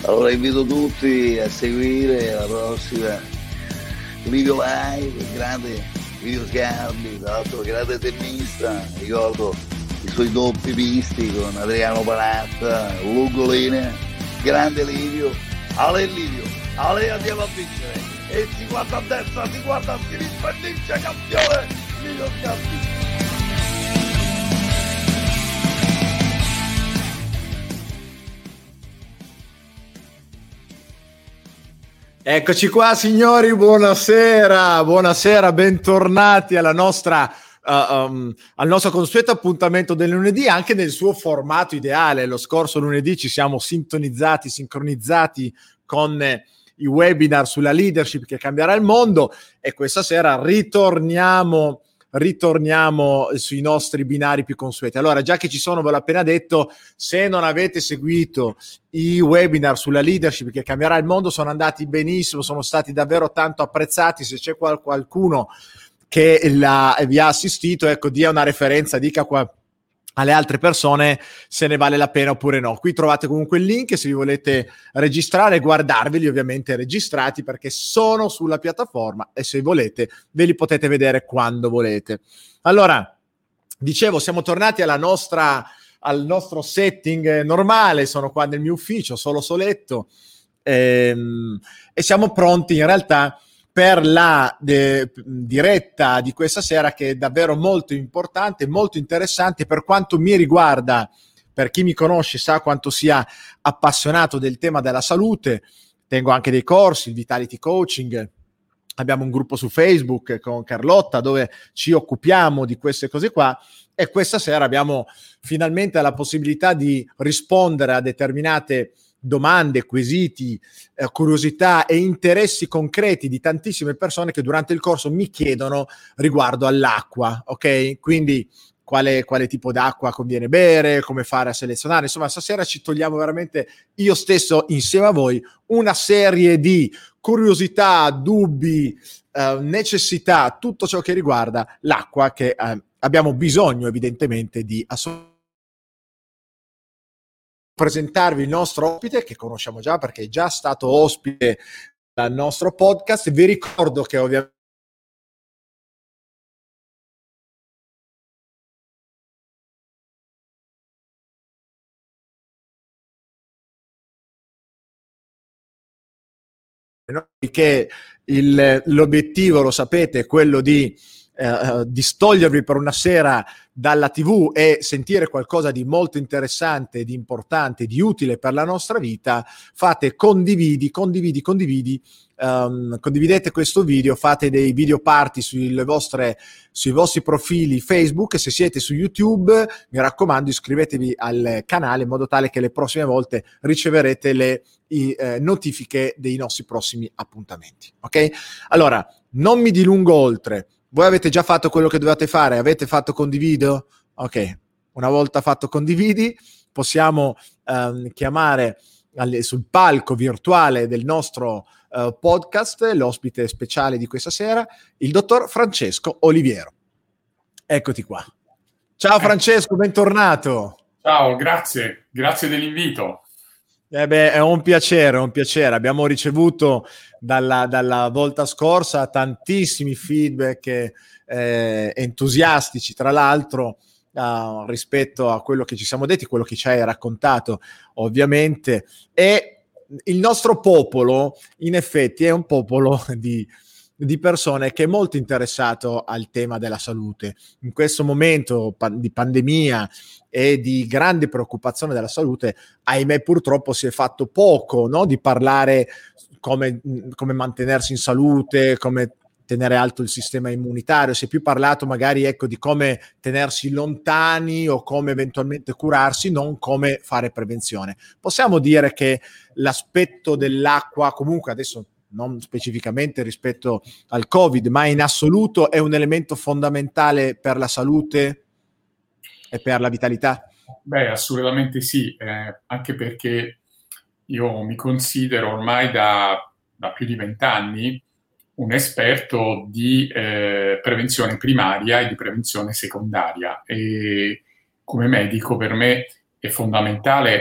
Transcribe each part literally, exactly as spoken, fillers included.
Allora invito tutti a seguire la prossima video live, grande video sgarbi, tra l'altro grande tennista, ricordo i suoi doppi visti con Adriano Panatta, Lugolina, grande Livio, Ale Livio, Ale andiamo a vincere, e si guarda a destra, si guarda a sinistra e vince campione, Livio Sgarbi. Eccoci qua signori, buonasera, buonasera, bentornati alla nostra, uh, um, al nostro consueto appuntamento del lunedì, anche nel suo formato ideale. Lo scorso lunedì ci siamo sintonizzati, sincronizzati con eh, i webinar sulla leadership che cambierà il mondo, e questa sera ritorniamo ritorniamo sui nostri binari più consueti. Allora, già che ci sono, ve l'ho appena detto, se non avete seguito i webinar sulla leadership che cambierà il mondo, sono andati benissimo, sono stati davvero tanto apprezzati. Se c'è qual- qualcuno che la, vi ha assistito, ecco, dia una referenza, dica qua alle altre persone se ne vale la pena oppure no. Qui trovate comunque il link se vi volete registrare, guardarveli ovviamente registrati, perché sono sulla piattaforma e se volete ve li potete vedere quando volete. Allora, dicevo, siamo tornati alla nostra, al nostro setting normale. Sono qua nel mio ufficio, solo soletto, ehm, e siamo pronti in realtà per la de, diretta di questa sera, che è davvero molto importante, molto interessante. Per quanto mi riguarda, per chi mi conosce sa quanto sia appassionato del tema della salute. Tengo anche dei corsi, il Vitality Coaching, abbiamo un gruppo su Facebook con Carlotta dove ci occupiamo di queste cose qua, e questa sera abbiamo finalmente la possibilità di rispondere a determinate domande, quesiti, eh, curiosità e interessi concreti di tantissime persone che durante il corso mi chiedono riguardo all'acqua, ok? Quindi quale, quale tipo d'acqua conviene bere, come fare a selezionare. Insomma, stasera ci togliamo veramente, io stesso insieme a voi, una serie di curiosità, dubbi, eh, necessità, tutto ciò che riguarda l'acqua, che eh, abbiamo bisogno evidentemente di assolutamente presentarvi il nostro ospite, che conosciamo già perché è già stato ospite al nostro podcast. Vi ricordo che ovviamente che il, l'obiettivo, lo sapete, è quello di eh, distogliervi per una sera dalla tivù e sentire qualcosa di molto interessante, di importante, di utile per la nostra vita. Fate condividi, condividi, condividi, um, condividete questo video, fate dei video party sulle vostre, sui vostri profili Facebook. Se siete su YouTube, mi raccomando, iscrivetevi al canale in modo tale che le prossime volte riceverete le i, eh, notifiche dei nostri prossimi appuntamenti. Ok? Allora, non mi dilungo oltre. Voi avete già fatto quello che dovete fare? Avete fatto condivido? Ok, una volta fatto condividi, possiamo ehm, chiamare alle, sul palco virtuale del nostro eh, podcast l'ospite speciale di questa sera, il dottor Francesco Oliviero. Eccoti qua. Ciao Francesco, bentornato. Ciao, grazie, grazie dell'invito. Eh beh, è un piacere, è un piacere. Abbiamo ricevuto dalla, dalla volta scorsa tantissimi feedback eh, entusiastici, tra l'altro, uh, rispetto a quello che ci siamo detti, quello che ci hai raccontato, ovviamente. E il nostro popolo, in effetti, è un popolo di, di persone che è molto interessato al tema della salute. In questo momento pa- di pandemia e di grande preoccupazione della salute, ahimè purtroppo si è fatto poco, no? Di parlare come, come mantenersi in salute, come tenere alto il sistema immunitario. Si è più parlato magari, ecco, di come tenersi lontani o come eventualmente curarsi, non come fare prevenzione. Possiamo dire che l'aspetto dell'acqua, comunque adesso non specificamente rispetto al Covid, ma in assoluto, è un elemento fondamentale per la salute e per la vitalità? Beh, assolutamente sì, eh, anche perché io mi considero ormai da, da più di vent'anni un esperto di eh, prevenzione primaria e di prevenzione secondaria, e come medico per me è fondamentale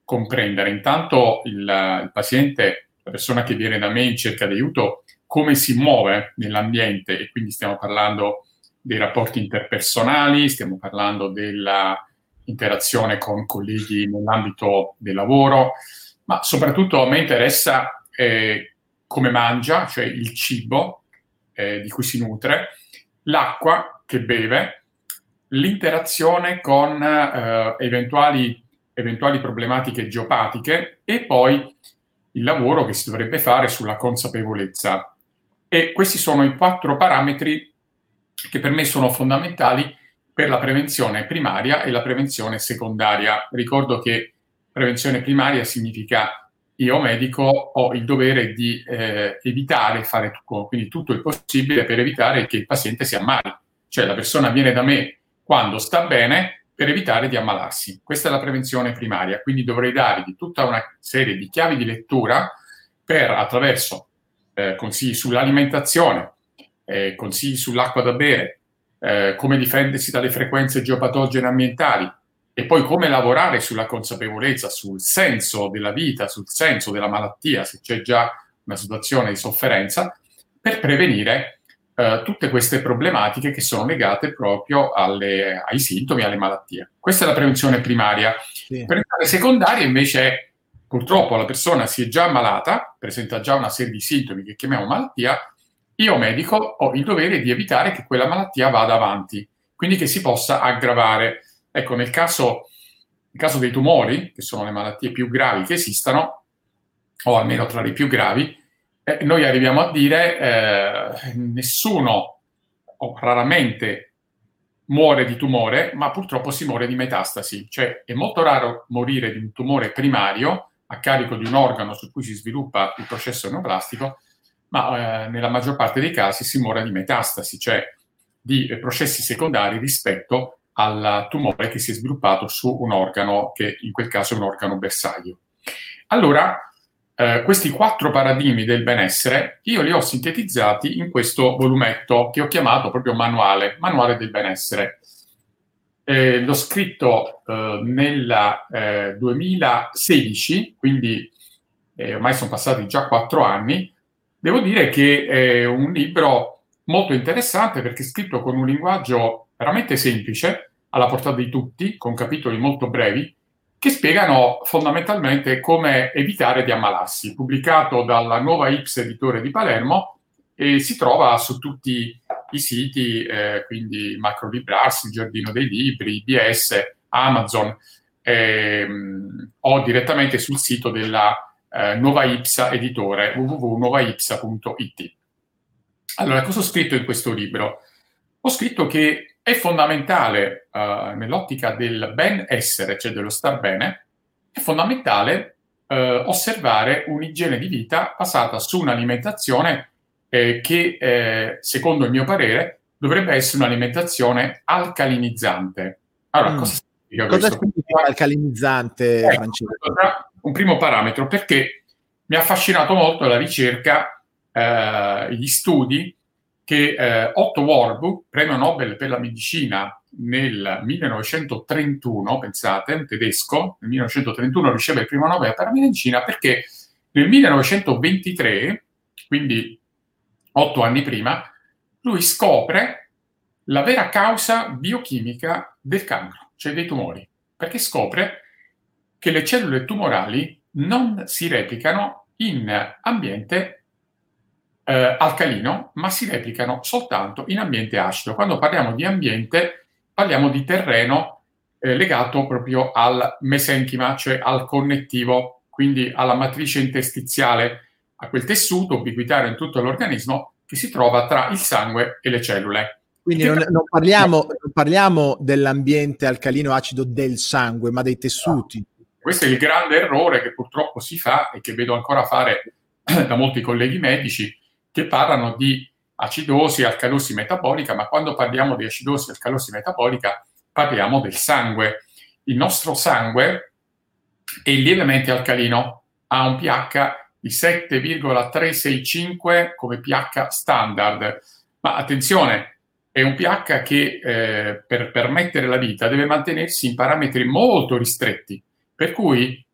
comprendere intanto il, il paziente, la persona che viene da me in cerca di aiuto, come si muove nell'ambiente, e quindi stiamo parlando dei rapporti interpersonali, stiamo parlando della interazione con colleghi nell'ambito del lavoro, ma soprattutto a me interessa eh, come mangia, cioè il cibo eh, di cui si nutre, l'acqua che beve, l'interazione con eh, eventuali, eventuali problematiche geopatiche e poi il lavoro che si dovrebbe fare sulla consapevolezza. E questi sono i quattro parametri che per me sono fondamentali per la prevenzione primaria e la prevenzione secondaria. Ricordo che prevenzione primaria significa io medico ho il dovere di eh, evitare, fare tutto, quindi tutto il possibile per evitare che il paziente si ammali. Cioè la persona viene da me quando sta bene per evitare di ammalarsi. Questa è la prevenzione primaria, quindi dovrei dargli tutta una serie di chiavi di lettura per, attraverso eh, consigli sull'alimentazione, eh, consigli sull'acqua da bere, Eh, come difendersi dalle frequenze geopatogene ambientali e poi come lavorare sulla consapevolezza, sul senso della vita, sul senso della malattia, se c'è già una situazione di sofferenza, per prevenire eh, tutte queste problematiche che sono legate proprio alle, ai sintomi, alle malattie. Questa è la prevenzione primaria. Sì. Prevenzione secondaria invece è, purtroppo la persona si è già ammalata, presenta già una serie di sintomi che chiamiamo malattia. Io medico ho il dovere di evitare che quella malattia vada avanti, quindi che si possa aggravare. Ecco, nel caso, nel caso dei tumori, che sono le malattie più gravi che esistano, o almeno tra le più gravi, eh, noi arriviamo a dire eh, nessuno o raramente muore di tumore, ma purtroppo si muore di metastasi. Cioè è molto raro morire di un tumore primario a carico di un organo su cui si sviluppa il processo neoplastico, ma eh, nella maggior parte dei casi si muore di metastasi, cioè di eh, processi secondari rispetto al tumore che si è sviluppato su un organo, che in quel caso è un organo bersaglio. Allora, eh, questi quattro paradigmi del benessere, io li ho sintetizzati in questo volumetto che ho chiamato proprio manuale, manuale del benessere. Eh, l'ho scritto eh, nel eh, duemilasedici, quindi eh, ormai sono passati già quattro anni. Devo dire che è un libro molto interessante perché è scritto con un linguaggio veramente semplice, alla portata di tutti, con capitoli molto brevi, che spiegano fondamentalmente come evitare di ammalarsi. Pubblicato dalla Nuova Ips Editore di Palermo e si trova su tutti i siti, eh, quindi Macrolibrarsi, il Giardino dei Libri, I B S, Amazon, ehm, o direttamente sul sito della Eh, Nuova Ipsa Editore, w w w punto nuova ipsa punto i t. Allora, cosa ho scritto in questo libro? Ho scritto che è fondamentale, uh, nell'ottica del benessere, cioè dello star bene, è fondamentale uh, osservare un'igiene di vita basata su un'alimentazione eh, che, eh, secondo il mio parere, dovrebbe essere un'alimentazione alcalinizzante. Allora, mm. cosa significa cosa questo? significa alcalinizzante, ecco, Francesco? Un primo parametro, perché mi ha affascinato molto la ricerca, eh, gli studi che eh, Otto Warburg, premio Nobel per la medicina nel millenovecentotrentuno, pensate, un tedesco, nel millenovecentotrentuno riceve il primo Nobel per la medicina perché nel millenovecentoventitré, quindi otto anni prima, lui scopre la vera causa biochimica del cancro, cioè dei tumori, perché scopre che le cellule tumorali non si replicano in ambiente eh, alcalino, ma si replicano soltanto in ambiente acido. Quando parliamo di ambiente, parliamo di terreno eh, legato proprio al mesenchima, cioè al connettivo, quindi alla matrice interstiziale, a quel tessuto ubiquitario in tutto l'organismo che si trova tra il sangue e le cellule. Quindi non, non, parliamo, non parliamo dell'ambiente alcalino acido del sangue, ma dei tessuti. Questo è il grande errore che purtroppo si fa e che vedo ancora fare da molti colleghi medici che parlano di acidosi e alcalosi metabolica, ma quando parliamo di acidosi e alcalosi metabolica parliamo del sangue. Il nostro sangue è lievemente alcalino, ha un pH di sette virgola trecentosessantacinque come pH standard, ma attenzione, è un pH che eh, per permettere la vita deve mantenersi in parametri molto ristretti. Per cui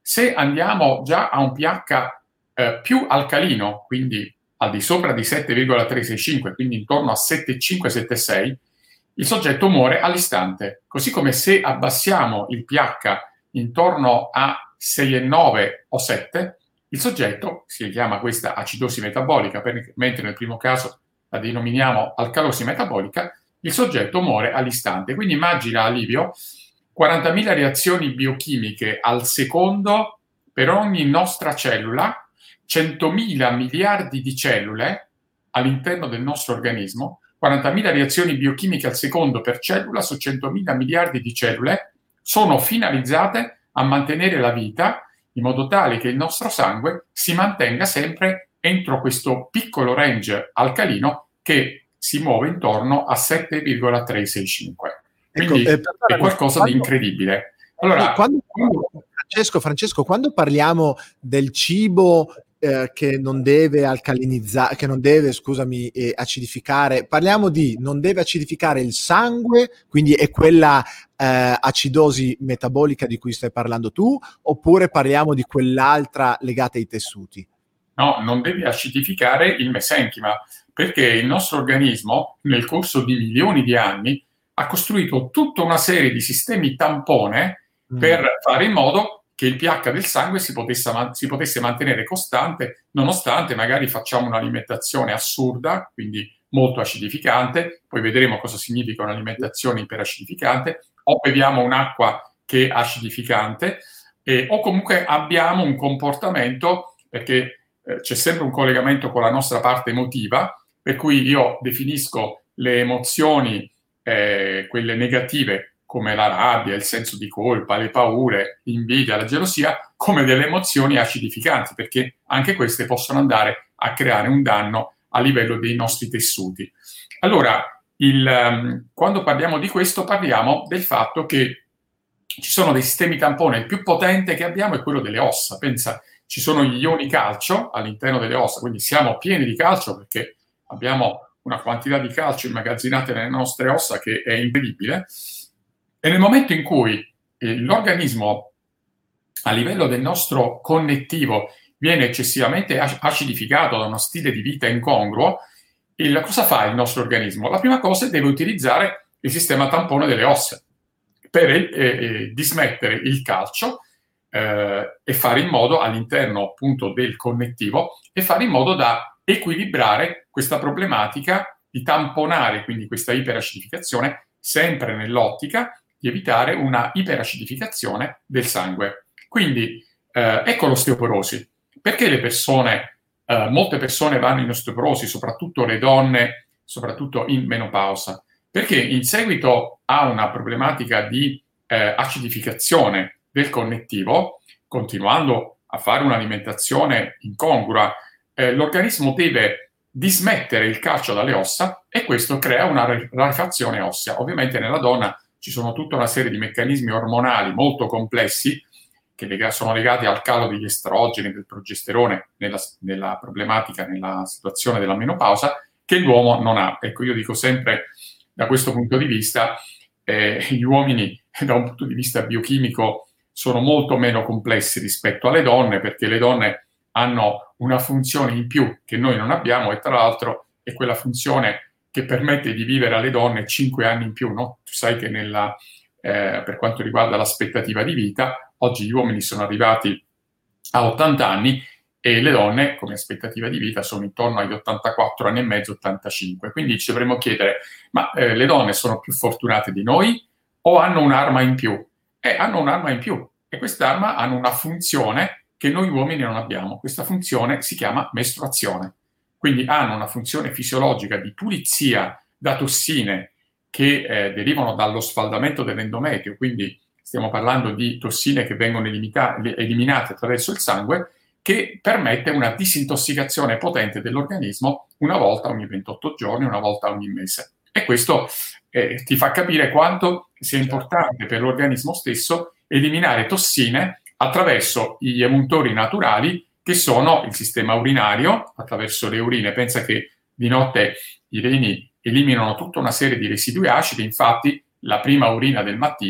Se andiamo già a un pH eh, più alcalino, quindi al di sopra di sette virgola trecentosessantacinque, quindi intorno a sette virgola cinque sette virgola sei, il soggetto muore all'istante. Così come se abbassiamo il pH intorno a sei virgola nove o sette, il soggetto, si chiama questa acidosi metabolica, per, mentre nel primo caso la denominiamo alcalosi metabolica, il soggetto muore all'istante. Quindi immagina, Livio, quarantamila reazioni biochimiche al secondo per ogni nostra cellula, centomila miliardi di cellule all'interno del nostro organismo, quarantamila reazioni biochimiche al secondo per cellula su centomila miliardi di cellule sono finalizzate a mantenere la vita in modo tale che il nostro sangue si mantenga sempre entro questo piccolo range alcalino che si muove intorno a sette virgola trecentosessantacinque. Quindi ecco, eh, è qualcosa quando, di incredibile. Allora, quando, quando, Francesco, Francesco, quando parliamo del cibo eh, che non deve alcalinizzare, che non deve, scusami, eh, acidificare, parliamo di non deve acidificare il sangue, quindi è quella eh, acidosi metabolica di cui stai parlando tu, oppure parliamo di quell'altra legata ai tessuti? No, non deve acidificare il mesenchima, perché il nostro organismo, nel corso di milioni di anni, ha costruito tutta una serie di sistemi tampone mm. per fare in modo che il pH del sangue si potesse, si potesse mantenere costante, nonostante magari facciamo un'alimentazione assurda, quindi molto acidificante, poi vedremo cosa significa un'alimentazione iperacidificante, o beviamo un'acqua che è acidificante, eh, o comunque abbiamo un comportamento, perché eh, c'è sempre un collegamento con la nostra parte emotiva, per cui io definisco le emozioni, eh, quelle negative, come la rabbia, il senso di colpa, le paure, l'invidia, la gelosia, come delle emozioni acidificanti, perché anche queste possono andare a creare un danno a livello dei nostri tessuti. Allora, il, um, quando parliamo di questo, parliamo del fatto che ci sono dei sistemi tampone. Il più potente che abbiamo è quello delle ossa. Pensa, ci sono gli ioni calcio all'interno delle ossa, quindi siamo pieni di calcio perché abbiamo una quantità di calcio immagazzinate nelle nostre ossa che è incredibile. E nel momento in cui eh, l'organismo a livello del nostro connettivo viene eccessivamente acidificato da uno stile di vita incongruo, il, cosa fa il nostro organismo? La prima cosa è deve utilizzare il sistema tampone delle ossa per eh, eh, dismettere il calcio eh, e fare in modo all'interno appunto del connettivo e fare in modo da equilibrare questa problematica di tamponare quindi questa iperacidificazione sempre nell'ottica di evitare una iperacidificazione del sangue. Quindi eh, ecco l'osteoporosi. Perché le persone, eh, molte persone vanno in osteoporosi, soprattutto le donne, soprattutto in menopausa? Perché in seguito a una problematica di eh, acidificazione del connettivo, continuando a fare un'alimentazione incongrua, eh, l'organismo deve dismettere il calcio dalle ossa e questo crea una rarefazione ossea. Ovviamente nella donna ci sono tutta una serie di meccanismi ormonali molto complessi che sono legati al calo degli estrogeni, del progesterone nella, nella problematica, nella situazione della menopausa, che l'uomo non ha. Ecco, io dico sempre, da questo punto di vista, eh, gli uomini, da un punto di vista biochimico, sono molto meno complessi rispetto alle donne, perché le donne hanno una funzione in più che noi non abbiamo, e tra l'altro è quella funzione che permette di vivere alle donne cinque anni in più, no? Tu sai che nella, eh, per quanto riguarda l'aspettativa di vita, oggi gli uomini sono arrivati a ottanta anni e le donne, come aspettativa di vita, sono intorno agli ottantaquattro anni e mezzo, ottantacinque. Quindi ci dovremmo chiedere, ma eh, le donne sono più fortunate di noi o hanno un'arma in più? Eh, hanno un'arma in più e quest'arma hanno una funzione che noi uomini non abbiamo. Questa funzione si chiama mestruazione. Quindi hanno una funzione fisiologica di pulizia da tossine che eh, derivano dallo sfaldamento dell'endometrio, quindi stiamo parlando di tossine che vengono elimita- eliminate attraverso il sangue, che permette una disintossicazione potente dell'organismo una volta ogni ventotto giorni, una volta ogni mese. E questo eh, ti fa capire quanto sia importante per l'organismo stesso eliminare tossine attraverso gli emuntori naturali che sono il sistema urinario, attraverso le urine. Pensa che di notte i reni eliminano tutta una serie di residui acidi, infatti la prima urina del mattino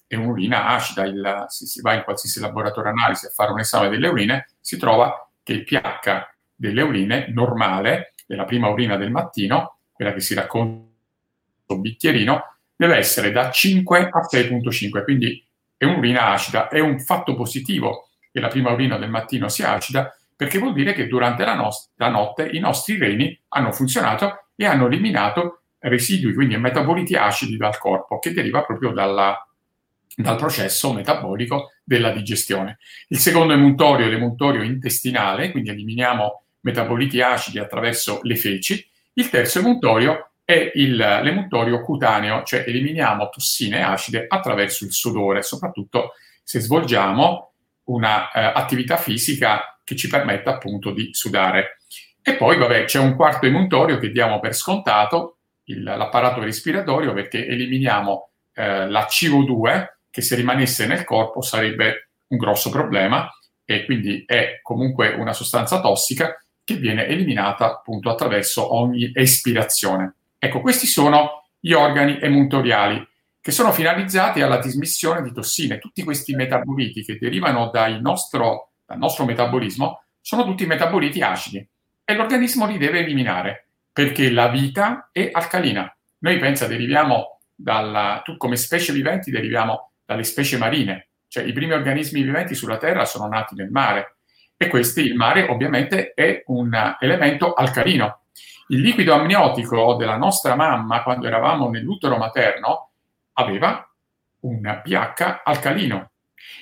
è un'urina acida. Il, se si va in qualsiasi laboratorio analisi a fare un esame delle urine, si trova che il pH delle urine normale, della prima urina del mattino, quella che si racconta sul bicchierino, deve essere da cinque a sei virgola cinque, quindi è un'urina acida. È un fatto positivo che la prima urina del mattino sia acida, perché vuol dire che durante la, no- la notte i nostri reni hanno funzionato e hanno eliminato residui, quindi metaboliti acidi dal corpo, che deriva proprio dalla, dal processo metabolico della digestione. Il secondo emuntorio è l'emuntorio intestinale, quindi eliminiamo metaboliti acidi attraverso le feci. Il terzo emuntorio è il, l'emuntorio cutaneo, cioè eliminiamo tossine acide attraverso il sudore, soprattutto se svolgiamo una eh, attività fisica che ci permetta appunto di sudare. E poi, vabbè, c'è un quarto emuntorio che diamo per scontato, il, l'apparato respiratorio, perché eliminiamo eh, la C O due, che se rimanesse nel corpo sarebbe un grosso problema, e quindi è comunque una sostanza tossica che viene eliminata appunto attraverso ogni espirazione. Ecco, questi sono gli organi emuntoriali, che sono finalizzati alla dismissione di tossine. Tutti questi metaboliti che derivano dal nostro, dal nostro metabolismo sono tutti metaboliti acidi e l'organismo li deve eliminare, perché la vita è alcalina. Noi, pensa, deriviamo dalla, tu come specie viventi deriviamo dalle specie marine, cioè i primi organismi viventi sulla Terra sono nati nel mare, e questi, il mare ovviamente è un elemento alcalino. Il liquido amniotico della nostra mamma, quando eravamo nell'utero materno, aveva un pH alcalino.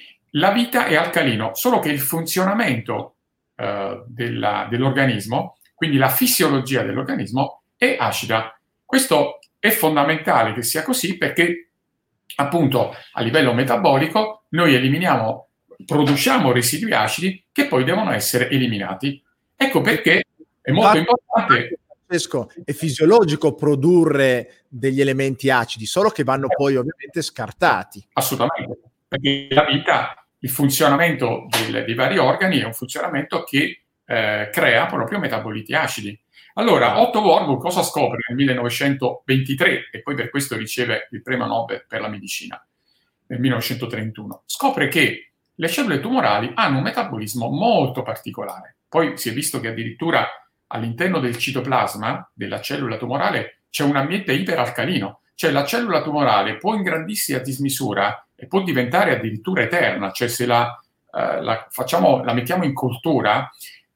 La vita è alcalino, solo che il funzionamento eh, della, dell'organismo, quindi la fisiologia dell'organismo, è acida. Questo è fondamentale che sia così, perché appunto a livello metabolico noi eliminiamo, produciamo residui acidi che poi devono essere eliminati. Ecco perché è molto importante. Francesco, è fisiologico produrre degli elementi acidi, solo che vanno poi ovviamente scartati. Assolutamente, perché la vita, il funzionamento del, dei vari organi è un funzionamento che eh, crea proprio metaboliti acidi. Allora, Otto Warburg cosa scopre nel millenovecentoventitré, e poi per questo riceve il premio Nobel per la medicina nel millenovecentotrentuno? Scopre che le cellule tumorali hanno un metabolismo molto particolare. Poi si è visto che addirittura all'interno del citoplasma della cellula tumorale c'è un ambiente iperalcalino, cioè la cellula tumorale può ingrandirsi a dismisura e può diventare addirittura eterna, cioè se la, eh, la, facciamo, la mettiamo in coltura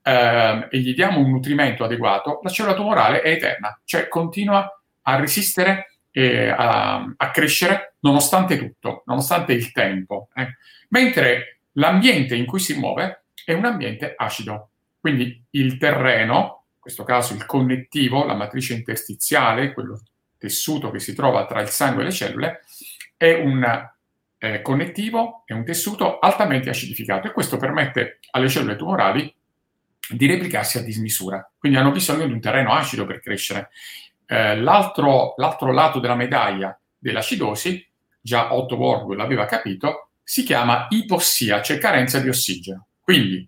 eh, e gli diamo un nutrimento adeguato, la cellula tumorale è eterna, cioè continua a resistere e a, a crescere nonostante tutto, nonostante il tempo. Eh. Mentre l'ambiente in cui si muove è un ambiente acido, quindi il terreno, in questo caso il connettivo, la matrice interstiziale, quello tessuto che si trova tra il sangue e le cellule, è un eh, connettivo, è un tessuto altamente acidificato, e questo permette alle cellule tumorali di replicarsi a dismisura, quindi hanno bisogno di un terreno acido per crescere. Eh, l'altro, l'altro lato della medaglia dell'acidosi, già Otto Warburg l'aveva capito, si chiama ipossia, cioè carenza di ossigeno. Quindi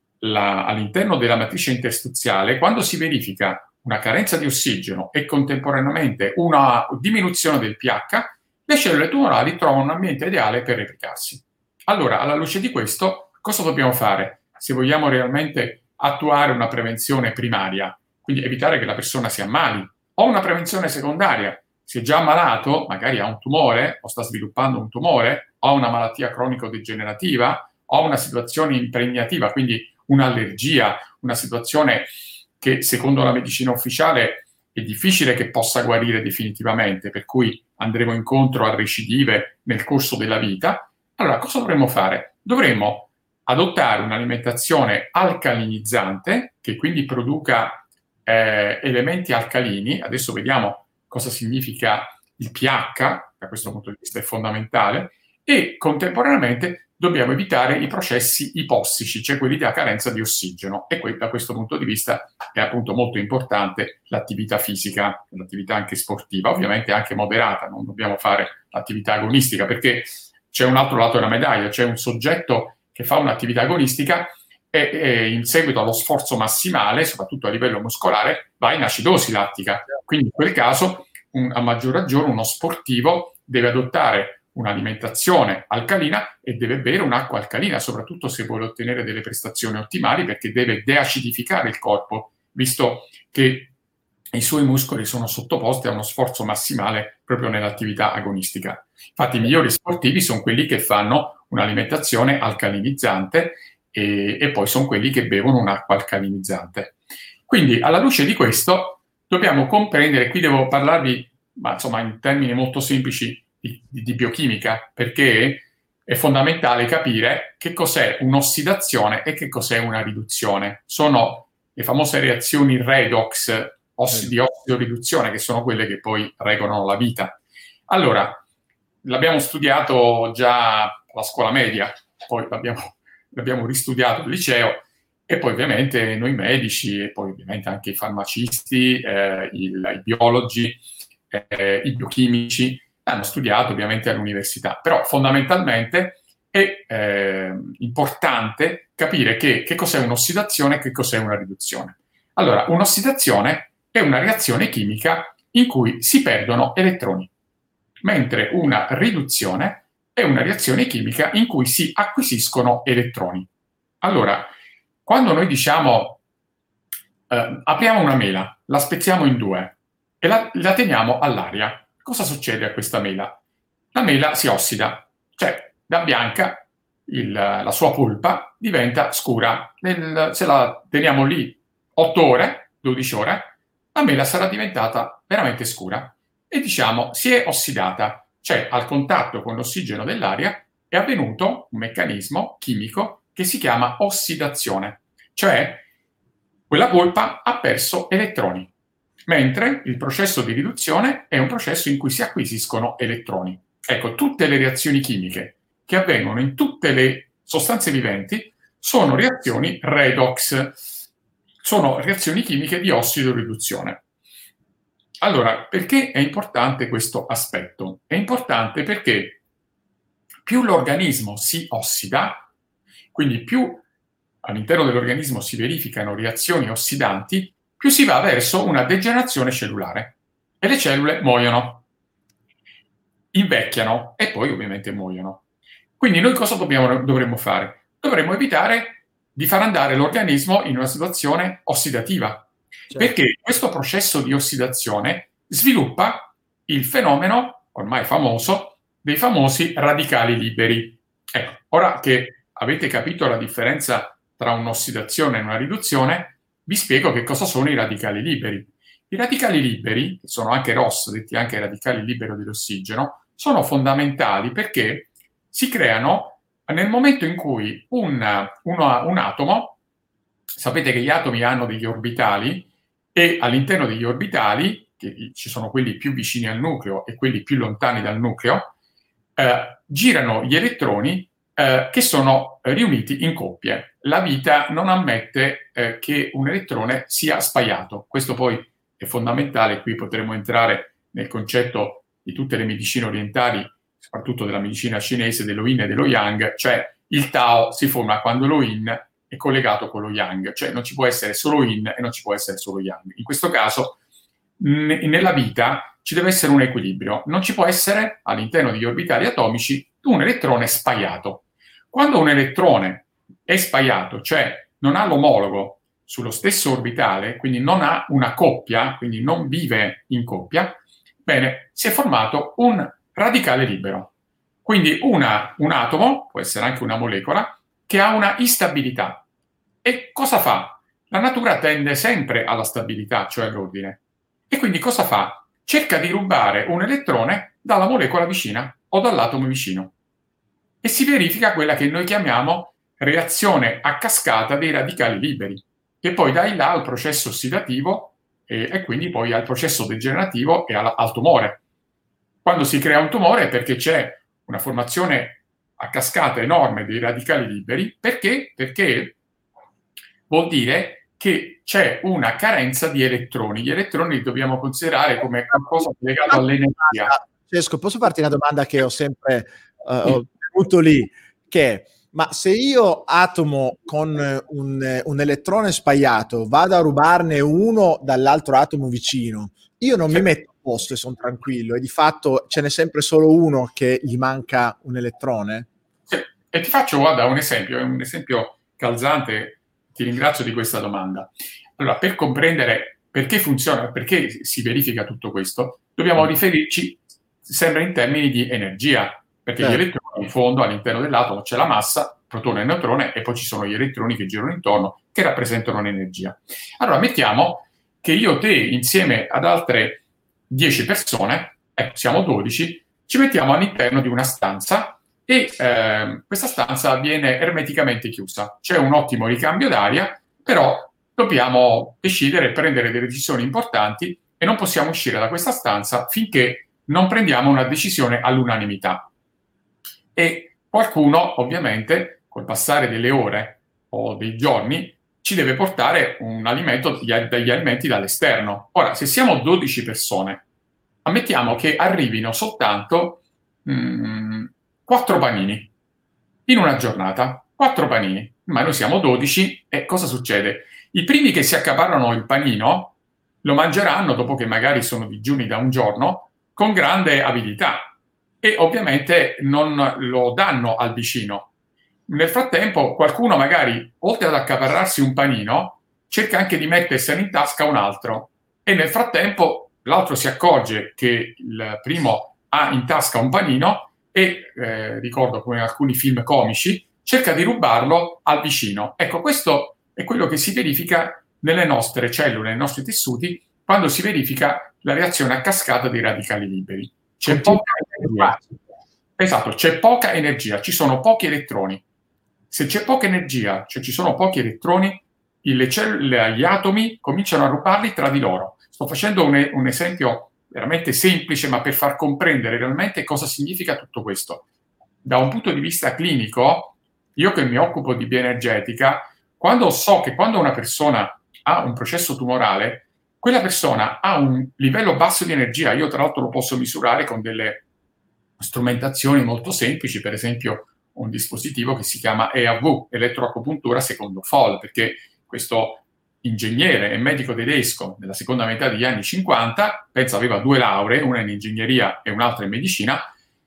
La, all'interno della matrice interstiziale, quando si verifica una carenza di ossigeno e contemporaneamente una diminuzione del pH, le cellule tumorali trovano un ambiente ideale per replicarsi. Allora, alla luce di questo, cosa dobbiamo fare? Se vogliamo realmente attuare una prevenzione primaria, quindi evitare che la persona si ammali, o una prevenzione secondaria, si è già ammalato, magari ha un tumore o sta sviluppando un tumore, o ha una malattia cronico-degenerativa, o ha una situazione impregnativa, quindi un'allergia, una situazione che secondo la medicina ufficiale è difficile che possa guarire definitivamente, per cui andremo incontro a recidive nel corso della vita. Allora, cosa dovremmo fare? Dovremmo adottare un'alimentazione alcalinizzante, che quindi produca eh, elementi alcalini. Adesso vediamo cosa significa il pH, da questo punto di vista è fondamentale, e contemporaneamente dobbiamo evitare i processi ipossici, cioè quelli della carenza di ossigeno, e que- da questo punto di vista è appunto molto importante l'attività fisica, l'attività anche sportiva, ovviamente anche moderata, non dobbiamo fare l'attività agonistica, perché c'è un altro lato della medaglia, c'è un soggetto che fa un'attività agonistica e, e in seguito allo sforzo massimale, soprattutto a livello muscolare, va in acidosi lattica, quindi in quel caso un, a maggior ragione uno sportivo deve adottare un'alimentazione alcalina e deve bere un'acqua alcalina, soprattutto se vuole ottenere delle prestazioni ottimali, perché deve deacidificare il corpo, visto che i suoi muscoli sono sottoposti a uno sforzo massimale proprio nell'attività agonistica. Infatti i migliori sportivi sono quelli che fanno un'alimentazione alcalinizzante e, e poi sono quelli che bevono un'acqua alcalinizzante. Quindi alla luce di questo dobbiamo comprendere, qui devo parlarvi, ma insomma in termini molto semplici, di, di, di biochimica, perché è fondamentale capire che cos'è un'ossidazione e che cos'è una riduzione. Sono le famose reazioni redox di ossido-riduzione, che sono quelle che poi regolano la vita. Allora, l'abbiamo studiato già alla scuola media, poi l'abbiamo, l'abbiamo ristudiato al liceo, e poi ovviamente noi medici, e poi ovviamente anche i farmacisti, eh, il, i biologi, eh, i biochimici, hanno studiato ovviamente all'università. Però fondamentalmente è eh, importante capire che, che cos'è un'ossidazione e che cos'è una riduzione. Allora, un'ossidazione è una reazione chimica in cui si perdono elettroni, mentre una riduzione è una reazione chimica in cui si acquisiscono elettroni. Allora, quando noi diciamo eh, apriamo una mela, la spezziamo in due e la, la teniamo all'aria, cosa succede a questa mela? La mela si ossida, cioè da bianca il, la sua polpa diventa scura. Nel, se la teniamo lì otto ore, dodici ore, la mela sarà diventata veramente scura e diciamo si è ossidata, cioè al contatto con l'ossigeno dell'aria è avvenuto un meccanismo chimico che si chiama ossidazione, cioè quella polpa ha perso elettroni, mentre il processo di riduzione è un processo in cui si acquisiscono elettroni. Ecco, tutte le reazioni chimiche che avvengono in tutte le sostanze viventi sono reazioni redox, sono reazioni chimiche di ossido-riduzione. Allora, perché è importante questo aspetto? È importante perché più l'organismo si ossida, quindi più all'interno dell'organismo si verificano reazioni ossidanti, più si va verso una degenerazione cellulare e le cellule muoiono, invecchiano e poi ovviamente muoiono. Quindi noi cosa dobbiamo, dovremmo fare? Dovremmo evitare di far andare l'organismo in una situazione ossidativa, certo. Perché questo processo di ossidazione sviluppa il fenomeno ormai famoso dei famosi radicali liberi. Ecco, ora che avete capito la differenza tra un'ossidazione e una riduzione, vi spiego che cosa sono i radicali liberi. I radicali liberi, che sono anche R O S, detti anche radicali liberi dell'ossigeno, sono fondamentali perché si creano nel momento in cui un, uno, un atomo, sapete che gli atomi hanno degli orbitali e all'interno degli orbitali, che ci sono quelli più vicini al nucleo e quelli più lontani dal nucleo, eh, girano gli elettroni eh, che sono riuniti in coppie. La vita non ammette eh, che un elettrone sia spaiato. Questo poi è fondamentale, qui potremo entrare nel concetto di tutte le medicine orientali, soprattutto della medicina cinese, dello yin e dello yang, cioè il Tao si forma quando lo yin è collegato con lo yang, cioè non ci può essere solo yin e non ci può essere solo yang. In questo caso, n- nella vita ci deve essere un equilibrio, non ci può essere all'interno degli orbitali atomici un elettrone spaiato. Quando un elettrone è spaiato, cioè non ha l'omologo sullo stesso orbitale, quindi non ha una coppia, quindi non vive in coppia, bene, si è formato un radicale libero. Quindi una, un atomo, può essere anche una molecola, che ha una instabilità. E cosa fa? La natura tende sempre alla stabilità, cioè all'ordine. E quindi cosa fa? Cerca di rubare un elettrone dalla molecola vicina o dall'atomo vicino. E si verifica quella che noi chiamiamo reazione a cascata dei radicali liberi, che poi dà in là al processo ossidativo e, e quindi poi al processo degenerativo e al, al tumore. Quando si crea un tumore è perché c'è una formazione a cascata enorme dei radicali liberi. Perché? Perché vuol dire che c'è una carenza di elettroni. Gli elettroni li dobbiamo considerare come qualcosa legato all'energia. Francesco, posso farti una domanda che ho sempre uh, ho tenuto lì? Che ma se io atomo con un, un elettrone spaiato vado a rubarne uno dall'altro atomo vicino, io non mi metto posto e sono tranquillo, e di fatto ce n'è sempre solo uno che gli manca un elettrone? Sì. E ti faccio, guarda, un esempio, è un esempio calzante, ti ringrazio di questa domanda. Allora, per comprendere perché funziona, perché si verifica tutto questo, dobbiamo riferirci sempre in termini di energia, perché certo. Gli elettroni in fondo all'interno dell'atomo c'è la massa, protone e neutrone, e poi ci sono gli elettroni che girano intorno, che rappresentano l'energia. Allora, mettiamo che io te, insieme ad altre dieci persone, ecco, siamo dodici, ci mettiamo all'interno di una stanza e eh, questa stanza viene ermeticamente chiusa. C'è un ottimo ricambio d'aria, però dobbiamo decidere e prendere delle decisioni importanti e non possiamo uscire da questa stanza finché non prendiamo una decisione all'unanimità. E qualcuno, ovviamente, col passare delle ore o dei giorni, ci deve portare un alimento, degli alimenti dall'esterno. Ora, se siamo dodici persone, ammettiamo che arrivino soltanto mh, quattro panini in una giornata. Quattro panini. Ma noi siamo dodici e cosa succede? I primi che si accaparrano il panino lo mangeranno dopo che magari sono digiuni da un giorno con grande avidità e ovviamente non lo danno al vicino. Nel frattempo qualcuno magari, oltre ad accaparrarsi un panino, cerca anche di mettersene in tasca un altro e nel frattempo l'altro si accorge che il primo ha in tasca un panino e, eh, ricordo come in alcuni film comici, cerca di rubarlo al vicino. Ecco, questo è quello che si verifica nelle nostre cellule, nei nostri tessuti, quando si verifica la reazione a cascata dei radicali liberi. C'è poca energia. Esatto, c'è poca energia, ci sono pochi elettroni. Se c'è poca energia, cioè ci sono pochi elettroni, le cellule, gli atomi cominciano a rubarli tra di loro. Sto facendo un, un esempio veramente semplice, ma per far comprendere realmente cosa significa tutto questo. Da un punto di vista clinico, io che mi occupo di bioenergetica, quando so che quando una persona ha un processo tumorale, quella persona ha un livello basso di energia, io tra l'altro lo posso misurare con delle strumentazioni molto semplici, per esempio un dispositivo che si chiama E A V, elettroacupuntura secondo Fall, perché questo ingegnere e medico tedesco della seconda metà degli anni cinquanta, penso aveva due lauree, una in ingegneria e un'altra in medicina,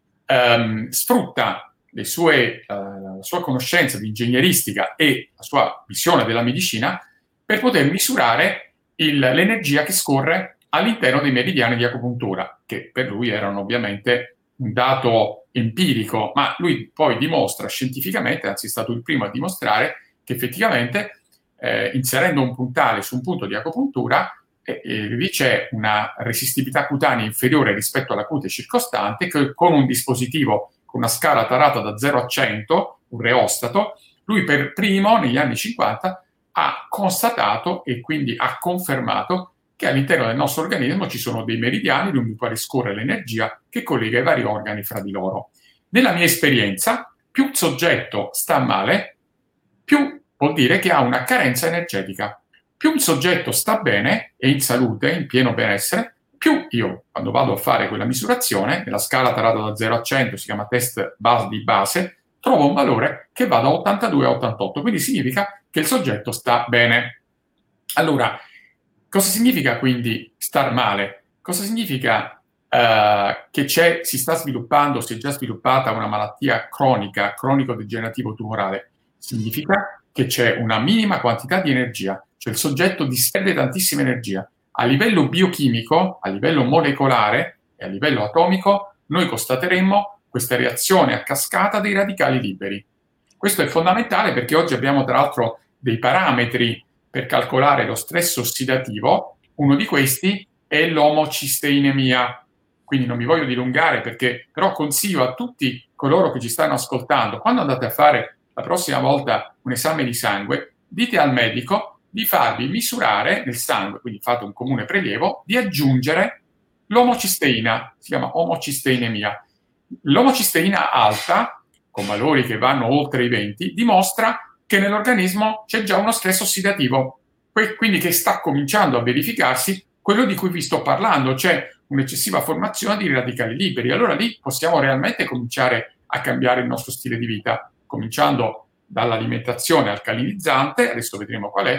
ehm, sfrutta le sue, uh, la sua conoscenza di ingegneristica e la sua visione della medicina per poter misurare il, l'energia che scorre all'interno dei meridiani di acupuntura, che per lui erano ovviamente un dato empirico, ma lui poi dimostra scientificamente, anzi è stato il primo a dimostrare, che effettivamente eh, inserendo un puntale su un punto di acupuntura eh, eh, lì c'è una resistibilità cutanea inferiore rispetto alla cute circostante, che con un dispositivo con una scala tarata da zero a cento, un reostato, lui per primo negli anni cinquanta ha constatato e quindi ha confermato che all'interno del nostro organismo ci sono dei meridiani lungo i quali scorre l'energia che collega i vari organi fra di loro. Nella mia esperienza, più il soggetto sta male, più vuol dire che ha una carenza energetica. Più un soggetto sta bene e in salute, in pieno benessere, più io, quando vado a fare quella misurazione, nella scala tarata da zero a cento, si chiama test base di base, trovo un valore che va da ottantadue a ottantotto, quindi significa che il soggetto sta bene. Allora, cosa significa quindi star male? Cosa significa uh, che c'è, si sta sviluppando, si è già sviluppata una malattia cronica, cronico-degenerativo tumorale? Significa che c'è una minima quantità di energia, cioè il soggetto disperde tantissima energia. A livello biochimico, a livello molecolare e a livello atomico, noi constateremmo questa reazione a cascata dei radicali liberi. Questo è fondamentale perché oggi abbiamo tra l'altro dei parametri per calcolare lo stress ossidativo. Uno di questi è l'omocisteinemia. Quindi non mi voglio dilungare, perché però consiglio a tutti coloro che ci stanno ascoltando, quando andate a fare la prossima volta un esame di sangue, dite al medico di farvi misurare nel sangue, quindi fate un comune prelievo, di aggiungere l'omocisteina, si chiama omocisteinemia. L'omocisteina alta, con valori che vanno oltre i venti, dimostra che nell'organismo c'è già uno stress ossidativo, quindi che sta cominciando a verificarsi quello di cui vi sto parlando, c'è un'eccessiva formazione di radicali liberi. Allora lì possiamo realmente cominciare a cambiare il nostro stile di vita, cominciando dall'alimentazione alcalinizzante, adesso vedremo qual è,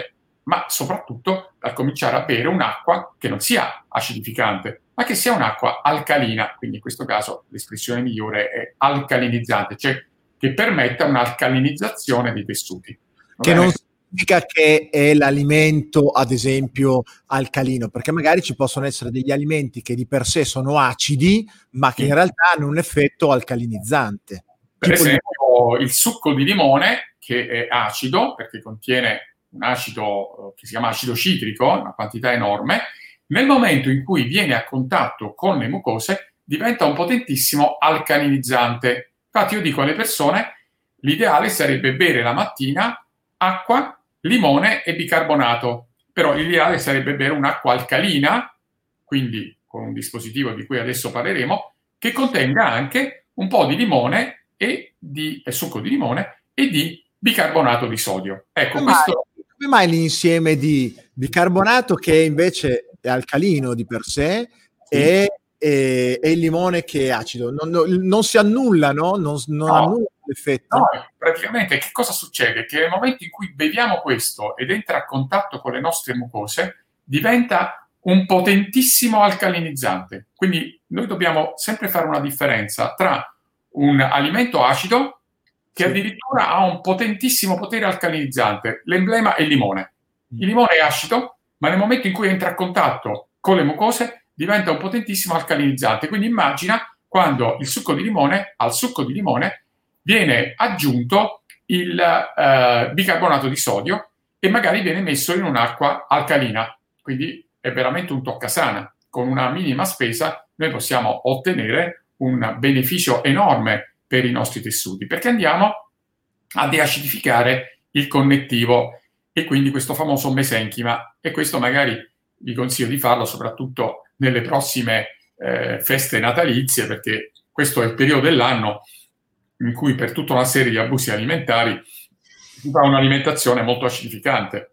ma soprattutto dal cominciare a bere un'acqua che non sia acidificante, ma che sia un'acqua alcalina, quindi in questo caso l'espressione migliore è alcalinizzante, cioè che permetta un'alcalinizzazione dei tessuti. Che non significa che è l'alimento, ad esempio, alcalino, perché magari ci possono essere degli alimenti che di per sé sono acidi, ma che in realtà hanno un effetto alcalinizzante. Per esempio il succo di limone, che è acido, perché contiene un acido che si chiama acido citrico, una quantità enorme, nel momento in cui viene a contatto con le mucose diventa un potentissimo alcalinizzante. Infatti io dico alle persone, l'ideale sarebbe bere la mattina acqua, limone e bicarbonato, però l'ideale sarebbe bere un'acqua alcalina, quindi con un dispositivo di cui adesso parleremo, che contenga anche un po' di limone e di eh, succo di limone e di bicarbonato di sodio. Ecco, come questo... Mai, come mai l'insieme di bicarbonato, che invece è alcalino di per sé, sì, e, e, e il limone che è acido? Non, non, non si annullano? Non, non no. annulla l'effetto? No, praticamente che cosa succede? Che nel momento in cui beviamo questo ed entra a contatto con le nostre mucose, diventa un potentissimo alcalinizzante. Quindi noi dobbiamo sempre fare una differenza tra un alimento acido che sì, addirittura ha un potentissimo potere alcalinizzante. L'emblema è il limone. Il limone è acido, ma nel momento in cui entra a contatto con le mucose diventa un potentissimo alcalinizzante. Quindi immagina quando il succo di limone, al succo di limone viene aggiunto il eh, bicarbonato di sodio e magari viene messo in un'acqua alcalina. Quindi è veramente un toccasana. Con una minima spesa noi possiamo ottenere un beneficio enorme per i nostri tessuti, perché andiamo a deacidificare il connettivo e quindi questo famoso mesenchima, e questo magari vi consiglio di farlo soprattutto nelle prossime eh, feste natalizie, perché questo è il periodo dell'anno in cui per tutta una serie di abusi alimentari si fa un'alimentazione molto acidificante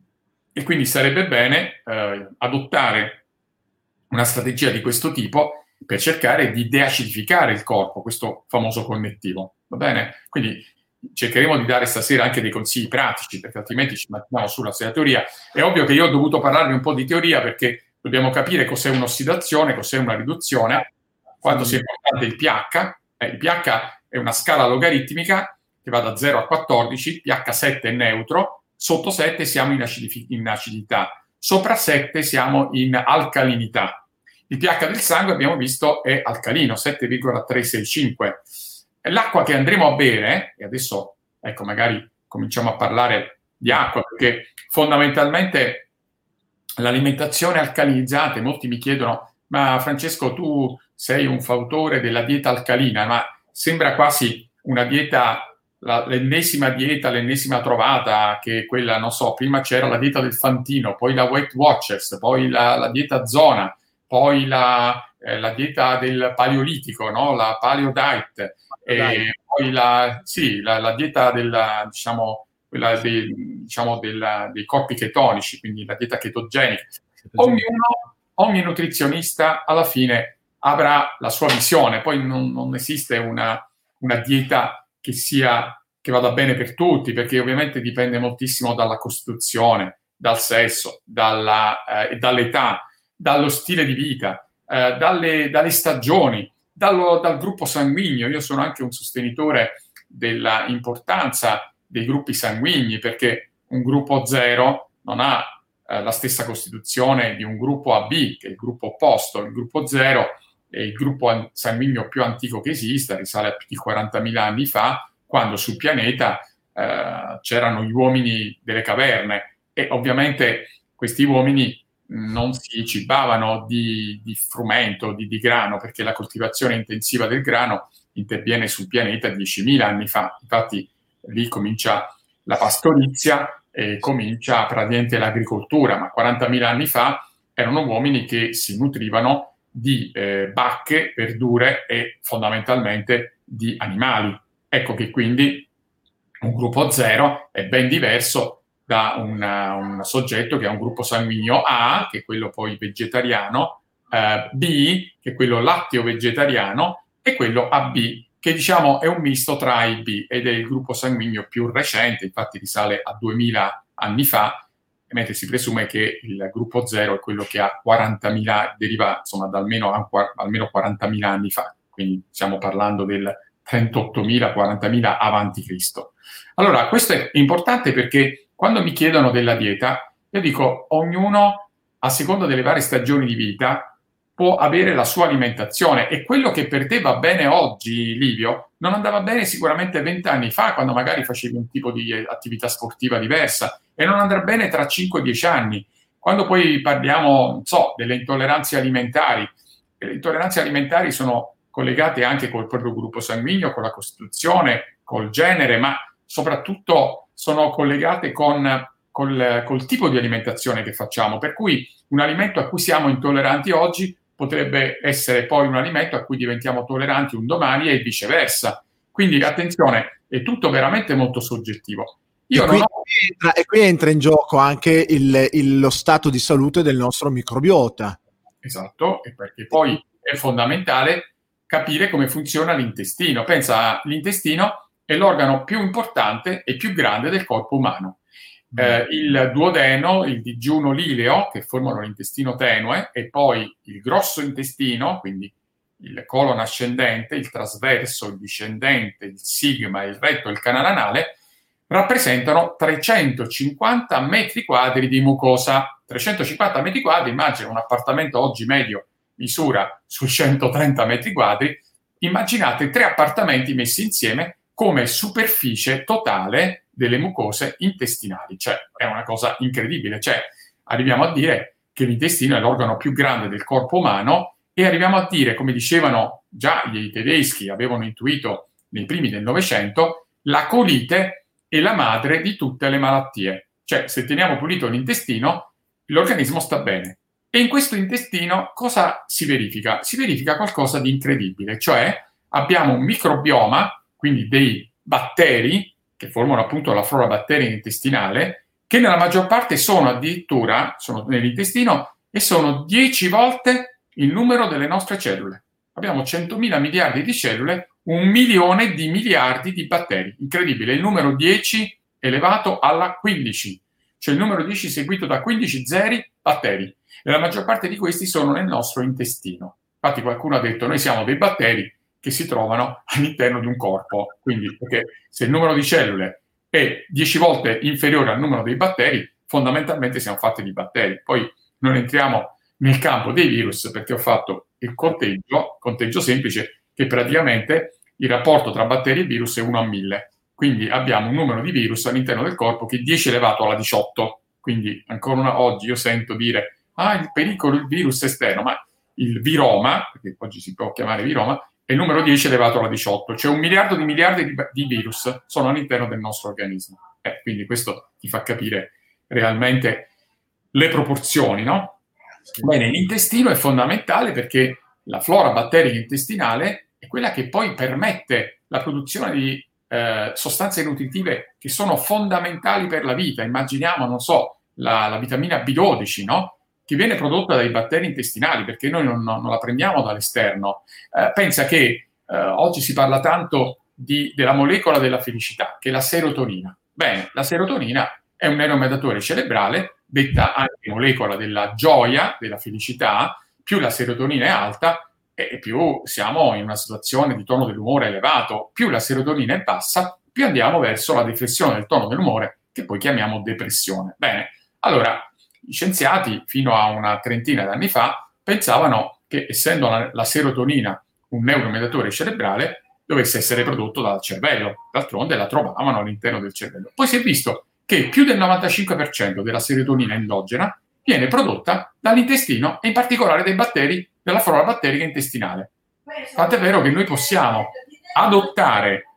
e quindi sarebbe bene eh, adottare una strategia di questo tipo per cercare di deacidificare il corpo, questo famoso connettivo, va bene? Quindi cercheremo di dare stasera anche dei consigli pratici, perché altrimenti ci mettiamo sulla teoria. È ovvio che io ho dovuto parlarvi un po' di teoria, perché dobbiamo capire cos'è un'ossidazione, cos'è una riduzione, quanto sia importante il pH. Eh, il pH è una scala logaritmica che va da zero a quattordici, pH sette è neutro, sotto sette siamo in, acidif- in acidità, sopra sette siamo in alcalinità. Il pH del sangue, abbiamo visto, è alcalino, sette virgola trecentosessantacinque. L'acqua che andremo a bere, e adesso ecco magari cominciamo a parlare di acqua, perché fondamentalmente l'alimentazione alcalinizzante, molti mi chiedono, ma Francesco tu sei un fautore della dieta alcalina, ma sembra quasi una dieta, la, l'ennesima dieta, l'ennesima trovata, che è quella, non so, prima c'era la dieta del Fantino, poi la Weight Watchers, poi la, la dieta Zona, poi la, eh, la dieta del paleolitico, no? La paleo diet, e poi la, sì, la, la dieta della, diciamo, quella dei, diciamo della, dei corpi chetonici, quindi la dieta chetogenica. Ognuno, ogni nutrizionista alla fine avrà la sua visione, poi non, non esiste una, una dieta che sia che vada bene per tutti, perché ovviamente dipende moltissimo dalla costituzione, dal sesso, dalla, eh, dall'età, dallo stile di vita, eh, dalle, dalle stagioni, dallo, dal gruppo sanguigno. Io sono anche un sostenitore dell'importanza dei gruppi sanguigni, perché un gruppo zero non ha eh, la stessa costituzione di un gruppo A B, che è il gruppo opposto. Il gruppo zero è il gruppo sanguigno più antico che esista, risale a più di quarantamila anni fa, quando sul pianeta eh, c'erano gli uomini delle caverne, e ovviamente questi uomini non si cibavano di, di frumento, di, di grano, perché la coltivazione intensiva del grano interviene sul pianeta diecimila anni fa. Infatti lì comincia la pastorizia e comincia praticamente l'agricoltura, ma quarantamila anni fa erano uomini che si nutrivano di eh, bacche, verdure e fondamentalmente di animali. Ecco che quindi un gruppo zero è ben diverso da una, un soggetto che ha un gruppo sanguigno A, che è quello poi vegetariano, eh, B, che è quello latteo-vegetariano, e quello A B, che diciamo è un misto tra A e B, ed è il gruppo sanguigno più recente, infatti risale a duemila anni fa, mentre si presume che il gruppo zero è quello che ha quarantamila, deriva insomma da almeno, almeno quarantamila anni fa, quindi stiamo parlando del trentottomila, quarantamila avanti Cristo. Allora, questo è importante perché quando mi chiedono della dieta, io dico, ognuno, a seconda delle varie stagioni di vita, può avere la sua alimentazione, e quello che per te va bene oggi, Livio, non andava bene sicuramente vent'anni fa, quando magari facevi un tipo di attività sportiva diversa, e non andrà bene tra cinque dieci anni. Quando poi parliamo, non so, delle intolleranze alimentari, le intolleranze alimentari sono collegate anche col proprio gruppo sanguigno, con la costituzione, col genere, ma soprattutto sono collegate con col, col tipo di alimentazione che facciamo, per cui un alimento a cui siamo intolleranti oggi potrebbe essere poi un alimento a cui diventiamo tolleranti un domani e viceversa. Quindi attenzione, è tutto veramente molto soggettivo. Io e, qui non ho... entra, e qui entra in gioco anche il, il, lo stato di salute del nostro microbiota. Esatto, e perché poi è fondamentale capire come funziona l'intestino. Pensa, l'intestino è l'organo più importante e più grande del corpo umano. Eh, il duodeno, il digiuno, l'ileo, che formano l'intestino tenue, e poi il grosso intestino, quindi il colon ascendente, il trasverso, il discendente, il sigma, il retto e il canale anale, rappresentano trecentocinquanta metri quadri di mucosa. trecentocinquanta metri quadri, immagina un appartamento oggi medio misura sui centotrenta metri quadri, immaginate tre appartamenti messi insieme come superficie totale delle mucose intestinali. Cioè, è una cosa incredibile. Cioè, arriviamo a dire che l'intestino è l'organo più grande del corpo umano, e arriviamo a dire, come dicevano già i tedeschi, avevano intuito nei primi del Novecento, la colite è la madre di tutte le malattie. Cioè, se teniamo pulito l'intestino, l'organismo sta bene. E in questo intestino cosa si verifica? Si verifica qualcosa di incredibile, cioè abbiamo un microbioma, quindi dei batteri, che formano appunto la flora batterica intestinale, che nella maggior parte sono addirittura, sono nell'intestino, e sono dieci volte il numero delle nostre cellule. Abbiamo centomila miliardi di cellule, un milione di miliardi di batteri. Incredibile, il numero dieci elevato alla quindici, cioè il numero dieci seguito da quindici zeri batteri. E la maggior parte di questi sono nel nostro intestino. Infatti qualcuno ha detto, noi siamo dei batteri che si trovano all'interno di un corpo. Quindi, perché se il numero di cellule è dieci volte inferiore al numero dei batteri, fondamentalmente siamo fatti di batteri. Poi non entriamo nel campo dei virus, perché ho fatto il conteggio, conteggio semplice, che praticamente il rapporto tra batteri e virus è uno a mille. Quindi abbiamo un numero di virus all'interno del corpo che è dieci elevato alla diciotto. Quindi ancora una, oggi io sento dire, ah, il pericolo, il virus esterno, ma il viroma, perché oggi si può chiamare viroma, è il numero dieci elevato alla diciotto, cioè un miliardo di miliardi di, di virus sono all'interno del nostro organismo. Eh, quindi questo ti fa capire realmente le proporzioni, no? Sì. Bene, l'intestino è fondamentale perché la flora batterica intestinale è quella che poi permette la produzione di eh, sostanze nutritive che sono fondamentali per la vita. Immaginiamo, non so, la, la vitamina B dodici, no? Che viene prodotta dai batteri intestinali, perché noi non, non la prendiamo dall'esterno. Eh, pensa che eh, oggi si parla tanto di, della molecola della felicità, che è la serotonina. Bene, la serotonina è un neuromediatore cerebrale, detta anche molecola della gioia, della felicità. Più la serotonina è alta, e più siamo in una situazione di tono dell'umore elevato. Più la serotonina è bassa, più andiamo verso la deflessione del tono dell'umore, che poi chiamiamo depressione. Bene, allora... Gli scienziati, fino a una trentina d'anni fa, pensavano che, essendo la, la serotonina un neuromediatore cerebrale, dovesse essere prodotto dal cervello. D'altronde la trovavano all'interno del cervello. Poi si è visto che più del novantacinque per cento della serotonina endogena viene prodotta dall'intestino, e in particolare dai batteri della flora batterica intestinale. Tant'è vero che noi possiamo adottare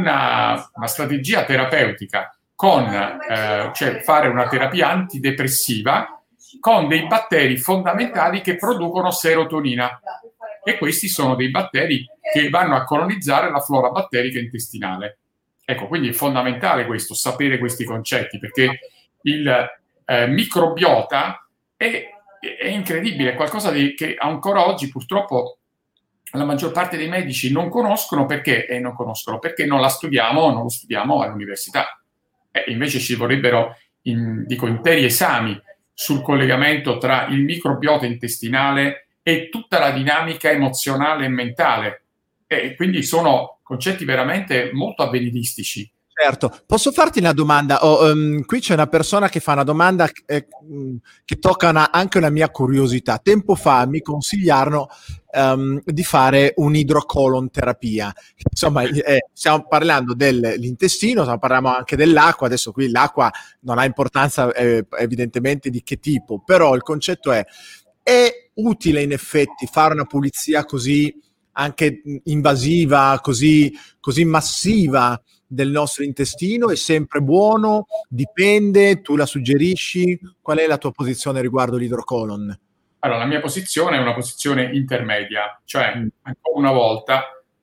una, una strategia terapeutica con, eh, cioè fare una terapia antidepressiva con dei batteri fondamentali che producono serotonina, e questi sono dei batteri che vanno a colonizzare la flora batterica intestinale. Ecco, quindi è fondamentale questo, sapere questi concetti, perché il eh, microbiota è, è incredibile, è qualcosa di, che ancora oggi purtroppo la maggior parte dei medici non conoscono. Perché? E non conoscono perché non la studiamo, non lo studiamo all'università. Eh, invece ci vorrebbero in, dico, interi esami sul collegamento tra il microbiota intestinale e tutta la dinamica emozionale e mentale. E quindi sono concetti veramente molto avveniristici. Certo, posso farti una domanda? Oh, um, qui c'è una persona che fa una domanda che, che tocca una, anche una mia curiosità. Tempo fa mi consigliarono um, di fare un'idrocolon terapia. Insomma, eh, stiamo parlando dell'intestino, stiamo parlando anche dell'acqua. Adesso qui l'acqua non ha importanza eh, evidentemente di che tipo, però il concetto è: è utile in effetti fare una pulizia così anche invasiva, così, così massiva del nostro intestino? È sempre buono? Dipende? Tu la suggerisci? Qual è la tua posizione riguardo l'idrocolon? Allora, la mia posizione è una posizione intermedia, cioè, mm. ancora una volta,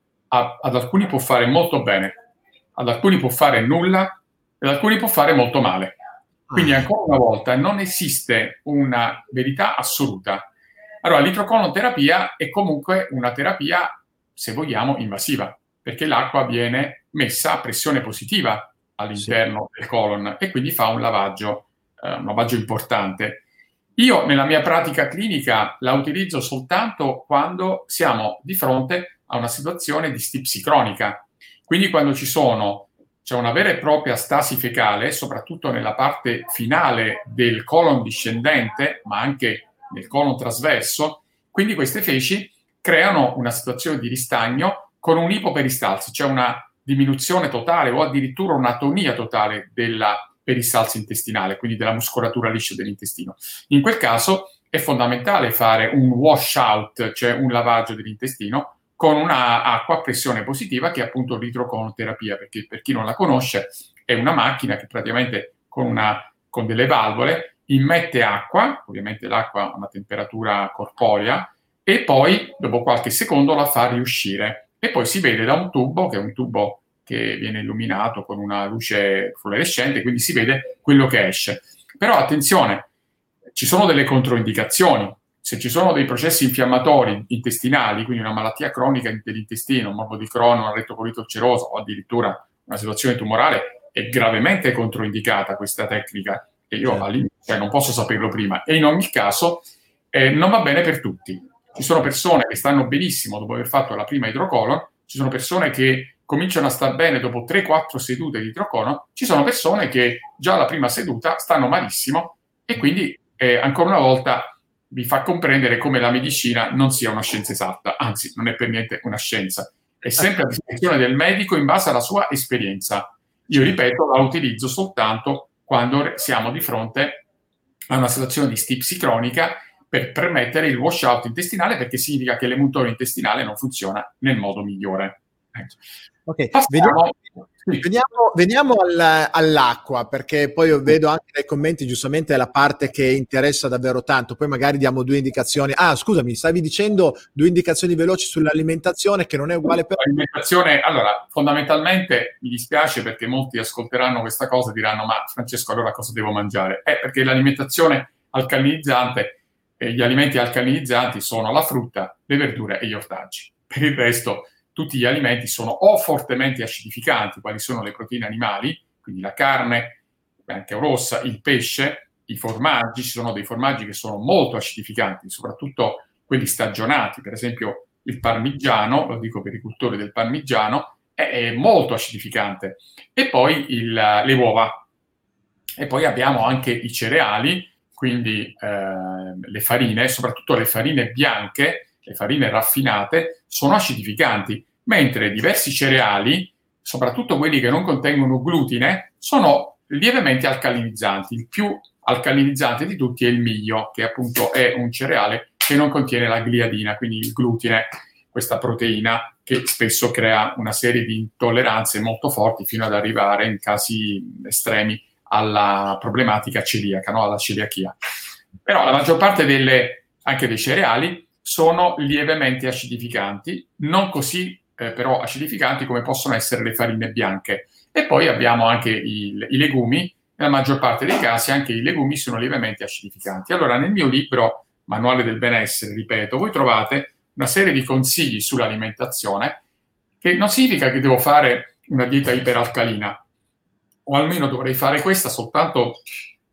a, ad alcuni può fare molto bene, ad alcuni può fare nulla, e ad alcuni può fare molto male. Quindi, ancora una volta, non esiste una verità assoluta. Allora, l'idrocolonoterapia è comunque una terapia, se vogliamo, invasiva, perché l'acqua viene messa a pressione positiva all'interno sì. del colon e quindi fa un lavaggio, eh, un lavaggio importante. Io nella mia pratica clinica la utilizzo soltanto quando siamo di fronte a una situazione di stipsi cronica, quindi quando ci sono, c'è una vera e propria stasi fecale, soprattutto nella parte finale del colon discendente, ma anche nel colon trasverso, quindi queste feci creano una situazione di ristagno con un ipoperistalsi, cioè una diminuzione totale o addirittura un'atonia totale della peristalsi intestinale, quindi della muscolatura liscia dell'intestino. In quel caso è fondamentale fare un washout, cioè un lavaggio dell'intestino, con una acqua a pressione positiva, che è appunto l'idrocolonoterapia, perché per chi non la conosce è una macchina che praticamente con, una, con delle valvole immette acqua, ovviamente l'acqua a una temperatura corporea, e poi dopo qualche secondo la fa riuscire. E poi si vede da un tubo, che è un tubo che viene illuminato con una luce fluorescente, quindi si vede quello che esce. Però attenzione, ci sono delle controindicazioni. Se ci sono dei processi infiammatori intestinali, quindi una malattia cronica dell'intestino, un morbo di Crohn, una rettocolite ulcerosa o addirittura una situazione tumorale, è gravemente controindicata questa tecnica. E io all'inizio cioè, non posso saperlo prima. E in ogni caso eh, non va bene per tutti. Ci sono persone che stanno benissimo dopo aver fatto la prima idrocolon, ci sono persone che cominciano a star bene dopo tre quattro sedute di idrocolon, ci sono persone che già alla prima seduta stanno malissimo e quindi eh, ancora una volta vi fa comprendere come la medicina non sia una scienza esatta, anzi non è per niente una scienza, è sempre a disposizione del medico in base alla sua esperienza. Io ripeto, la utilizzo soltanto quando siamo di fronte a una situazione di stipsi cronica, per permettere il washout intestinale, perché significa che l'emuntore intestinale non funziona nel modo migliore. Ok, vediamo, veniamo, veniamo al, all'acqua, perché poi io vedo anche nei commenti giustamente la parte che interessa davvero tanto, poi magari diamo due indicazioni. Ah, scusami, stavi dicendo due indicazioni veloci sull'alimentazione che non è uguale per... L'alimentazione, allora, fondamentalmente mi dispiace perché molti ascolteranno questa cosa e diranno: ma Francesco, allora cosa devo mangiare? Eh, perché l'alimentazione alcalinizzante, eh, gli alimenti alcalinizzanti sono la frutta, le verdure e gli ortaggi. Per il resto tutti gli alimenti sono o fortemente acidificanti, quali sono le proteine animali, quindi la carne, anche rossa, il pesce, i formaggi. Ci sono dei formaggi che sono molto acidificanti, soprattutto quelli stagionati, per esempio il parmigiano, lo dico per i cultori del parmigiano, è, è molto acidificante. E poi il, le uova. E poi abbiamo anche i cereali, quindi eh, le farine, soprattutto le farine bianche, le farine raffinate, sono acidificanti, mentre diversi cereali, soprattutto quelli che non contengono glutine, sono lievemente alcalinizzanti. Il più alcalinizzante di tutti è il miglio, che appunto è un cereale che non contiene la gliadina, quindi il glutine, questa proteina che spesso crea una serie di intolleranze molto forti fino ad arrivare, in casi estremi, alla problematica celiaca, no? Alla celiachia. Però la maggior parte delle, anche dei cereali sono lievemente acidificanti, non così eh, però acidificanti come possono essere le farine bianche. E poi abbiamo anche i, i legumi, nella maggior parte dei casi anche i legumi sono lievemente acidificanti. Allora, nel mio libro Manuale del benessere, ripeto, voi trovate una serie di consigli sull'alimentazione, che non significa che devo fare una dieta iperalcalina, o almeno dovrei fare questa soltanto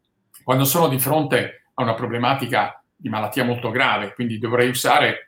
quando sono di fronte a una problematica di malattia molto grave, quindi dovrei usare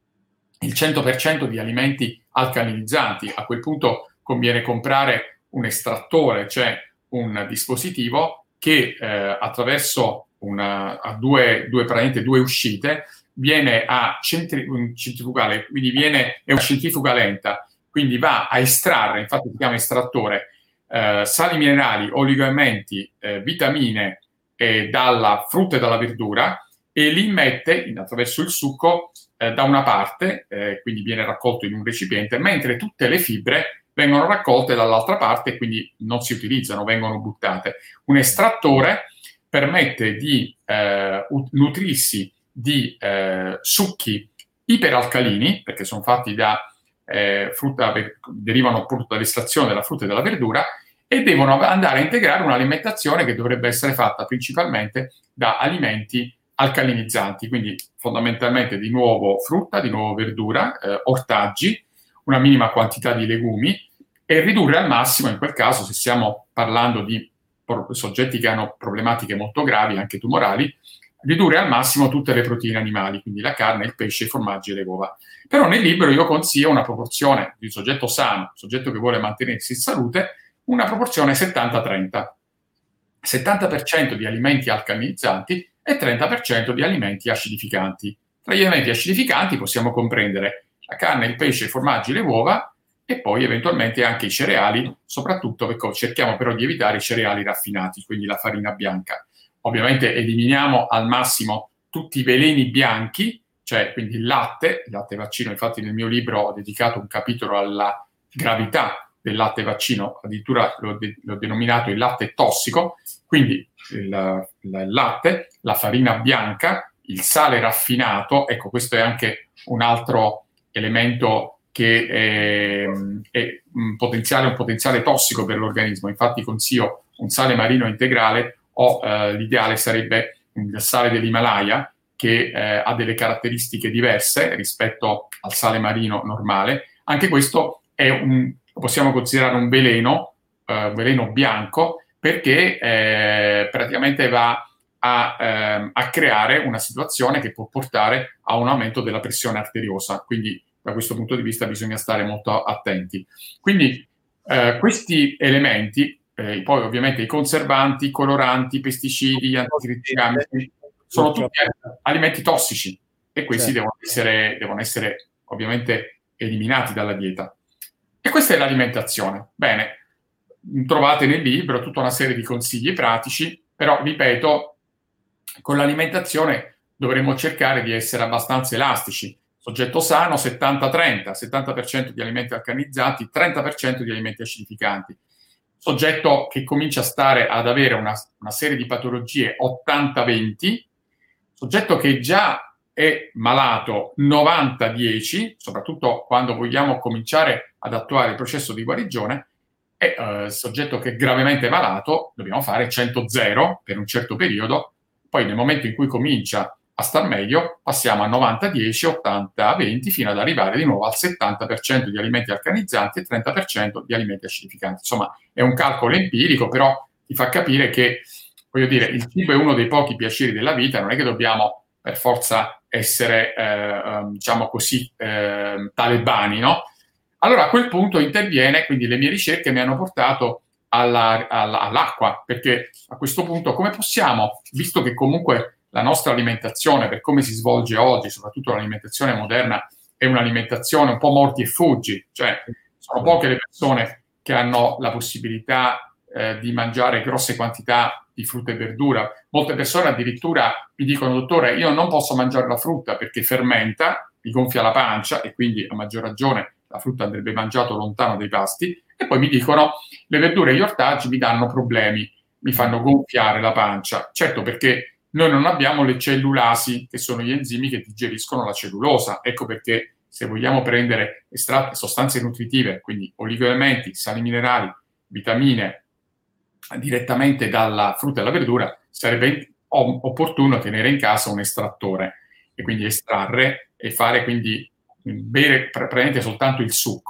il cento per cento di alimenti alcalinizzanti. A quel punto conviene comprare un estrattore, cioè un dispositivo che eh, attraverso una, a due, due, praticamente due uscite viene a centri, un centrifugale, quindi viene, è una centrifuga lenta, quindi va a estrarre, infatti si chiama estrattore, eh, sali minerali, oligoelementi, eh, vitamine eh, dalla frutta e dalla verdura, e li immette attraverso il succo eh, da una parte, eh, quindi viene raccolto in un recipiente, mentre tutte le fibre vengono raccolte dall'altra parte e quindi non si utilizzano, vengono buttate. Un estrattore permette di eh, nutrirsi di eh, succhi iperalcalini, perché sono fatti da eh, frutta, derivano appunto dall'estrazione della frutta e della verdura, e devono andare a integrare un'alimentazione che dovrebbe essere fatta principalmente da alimenti alcalinizzanti, quindi fondamentalmente di nuovo frutta, di nuovo verdura, eh, ortaggi, una minima quantità di legumi, e ridurre al massimo, in quel caso, se stiamo parlando di soggetti che hanno problematiche molto gravi, anche tumorali, ridurre al massimo tutte le proteine animali, quindi la carne, il pesce, i formaggi e le uova. Però nel libro io consiglio una proporzione di soggetto sano, soggetto che vuole mantenersi in salute, una proporzione settanta trenta. settanta per cento di alimenti alcalinizzanti e trenta per cento di alimenti acidificanti. Tra gli alimenti acidificanti possiamo comprendere la carne, il pesce, i formaggi, le uova, e poi eventualmente anche i cereali, soprattutto perché cerchiamo però di evitare i cereali raffinati, quindi la farina bianca. Ovviamente eliminiamo al massimo tutti i veleni bianchi, cioè quindi il latte, il latte vaccino. Infatti nel mio libro ho dedicato un capitolo alla gravità del latte vaccino, addirittura l'ho, de- l'ho denominato il latte tossico, quindi il, il latte, la farina bianca, il sale raffinato. Ecco, questo è anche un altro elemento che è, è un, potenziale, un potenziale tossico per l'organismo. Infatti consiglio un sale marino integrale, o eh, l'ideale sarebbe il sale dell'Himalaya, che eh, ha delle caratteristiche diverse rispetto al sale marino normale. Anche questo è un, lo possiamo considerare un veleno, eh, veleno bianco, perché eh, praticamente va a, eh, a creare una situazione che può portare a un aumento della pressione arteriosa. Quindi da questo punto di vista bisogna stare molto attenti. Quindi eh, questi elementi, eh, poi ovviamente i conservanti, i coloranti, i pesticidi, gli anticristicanti, sono tutti alimenti tossici, e questi certo. devono essere, devono essere ovviamente eliminati dalla dieta. E questa è l'alimentazione. Bene, trovate nel libro tutta una serie di consigli pratici, però ripeto, con l'alimentazione dovremmo cercare di essere abbastanza elastici. Soggetto sano settanta trenta, settanta per cento di alimenti alcalinizzati, trenta per cento di alimenti acidificanti. Soggetto che comincia a stare ad avere una, una serie di patologie ottanta venti, soggetto che già è malato novanta dieci, soprattutto quando vogliamo cominciare ad attuare il processo di guarigione, e eh, soggetto che è gravemente malato dobbiamo fare cento zero per un certo periodo, poi nel momento in cui comincia a star meglio passiamo a novanta dieci, ottanta venti, fino ad arrivare di nuovo al settanta per cento di alimenti alcalinizzanti e trenta per cento di alimenti acidificanti. Insomma, è un calcolo empirico, però ti fa capire che, voglio dire, il cibo è uno dei pochi piaceri della vita, non è che dobbiamo per forza essere, eh, diciamo così, eh, talebani, no? Allora a quel punto interviene, quindi le mie ricerche mi hanno portato alla, alla, all'acqua, perché a questo punto come possiamo, visto che comunque la nostra alimentazione, per come si svolge oggi, soprattutto l'alimentazione moderna, è un'alimentazione un po' morti e fuggi, cioè sono poche le persone che hanno la possibilità eh, di mangiare grosse quantità di frutta e verdura. Molte persone addirittura mi dicono: dottore, io non posso mangiare la frutta perché fermenta, mi gonfia la pancia, e quindi a maggior ragione la frutta andrebbe mangiato lontano dai pasti. E poi mi dicono: le verdure e gli ortaggi mi danno problemi, mi fanno gonfiare la pancia. Certo, perché noi non abbiamo le cellulasi, che sono gli enzimi che digeriscono la cellulosa. Ecco perché se vogliamo prendere estratti, sostanze nutritive, quindi oligoelementi, sali minerali, vitamine, direttamente dalla frutta e dalla verdura, sarebbe opportuno tenere in casa un estrattore e quindi estrarre e fare quindi bere praticamente soltanto il succo.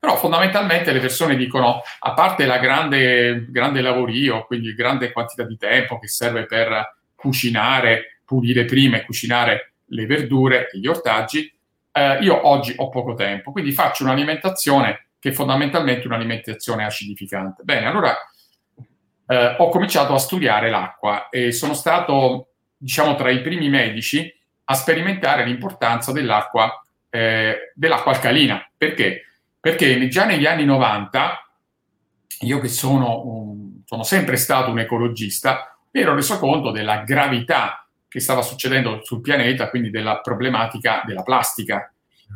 Però fondamentalmente le persone dicono, a parte la grande, grande lavorio, quindi grande quantità di tempo che serve per cucinare, pulire prima e cucinare le verdure e gli ortaggi, eh, io oggi ho poco tempo, quindi faccio un'alimentazione che è fondamentalmente un'alimentazione acidificante. Bene, allora eh, ho cominciato a studiare l'acqua e sono stato, diciamo, tra i primi medici a sperimentare l'importanza dell'acqua, eh, dell'acqua alcalina. Perché? Perché già negli anni novanta, io che sono, un, sono sempre stato un ecologista, mi ero reso conto della gravità che stava succedendo sul pianeta, quindi della problematica della plastica.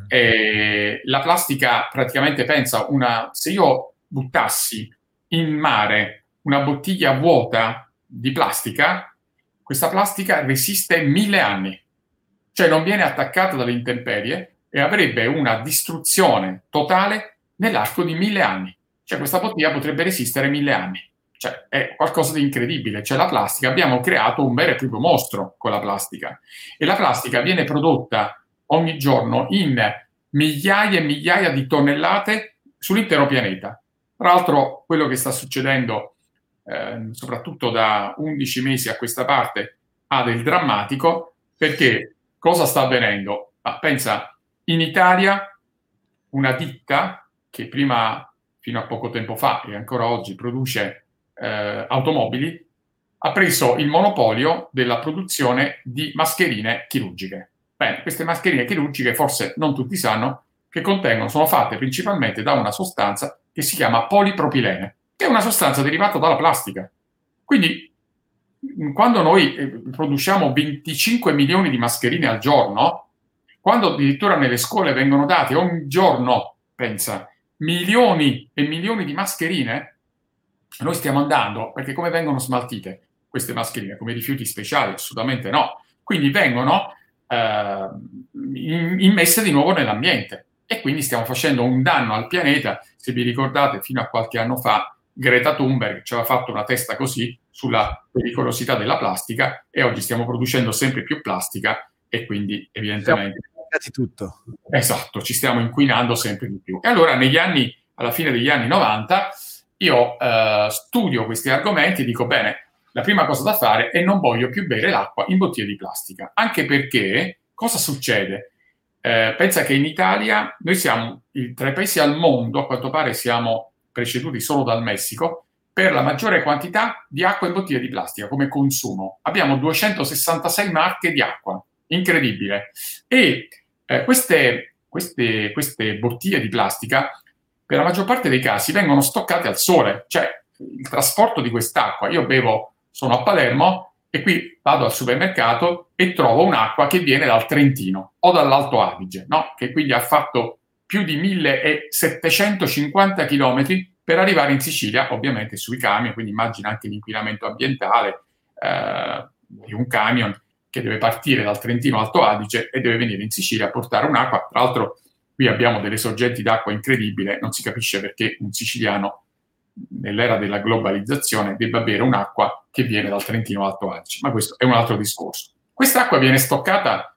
E la plastica praticamente, pensa, una, se io buttassi in mare una bottiglia vuota di plastica, questa plastica resiste mille anni, cioè non viene attaccata dalle intemperie e avrebbe una distruzione totale nell'arco di mille anni. Cioè questa bottiglia potrebbe resistere mille anni. Cioè è qualcosa di incredibile. Cioè la plastica, abbiamo creato un vero e proprio mostro con la plastica. E la plastica viene prodotta ogni giorno in migliaia e migliaia di tonnellate sull'intero pianeta. Tra l'altro quello che sta succedendo, eh, soprattutto da undici mesi a questa parte, ha del drammatico, perché cosa sta avvenendo? Ah, pensa, in Italia una ditta che prima, fino a poco tempo fa e ancora oggi, produce eh, automobili, ha preso il monopolio della produzione di mascherine chirurgiche. Bene, queste mascherine chirurgiche, forse non tutti sanno, che contengono, sono fatte principalmente da una sostanza che si chiama polipropilene, che è una sostanza derivata dalla plastica. Quindi, quando noi eh, produciamo venticinque milioni di mascherine al giorno, quando addirittura nelle scuole vengono date ogni giorno, pensa, milioni e milioni di mascherine, noi stiamo andando, perché come vengono smaltite queste mascherine? Come rifiuti speciali? Assolutamente no. Quindi vengono eh, immesse di nuovo nell'ambiente e quindi stiamo facendo un danno al pianeta. Se vi ricordate, fino a qualche anno fa Greta Thunberg ci aveva fatto una testa così sulla pericolosità della plastica e oggi stiamo producendo sempre più plastica e quindi evidentemente tutto. Esatto, ci stiamo inquinando sempre di più. E allora negli anni, alla fine degli anni novanta, io eh, studio questi argomenti e dico, bene, la prima cosa da fare è non voglio più bere l'acqua in bottiglie di plastica, anche perché cosa succede? Eh, pensa che in Italia noi siamo il, tra i paesi al mondo, a quanto pare siamo preceduti solo dal Messico, per la maggiore quantità di acqua in bottiglie di plastica come consumo. Abbiamo duecentosessantasei marche di acqua, incredibile. E eh, queste, queste, queste bottiglie di plastica, per la maggior parte dei casi, vengono stoccate al sole. Cioè, il trasporto di quest'acqua, io bevo, sono a Palermo, e qui vado al supermercato e trovo un'acqua che viene dal Trentino o dall'Alto Adige, no? Che quindi ha fatto più di millesettecentocinquanta chilometri per arrivare in Sicilia, ovviamente sui camion, quindi immagina anche l'inquinamento ambientale eh, di un camion che deve partire dal Trentino Alto Adige e deve venire in Sicilia a portare un'acqua. Tra l'altro qui abbiamo delle sorgenti d'acqua incredibili, non si capisce perché un siciliano nell'era della globalizzazione debba bere un'acqua che viene dal Trentino Alto Adige, ma questo è un altro discorso. Quest'acqua viene stoccata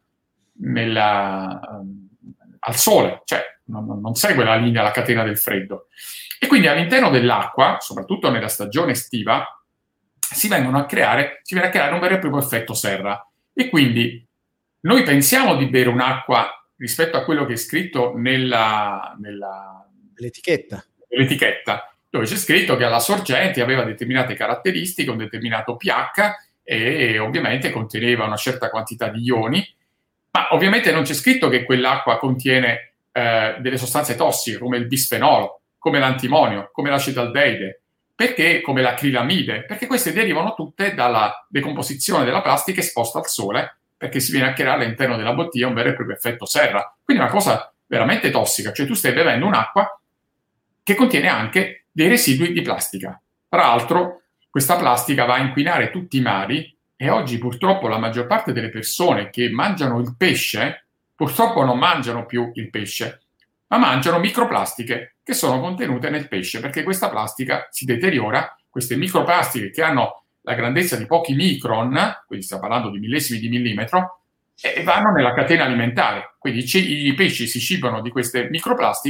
nella, um, al sole, cioè non, non segue la linea, la catena del freddo. E quindi all'interno dell'acqua, soprattutto nella stagione estiva, si vengono a creare, si viene a creare un vero e proprio effetto serra. E quindi noi pensiamo di bere un'acqua rispetto a quello che è scritto nella, nella l'etichetta. l'etichetta, dove c'è scritto che alla sorgente aveva determinate caratteristiche, un determinato pH e ovviamente conteneva una certa quantità di ioni, ma ovviamente non c'è scritto che quell'acqua contiene eh, delle sostanze tossiche come il bisfenolo, come l'antimonio, come l'acetaldeide, perché come l'acrilamide, perché queste derivano tutte dalla decomposizione della plastica esposta al sole, perché si viene a creare all'interno della bottiglia un vero e proprio effetto serra. Quindi è una cosa veramente tossica, cioè tu stai bevendo un'acqua che contiene anche dei residui di plastica. Tra l'altro, questa plastica va a inquinare tutti i mari e oggi purtroppo la maggior parte delle persone che mangiano il pesce, purtroppo non mangiano più il pesce, ma mangiano microplastiche che sono contenute nel pesce, perché questa plastica si deteriora, queste microplastiche che hanno la grandezza di pochi micron, quindi stiamo parlando di millesimi di millimetro, e vanno nella catena alimentare. Quindi i pesci si cibano di queste microplastiche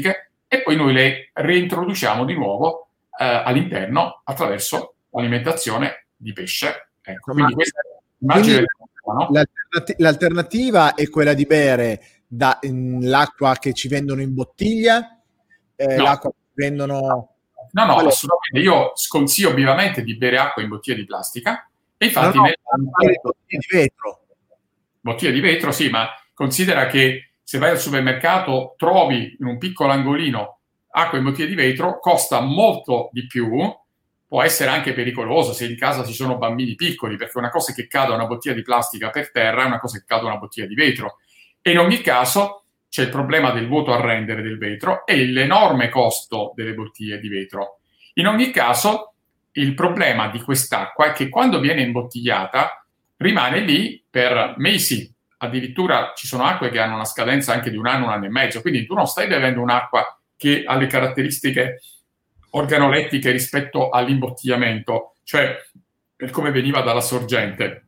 e poi noi le reintroduciamo di nuovo eh, all'interno attraverso l'alimentazione di pesce. Ecco, quindi questa immagine quindi no? l'alternati- l'alternativa è quella di bere da, in, l'acqua che ci vendono in bottiglia, eh, no. l'acqua che vendono... No, no, assolutamente. Io sconsiglio vivamente di bere acqua in bottiglie di plastica e infatti... No, no, nel... bottiglie di vetro. Bottiglie di vetro, sì, ma considera che se vai al supermercato trovi in un piccolo angolino acqua in bottiglie di vetro, costa molto di più, può essere anche pericoloso se in casa ci sono bambini piccoli, perché una cosa è che cada una bottiglia di plastica per terra, una cosa è che cada una bottiglia di vetro. E in ogni caso c'è il problema del vuoto a rendere del vetro e l'enorme costo delle bottiglie di vetro. In ogni caso, il problema di quest'acqua è che quando viene imbottigliata rimane lì per mesi. Addirittura ci sono acque che hanno una scadenza anche di un anno, un anno e mezzo. Quindi tu non stai bevendo un'acqua che ha le caratteristiche organolettiche rispetto all'imbottigliamento, cioè per come veniva dalla sorgente,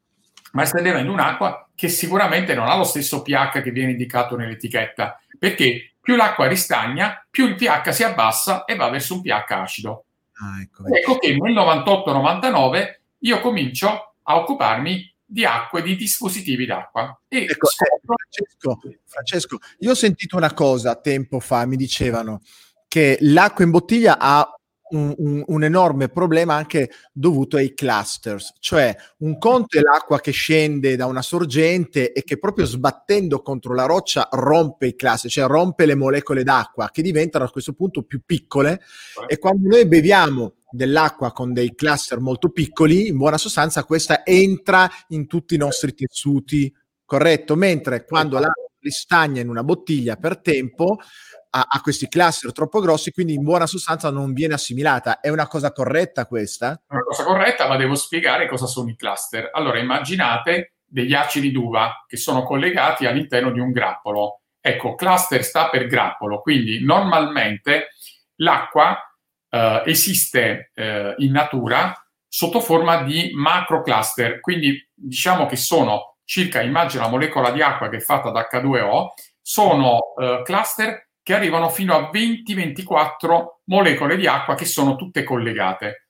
ma stai bevendo un'acqua che sicuramente non ha lo stesso pH che viene indicato nell'etichetta, perché più l'acqua ristagna, più il pH si abbassa e va verso un pH acido. Ah, ecco, ecco che nel novantotto novantanove io comincio a occuparmi di acque, di dispositivi d'acqua. E ecco, scopro... eh, Francesco, Francesco, io ho sentito una cosa tempo fa, mi dicevano che l'acqua in bottiglia ha un, un, un enorme problema anche dovuto ai clusters, cioè un conto è l'acqua che scende da una sorgente e che proprio sbattendo contro la roccia rompe i cluster, cioè rompe le molecole d'acqua che diventano a questo punto più piccole, e quando noi beviamo dell'acqua con dei cluster molto piccoli, in buona sostanza questa entra in tutti i nostri tessuti, corretto? Mentre quando l'acqua ristagna in una bottiglia per tempo ha, ha questi cluster troppo grossi, quindi in buona sostanza non viene assimilata. È una cosa corretta questa? È una cosa corretta, ma devo spiegare cosa sono i cluster. Allora, immaginate degli acidi d'uva che sono collegati all'interno di un grappolo. Ecco, cluster sta per grappolo, quindi normalmente l'acqua Uh, esiste uh, in natura sotto forma di macrocluster, quindi diciamo che sono circa, immagina la molecola di acqua che è fatta da acca due o, sono uh, cluster che arrivano fino a venti ventiquattro molecole di acqua che sono tutte collegate.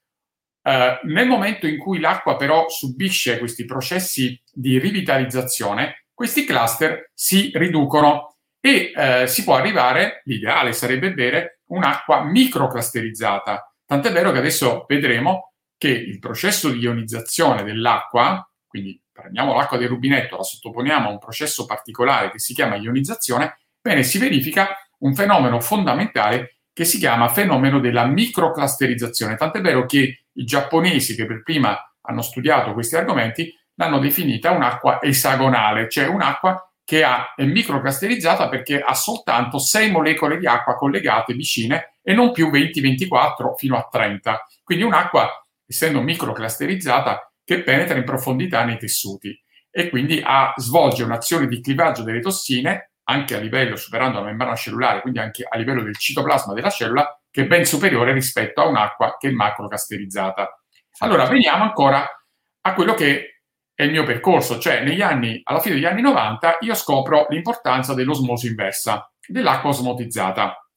Uh, nel momento in cui l'acqua però subisce questi processi di rivitalizzazione, questi cluster si riducono e uh, si può arrivare, l'ideale sarebbe bere un'acqua microclusterizzata, tant'è vero che adesso vedremo che il processo di ionizzazione dell'acqua, quindi prendiamo l'acqua del rubinetto, la sottoponiamo a un processo particolare che si chiama ionizzazione, bene, si verifica un fenomeno fondamentale che si chiama fenomeno della microclusterizzazione, tant'è vero che i giapponesi che per prima hanno studiato questi argomenti l'hanno definita un'acqua esagonale, cioè un'acqua che ha, è microclusterizzata perché ha soltanto sei molecole di acqua collegate vicine e non più venti ventiquattro fino a trenta. Quindi un'acqua, essendo microclusterizzata, che penetra in profondità nei tessuti e quindi ha, svolge un'azione di clivaggio delle tossine anche a livello, superando la membrana cellulare, quindi anche a livello del citoplasma della cellula, che è ben superiore rispetto a un'acqua che è macroclusterizzata. Allora, veniamo ancora a quello che è il mio percorso, cioè negli anni, alla fine degli anni novanta io scopro l'importanza dell'osmosi inversa, dell'acqua osmotizzata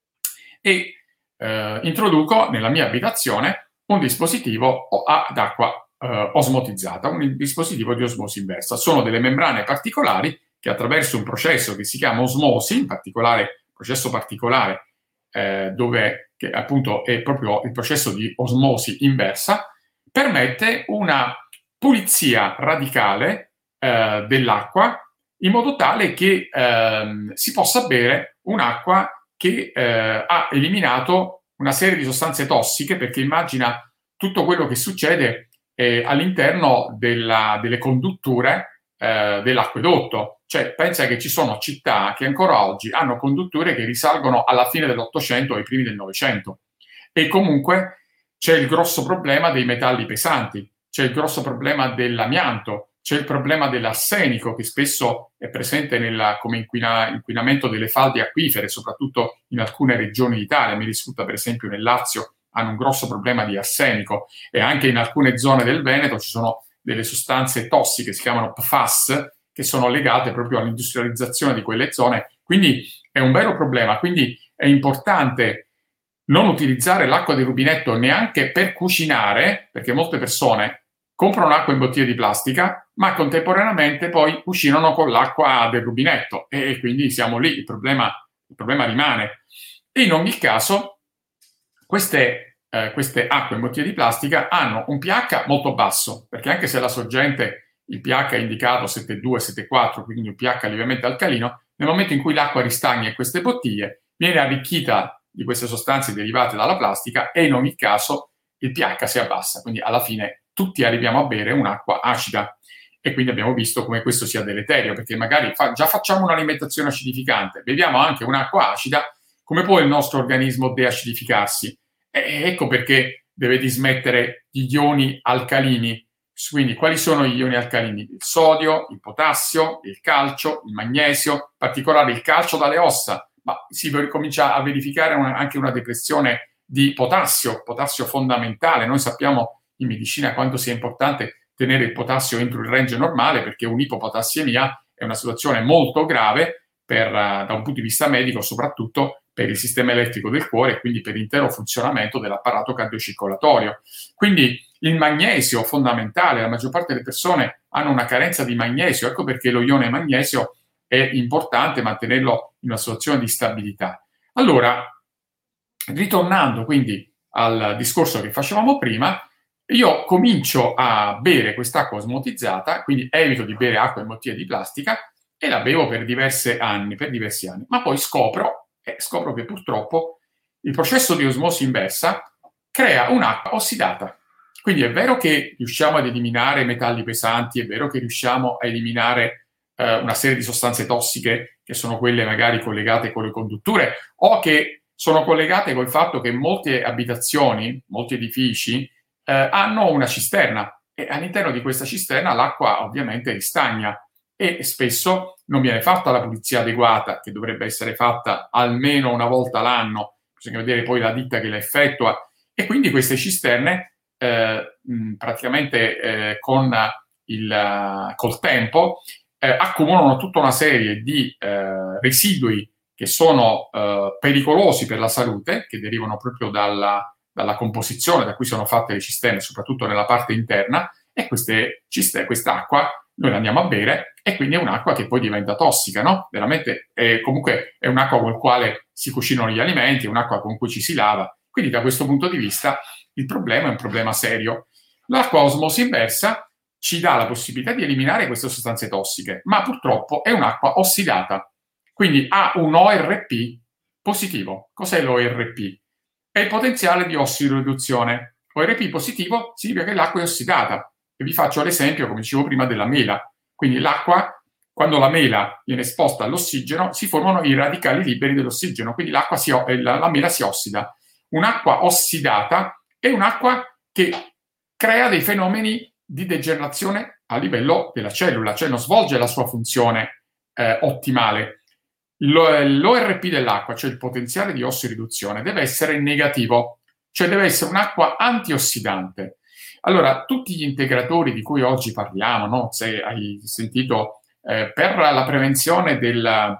e eh, introduco nella mia abitazione un dispositivo ad acqua eh, osmotizzata, un dispositivo di osmosi inversa. Sono delle membrane particolari che attraverso un processo che si chiama osmosi, in particolare processo particolare eh, dove che appunto è proprio il processo di osmosi inversa, permette una pulizia radicale eh, dell'acqua in modo tale che eh, si possa bere un'acqua che eh, ha eliminato una serie di sostanze tossiche, perché immagina tutto quello che succede eh, all'interno della, delle condutture eh, dell'acquedotto. Cioè, pensa che ci sono città che ancora oggi hanno condutture che risalgono alla fine dell'Ottocento o ai primi del Novecento. E comunque c'è il grosso problema dei metalli pesanti, c'è il grosso problema dell'amianto, c'è il problema dell'arsenico che spesso è presente nella, come inquina, inquinamento delle falde acquifere, soprattutto in alcune regioni d'Italia. Mi risulta per esempio nel Lazio hanno un grosso problema di arsenico e anche in alcune zone del Veneto ci sono delle sostanze tossiche, si chiamano P F A S, che sono legate proprio all'industrializzazione di quelle zone. Quindi è un vero problema. Quindi è importante non utilizzare l'acqua del rubinetto neanche per cucinare, perché molte persone comprano acqua in bottiglie di plastica, ma contemporaneamente poi cucinano con l'acqua del rubinetto e quindi siamo lì, il problema, il problema rimane. E in ogni caso queste, eh, queste acque in bottiglie di plastica hanno un pH molto basso, perché anche se la sorgente il pH è indicato sette virgola due sette virgola quattro, quindi un pH lievemente alcalino, nel momento in cui l'acqua ristagna in queste bottiglie viene arricchita di queste sostanze derivate dalla plastica e in ogni caso il pH si abbassa, quindi alla fine tutti arriviamo a bere un'acqua acida e quindi abbiamo visto come questo sia deleterio, perché magari fa, già facciamo un'alimentazione acidificante, beviamo anche un'acqua acida, come può il nostro organismo deacidificarsi? E ecco perché deve dismettere gli ioni alcalini. Quindi quali sono gli ioni alcalini? Il sodio, il potassio, il calcio, il magnesio, in particolare il calcio dalle ossa, ma si comincia a verificare una, anche una depressione di potassio, potassio fondamentale. Noi sappiamo in medicina quanto sia importante tenere il potassio entro il range normale, perché un'ipopotassiemia è una situazione molto grave per, uh, da un punto di vista medico, soprattutto per il sistema elettrico del cuore e quindi per l'intero funzionamento dell'apparato cardiocircolatorio. Quindi il magnesio fondamentale, la maggior parte delle persone hanno una carenza di magnesio, ecco perché lo ione magnesio è importante mantenerlo in una situazione di stabilità. Allora, ritornando quindi al discorso che facevamo prima, io comincio a bere quest'acqua osmotizzata, quindi evito di bere acqua in bottiglie di plastica e la bevo per diversi anni, per diversi anni, ma poi scopro, eh, scopro che purtroppo il processo di osmosi inversa crea un'acqua ossidata. Quindi è vero che riusciamo ad eliminare metalli pesanti, è vero che riusciamo a eliminare eh, una serie di sostanze tossiche che sono quelle magari collegate con le condutture o che sono collegate col fatto che molte abitazioni, molti edifici eh, hanno una cisterna e all'interno di questa cisterna l'acqua ovviamente ristagna e spesso non viene fatta la pulizia adeguata che dovrebbe essere fatta almeno una volta l'anno, bisogna vedere poi la ditta che la effettua e quindi queste cisterne Eh, mh, praticamente eh, con il, uh, col tempo eh, accumulano tutta una serie di eh, residui che sono eh, pericolosi per la salute, che derivano proprio dalla, dalla composizione da cui sono fatte le cisterne, soprattutto nella parte interna, e queste cisterne, quest'acqua noi la andiamo a bere e quindi è un'acqua che poi diventa tossica, no? Veramente è, comunque è un'acqua con la quale si cucinano gli alimenti, è un'acqua con cui ci si lava, quindi da questo punto di vista il problema è un problema serio. L'acqua osmosi inversa ci dà la possibilità di eliminare queste sostanze tossiche, ma purtroppo è un'acqua ossidata, quindi ha un O R P positivo. Cos'è l'O R P? È il potenziale di ossidoriduzione. O R P positivo significa che l'acqua è ossidata. E vi faccio l'esempio, come dicevo prima, della mela. Quindi l'acqua, quando la mela viene esposta all'ossigeno, si formano i radicali liberi dell'ossigeno, quindi l'acqua si, la, la mela si ossida. Un'acqua ossidata è un'acqua che crea dei fenomeni di degenerazione a livello della cellula, cioè non svolge la sua funzione eh, ottimale. L'O R P dell'acqua, cioè il potenziale di ossoriduzione, deve essere negativo, cioè deve essere un'acqua antiossidante. Allora, tutti gli integratori di cui oggi parliamo, no? Se hai sentito, eh, per la prevenzione del,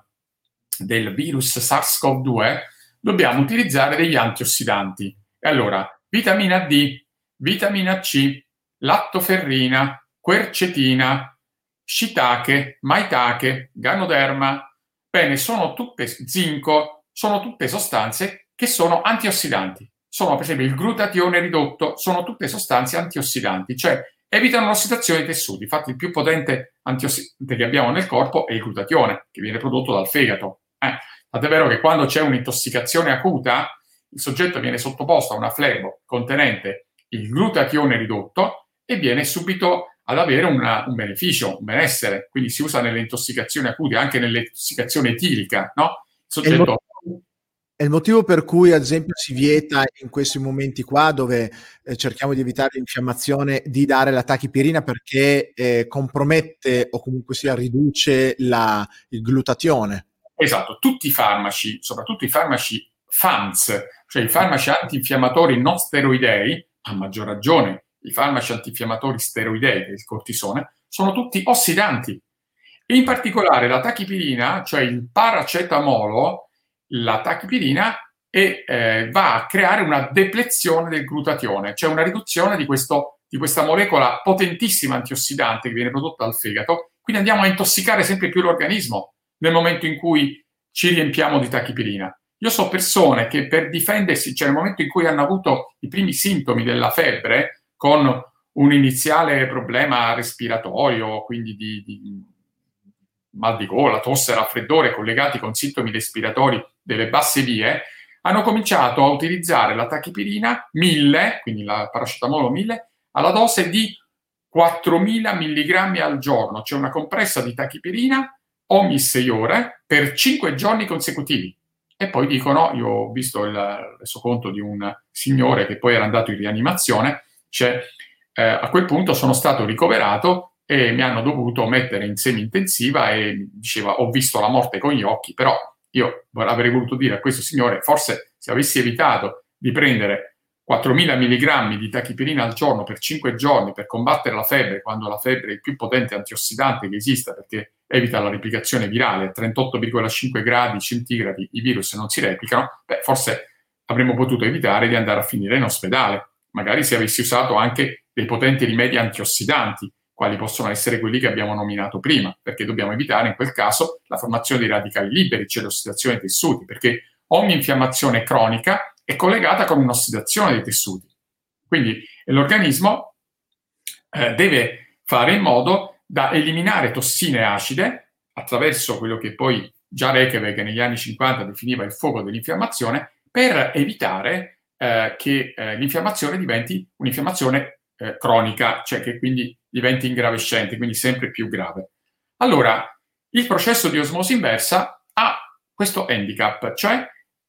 del virus SARS-CoV due, dobbiamo utilizzare degli antiossidanti. E allora, vitamina D, vitamina C, lattoferrina, quercetina, shiitake, maitake, ganoderma, bene, sono tutte, zinco, sono tutte sostanze che sono antiossidanti. Sono, per esempio, il glutatione ridotto, sono tutte sostanze antiossidanti, cioè evitano l'ossidazione dei tessuti. Infatti il più potente antiossidante che abbiamo nel corpo è il glutatione, che viene prodotto dal fegato. Eh, tant'è vero che quando c'è un'intossicazione acuta, il soggetto viene sottoposto a una flebo contenente il glutatione ridotto e viene subito ad avere una, un beneficio, un benessere. Quindi si usa nelle intossicazioni acute, anche nell'intossicazione etilica, no? Il soggetto... È il motivo per cui, ad esempio, si vieta in questi momenti qua, dove eh, cerchiamo di evitare l'infiammazione, di dare la tachipirina perché eh, compromette o comunque sia riduce la, il glutatione. Esatto, tutti i farmaci, soprattutto i farmaci F A N S, cioè i farmaci antinfiammatori non steroidei, a maggior ragione i farmaci antinfiammatori steroidei, il cortisone, sono tutti ossidanti. E in particolare la tachipirina, cioè il paracetamolo, la tachipirina e eh, va a creare una deplezione del glutatione, cioè una riduzione di, questo, di questa molecola potentissima antiossidante che viene prodotta dal fegato. Quindi andiamo a intossicare sempre più l'organismo nel momento in cui ci riempiamo di tachipirina. Io so persone che per difendersi, cioè nel momento in cui hanno avuto i primi sintomi della febbre, con un iniziale problema respiratorio, quindi di, di mal di gola, tosse, raffreddore, collegati con sintomi respiratori delle basse vie, hanno cominciato a utilizzare la tachipirina mille, quindi la paracetamolo mille, alla dose di quattromila milligrammi al giorno, cioè una compressa di tachipirina ogni sei ore per cinque giorni consecutivi. E poi dicono, io ho visto il resoconto di un signore che poi era andato in rianimazione, cioè eh, a quel punto sono stato ricoverato e mi hanno dovuto mettere in semi-intensiva e diceva ho visto la morte con gli occhi, però io avrei voluto dire a questo signore, forse se avessi evitato di prendere quattromila milligrammi di tachipirina al giorno per cinque giorni per combattere la febbre, quando la febbre è il più potente antiossidante che esista perché evita la replicazione virale, a trentotto virgola cinque gradi centigradi i virus non si replicano, beh, forse avremmo potuto evitare di andare a finire in ospedale, magari se avessi usato anche dei potenti rimedi antiossidanti, quali possono essere quelli che abbiamo nominato prima, perché dobbiamo evitare in quel caso la formazione di radicali liberi, cioè l'ossidazione dei tessuti, perché ogni infiammazione cronica è collegata con un'ossidazione dei tessuti. Quindi l'organismo eh, deve fare in modo da eliminare tossine acide attraverso quello che poi già Reykjavik negli anni cinquanta definiva il fuoco dell'infiammazione, per evitare eh, che eh, l'infiammazione diventi un'infiammazione eh, cronica, cioè che quindi diventi ingravescente, quindi sempre più grave. Allora, il processo di osmosi inversa ha questo handicap, cioè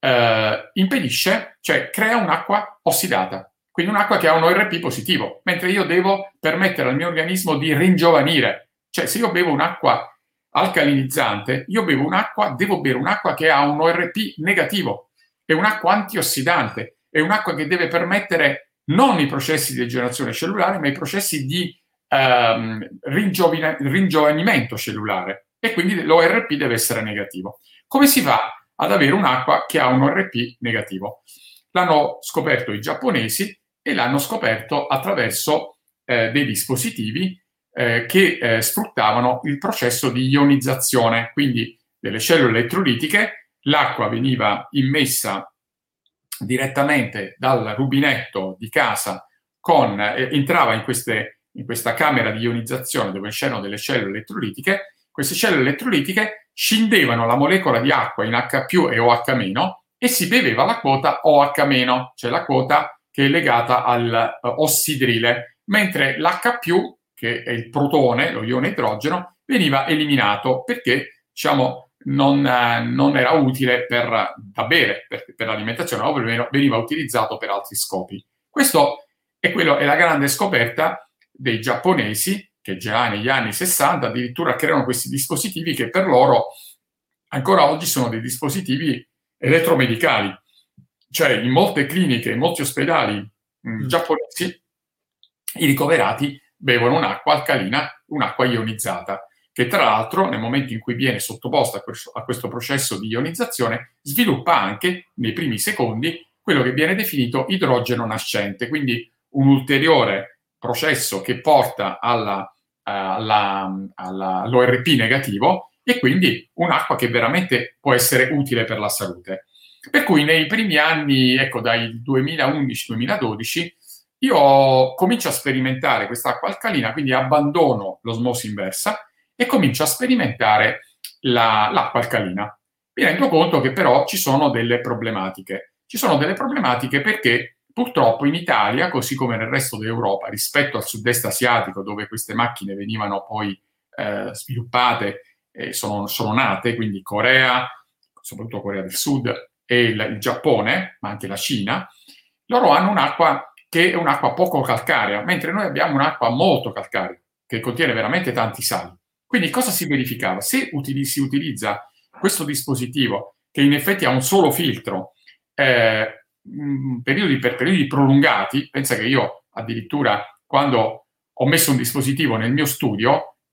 eh, impedisce, cioè crea un'acqua ossidata, quindi un'acqua che ha un O R P positivo, mentre io devo permettere al mio organismo di ringiovanire. Cioè, se io bevo un'acqua alcalinizzante, io bevo un'acqua, devo bere un'acqua che ha un O R P negativo, è un'acqua antiossidante, è un'acqua che deve permettere non i processi di degenerazione cellulare, ma i processi di ehm, ringiovine- ringiovanimento cellulare, e quindi l'O R P deve essere negativo. Come si fa ad avere un'acqua che ha un O R P negativo? L'hanno scoperto i giapponesi e l'hanno scoperto attraverso eh, dei dispositivi eh, che eh, sfruttavano il processo di ionizzazione, quindi delle cellule elettrolitiche. L'acqua veniva immessa direttamente dal rubinetto di casa, con, eh, entrava in, queste, in questa camera di ionizzazione dove c'erano delle cellule elettrolitiche. Queste cellule elettrolitiche scindevano la molecola di acqua in H più e OH- e si beveva la quota OH-, cioè la quota che è legata all'ossidrile, mentre l'H più, che è il protone, lo ione idrogeno, veniva eliminato perché, diciamo, non, eh, non era utile per, da bere, per, per l'alimentazione, o perlomeno veniva utilizzato per altri scopi. Questo è, quello, è la grande scoperta dei giapponesi, che già negli anni sessanta addirittura creano questi dispositivi che per loro ancora oggi sono dei dispositivi elettromedicali. Cioè, in molte cliniche, in molti ospedali mh, giapponesi, i ricoverati bevono un'acqua alcalina, un'acqua ionizzata, che tra l'altro nel momento in cui viene sottoposta a questo, a questo processo di ionizzazione sviluppa anche nei primi secondi quello che viene definito idrogeno nascente, quindi un ulteriore processo che porta alla, alla, alla, all'O R P negativo, e quindi un'acqua che veramente può essere utile per la salute. Per cui nei primi anni, ecco, dai duemilaundici duemiladodici, io comincio a sperimentare quest'acqua alcalina, quindi abbandono l'osmosi inversa e comincio a sperimentare la, l'acqua alcalina. Mi rendo conto che però ci sono delle problematiche. Ci sono delle problematiche perché purtroppo in Italia, così come nel resto d'Europa, rispetto al sud-est asiatico, dove queste macchine venivano poi eh, sviluppate, eh, sono, sono nate, quindi Corea, soprattutto Corea del Sud, e il, il Giappone, ma anche la Cina, loro hanno un'acqua che è un'acqua poco calcarea, mentre noi abbiamo un'acqua molto calcarea, che contiene veramente tanti sali. Quindi cosa si verificava? Se util- si utilizza questo dispositivo, che in effetti ha un solo filtro, eh, periodi, per periodi prolungati, pensa che io addirittura quando ho messo un dispositivo nel mio studio,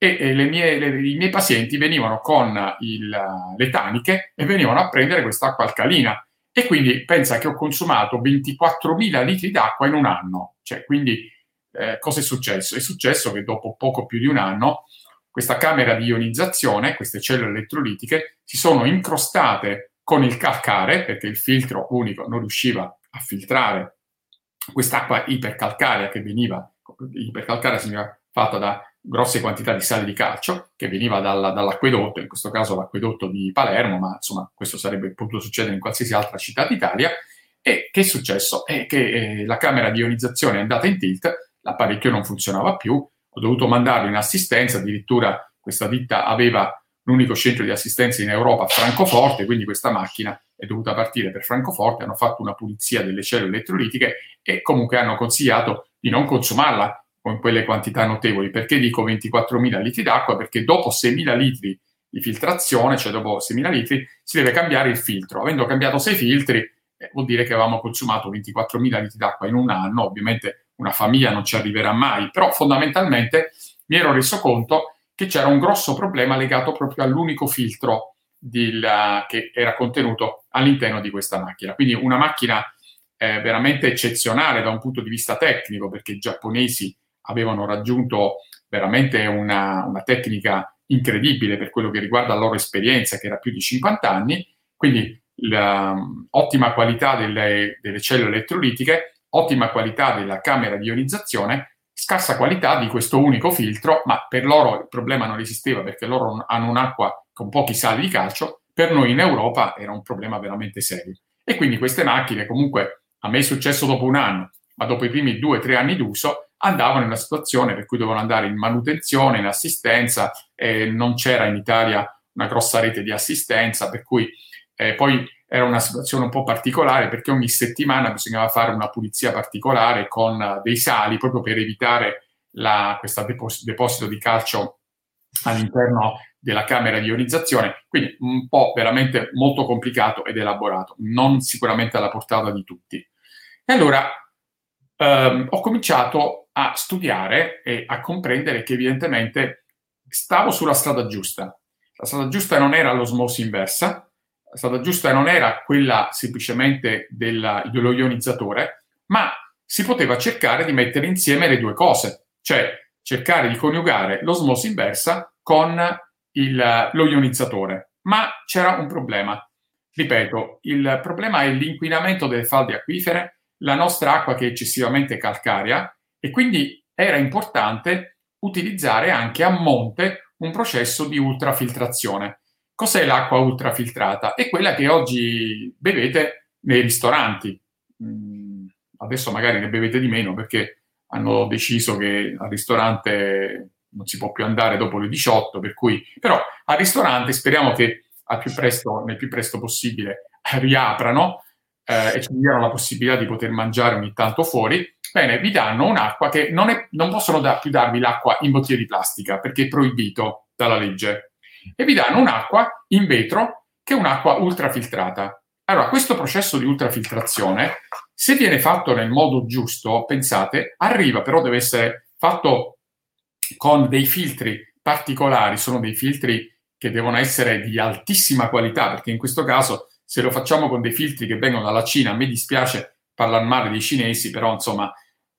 e, e le mie, le, i miei pazienti venivano con il, le taniche e venivano a prendere quest'acqua alcalina. E quindi pensa che ho consumato ventiquattromila litri d'acqua in un anno. Cioè, quindi eh, cosa è successo? È successo che dopo poco più di un anno questa camera di ionizzazione, queste cellule elettrolitiche, si sono incrostate con il calcare, perché il filtro unico non riusciva a filtrare quest'acqua ipercalcarea che veniva, ipercalcarea significa fatta da grosse quantità di sale di calcio, che veniva dalla, dall'acquedotto, in questo caso l'acquedotto di Palermo, ma insomma questo sarebbe potuto succedere in qualsiasi altra città d'Italia. E che è successo? È che eh, la camera di ionizzazione è andata in tilt, l'apparecchio non funzionava più, ho dovuto mandarlo in assistenza, addirittura questa ditta aveva l'unico centro di assistenza in Europa a Francoforte, quindi questa macchina è dovuta partire per Francoforte, hanno fatto una pulizia delle cellule elettrolitiche e comunque hanno consigliato di non consumarla con quelle quantità notevoli. Perché dico ventiquattromila litri d'acqua? Perché dopo seimila litri di filtrazione, cioè dopo seimila litri, si deve cambiare il filtro. Avendo cambiato sei filtri, eh, vuol dire che avevamo consumato ventiquattromila litri d'acqua in un anno. Ovviamente una famiglia non ci arriverà mai, però fondamentalmente mi ero reso conto che c'era un grosso problema legato proprio all'unico filtro di la, che era contenuto all'interno di questa macchina. Quindi una macchina eh, veramente eccezionale da un punto di vista tecnico, perché i giapponesi avevano raggiunto veramente una, una tecnica incredibile per quello che riguarda la loro esperienza, che era più di cinquanta anni, quindi l'ottima qualità delle, delle cellule elettrolitiche, ottima qualità della camera di ionizzazione, scarsa qualità di questo unico filtro, ma per loro il problema non esisteva perché loro hanno un'acqua con pochi sali di calcio, per noi in Europa era un problema veramente serio. E quindi queste macchine, comunque, a me è successo dopo un anno, ma dopo i primi due o tre anni d'uso, andavano in una situazione per cui dovevano andare in manutenzione, in assistenza, eh, non c'era in Italia una grossa rete di assistenza, per cui eh, poi era una situazione un po' particolare perché ogni settimana bisognava fare una pulizia particolare con uh, dei sali proprio per evitare la, questo depos- deposito di calcio all'interno della camera di ionizzazione, quindi un po' veramente molto complicato ed elaborato, non sicuramente alla portata di tutti. E allora ehm, ho cominciato a studiare e a comprendere che evidentemente stavo sulla strada giusta. La strada giusta non era l'osmosi inversa, la strada giusta non era quella semplicemente della, dello ionizzatore, ma si poteva cercare di mettere insieme le due cose, cioè cercare di coniugare l'osmosi inversa con il, lo ionizzatore. Ma c'era un problema. Ripeto, il problema è l'inquinamento delle falde acquifere, la nostra acqua che è eccessivamente calcarea, e quindi era importante utilizzare anche a monte un processo di ultrafiltrazione. Cos'è l'acqua ultrafiltrata? È quella che oggi bevete nei ristoranti. Mm, adesso magari ne bevete di meno perché hanno deciso che al ristorante non si può più andare dopo le diciotto, per cui però al ristorante speriamo che al più presto, nel più presto possibile riaprano eh, e ci diano la possibilità di poter mangiare ogni tanto fuori. Bene, vi danno un'acqua che non, è, non possono da, più darvi l'acqua in bottiglie di plastica perché è proibito dalla legge, e vi danno un'acqua in vetro che è un'acqua ultrafiltrata. Allora, questo processo di ultrafiltrazione, se viene fatto nel modo giusto, pensate, arriva, però deve essere fatto con dei filtri particolari, sono dei filtri che devono essere di altissima qualità, perché in questo caso, se lo facciamo con dei filtri che vengono dalla Cina, a me dispiace parlare male dei cinesi, però insomma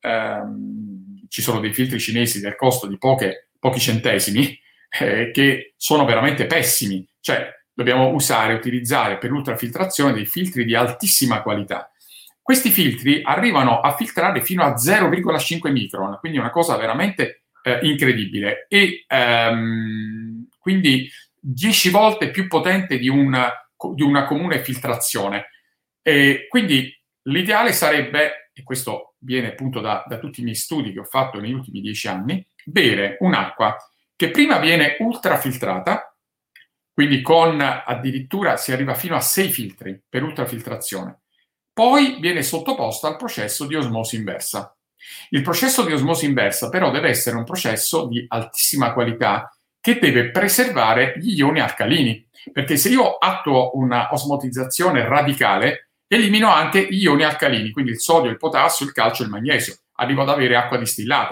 ehm, ci sono dei filtri cinesi del costo di poche, pochi centesimi eh, che sono veramente pessimi, cioè dobbiamo usare, utilizzare per l'ultrafiltrazione dei filtri di altissima qualità. Questi filtri arrivano a filtrare fino a zero virgola cinque micron, quindi una cosa veramente eh, incredibile, e ehm, quindi dieci volte più potente di una, di una comune filtrazione. E quindi l'ideale sarebbe, e questo viene appunto da, da tutti i miei studi che ho fatto negli ultimi dieci anni, bere un'acqua che prima viene ultrafiltrata, quindi con addirittura si arriva fino a sei filtri per ultrafiltrazione, poi viene sottoposta al processo di osmosi inversa. Il processo di osmosi inversa però deve essere un processo di altissima qualità che deve preservare gli ioni alcalini, perché se io attuo una osmotizzazione radicale elimino anche gli ioni alcalini, quindi il sodio, il potassio, il calcio e il magnesio, arrivo ad avere acqua distillata,